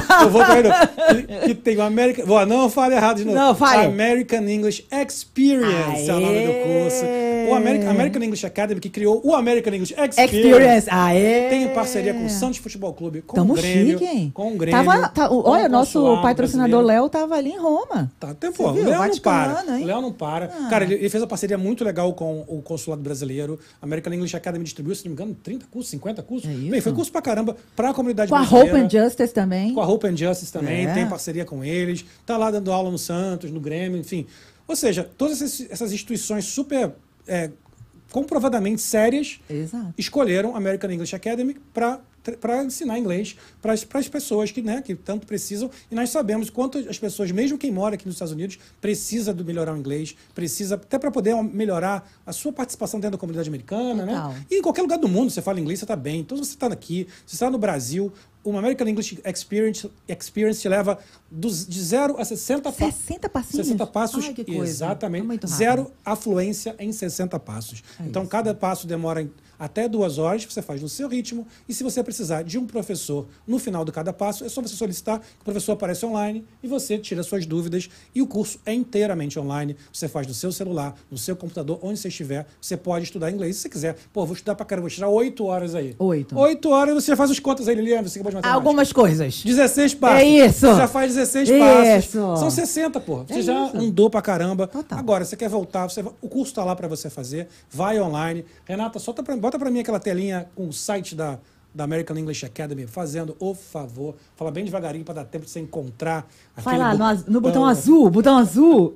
que tem o American... Não fale errado de novo. Não, fale. American English Experience é o nome do curso. O American English Academy, que criou o American English Experience! Aê! tem parceria com o Santos Futebol Clube, com Tamo o Grêmio. chique, hein? Com o Grêmio. Olha, com o nosso consulado patrocinador brasileiro. Léo tava ali em Roma. Tá, Você o viu? Léo não Vaticano, para. hein? O Léo não para. Cara, ele fez uma parceria muito legal com o consulado brasileiro. A American English Academy distribuiu, se não me engano, 30 cursos, 50 cursos. É isso. Bem, foi curso pra caramba pra comunidade Com a brasileira. Hope and Justice também. Com a Hope and Justice também, É. tem parceria com eles. Tá lá dando aula no Santos, no Grêmio, enfim. Ou seja, todas essas instituições super comprovadamente sérias Exato. escolheram a American English Academy para ensinar inglês para as pessoas que tanto precisam. E nós sabemos quanto as pessoas, mesmo quem mora aqui nos Estados Unidos, precisa melhorar o inglês, precisa até para poder melhorar a sua participação dentro da comunidade americana, Total. né? E em qualquer lugar do mundo você fala inglês, você está bem. Então, se você está aqui, se você está no Brasil, o American English Experience te leva de 0 a 60 passos. 60 passinhos? 60 passos, Ai, que coisa. exatamente. É muito rápido. Zero afluência em 60 passos. Então, isso. cada passo demora até 2 horas, você faz no seu ritmo. E se você precisar de um professor no final de cada passo, é só você solicitar, que o professor aparece online e você tira suas dúvidas. E o curso é inteiramente online. Você faz no seu celular, no seu computador, onde você estiver. Você pode estudar inglês se você quiser. Pô, vou estudar pra caramba, vou tirar 8 horas aí. 8 horas, você já faz as contas aí, Liliana, você que pode matemática. Algumas coisas. 16 passos. É isso. Você já faz 16 passos. Isso. São 60, pô. Você É já isso. andou pra caramba. Total. Agora, você quer voltar, o curso tá lá pra você fazer. Vai online. Renata, bota pra mim aquela telinha com o site da da American English Academy fazendo o favor. Fala bem devagarinho para dar tempo de você encontrar Vai lá no botão azul, botão azul.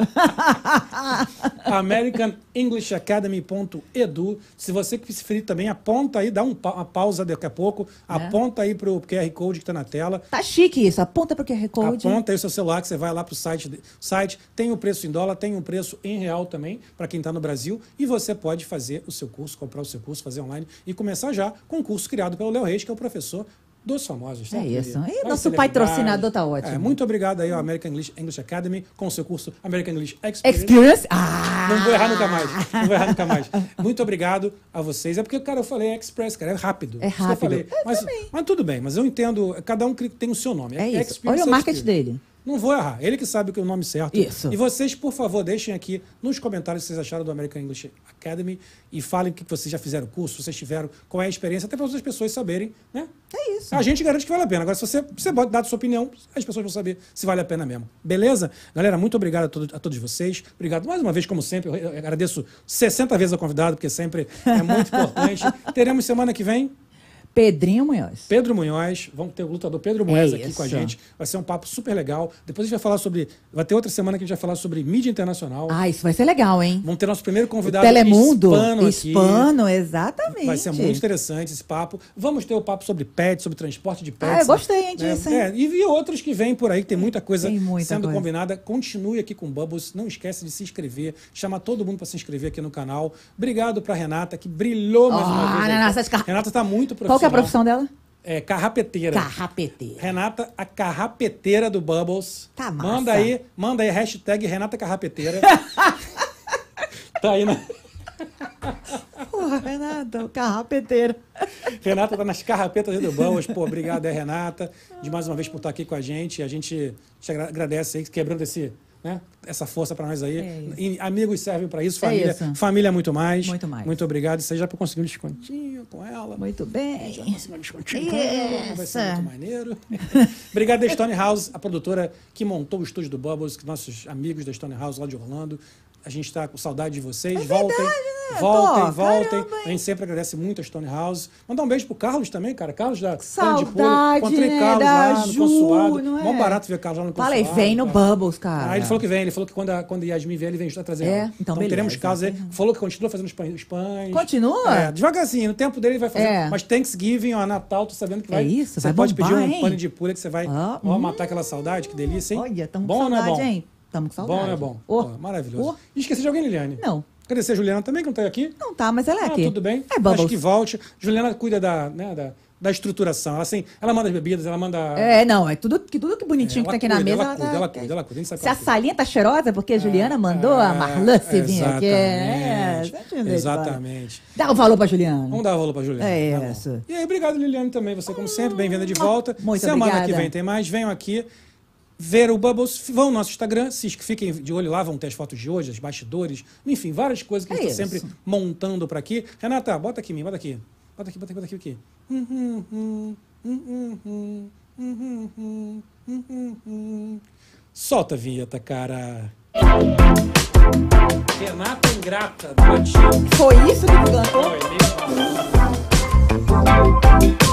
AmericanEnglishAcademy.edu. Se você preferir também, aponta aí, dá uma pausa daqui a pouco, aponta aí pro QR Code que está na tela. Tá chique isso, aponta pro QR Code. Aponta aí o seu celular que você vai lá pro site. Tem o preço em dólar, tem o preço em real também, para quem está no Brasil. E você pode fazer o seu curso, comprar o seu curso, fazer online e começar já com um curso criado pelo Léo Reis, que é o professor dos famosos. É isso. E Vai nosso patrocinador tá ótimo. Muito obrigado aí ao American English Academy com o seu curso American English Experience. Experience? Não vou errar nunca mais. Não vou errar nunca mais. Muito obrigado a vocês. É porque, cara, eu falei Express, cara, é rápido. É rápido. Isso que eu falei. Mas tudo bem, mas eu entendo, cada um tem o seu nome. É isso. Experience, Olha o marketing Experience. dele. Não vou errar. Ele que sabe que é o nome certo. Isso. E vocês, por favor, deixem aqui nos comentários o que vocês acharam do American English Academy e falem o que vocês já fizeram o curso, se vocês tiveram, qual é a experiência, até para outras pessoas saberem, né? É isso. A gente garante que vale a pena. Agora, se você pode dar a sua opinião, as pessoas vão saber se vale a pena mesmo. Beleza? Galera, muito obrigado a todos vocês. Obrigado mais uma vez, como sempre. Eu agradeço 60 vezes ao convidado, porque sempre é muito importante. Teremos semana que vem Pedrinho Munhoz. Pedro Munhoz, vamos ter o lutador Pedro Munhoz aqui isso. com a gente. Vai ser um papo super legal. Depois a gente vai falar sobre. Vai ter outra semana que a gente vai falar sobre mídia internacional. Ah, isso vai ser legal, hein? Vamos ter nosso primeiro convidado Telemundo, hispano aqui. Exatamente. Vai ser muito interessante esse papo. Vamos ter o papo sobre pets, sobre transporte de pets. Eu gostei, hein, disso, hein? E outros que vêm por aí, que tem muita coisa sendo coisa. combinada. Continue aqui com o Bubbles. Não esquece de se inscrever. Chamar todo mundo para se inscrever aqui no canal. Obrigado para Renata, que brilhou mais uma vez. Renata está muito profissional. Qual que é a profissão dela? É carrapeteira. Carrapeteira. Renata, a carrapeteira do Bubbles. Tá massa. Manda aí, hashtag Renata Carrapeteira. Tá aí, né? Porra, Renata, carrapeteira. Renata tá nas carrapetas do Bubbles. Pô, obrigado, Renata, de mais uma vez por estar aqui com a gente. A gente te agradece aí, quebrando essa força para nós aí. E amigos servem para isso, família é muito mais. Muito mais. Muito obrigado. Isso aí já para conseguir um descontinho com ela. Muito bem. Já conseguir um descontinho com ela, vai ser muito maneiro. Obrigado da Stone House, a produtora que montou o estúdio do Bubbles, nossos amigos da Stone House lá de Orlando. A gente está com saudade de vocês. Voltem. Caramba, a gente sempre agradece muito a Stone House. Mandar um beijo pro Carlos também, cara. Carlos da Saudade, encontrei Carlos lá no consulado. Não é? Mó barato ver Carlos lá no consulado. Falei, vem no Bubbles, cara. Ele falou que vem. Ele falou que quando Yasmin vier, ele vem ajudar a trazer ela. Então beleza, teremos Carlos aí. Falou que continua fazendo os pães. Continua? Devagarzinho. No tempo dele ele vai fazer. Mas Thanksgiving, Natal, tô sabendo que vai. É isso, você vai pode bombar, pedir um hein? pano de pulha que você vai matar aquela saudade. Que delícia, hein? Olha, tamo bom, com saudade, não é bom? hein? Tamo com saudade. Bom, não é bom? Pô, maravilhoso. E esqueci de alguém, Liliane? Não. Agradecer a Juliana também, que não está aqui. Não tá, mas ela é aqui. Tudo bem. É Bubbles. Acho que volte. Juliana cuida da estruturação. Ela manda as bebidas, ela manda... É tudo que bonitinho que tá aqui na mesa. Ela cuida. A gente sabe se a salinha tá cheirosa, é porque a Juliana mandou a Marluce vir aqui. Exatamente. Dá o valor pra Juliana. Vamos dar o valor pra Juliana. É isso. E aí, obrigado, Liliane, também. Você, como sempre, bem-vinda de volta. Muito Semana obrigada. que vem tem mais. Venham aqui ver o Bubbles, vão no nosso Instagram, fiquem de olho lá, vão ter as fotos de hoje, os bastidores, enfim, várias coisas que a gente está sempre montando para aqui. Renata, bota aqui em mim, bota aqui. Bota aqui. Solta a vinheta, cara. Renata Ingrata, do Latinho. Foi isso que tu cantou? Foi mesmo.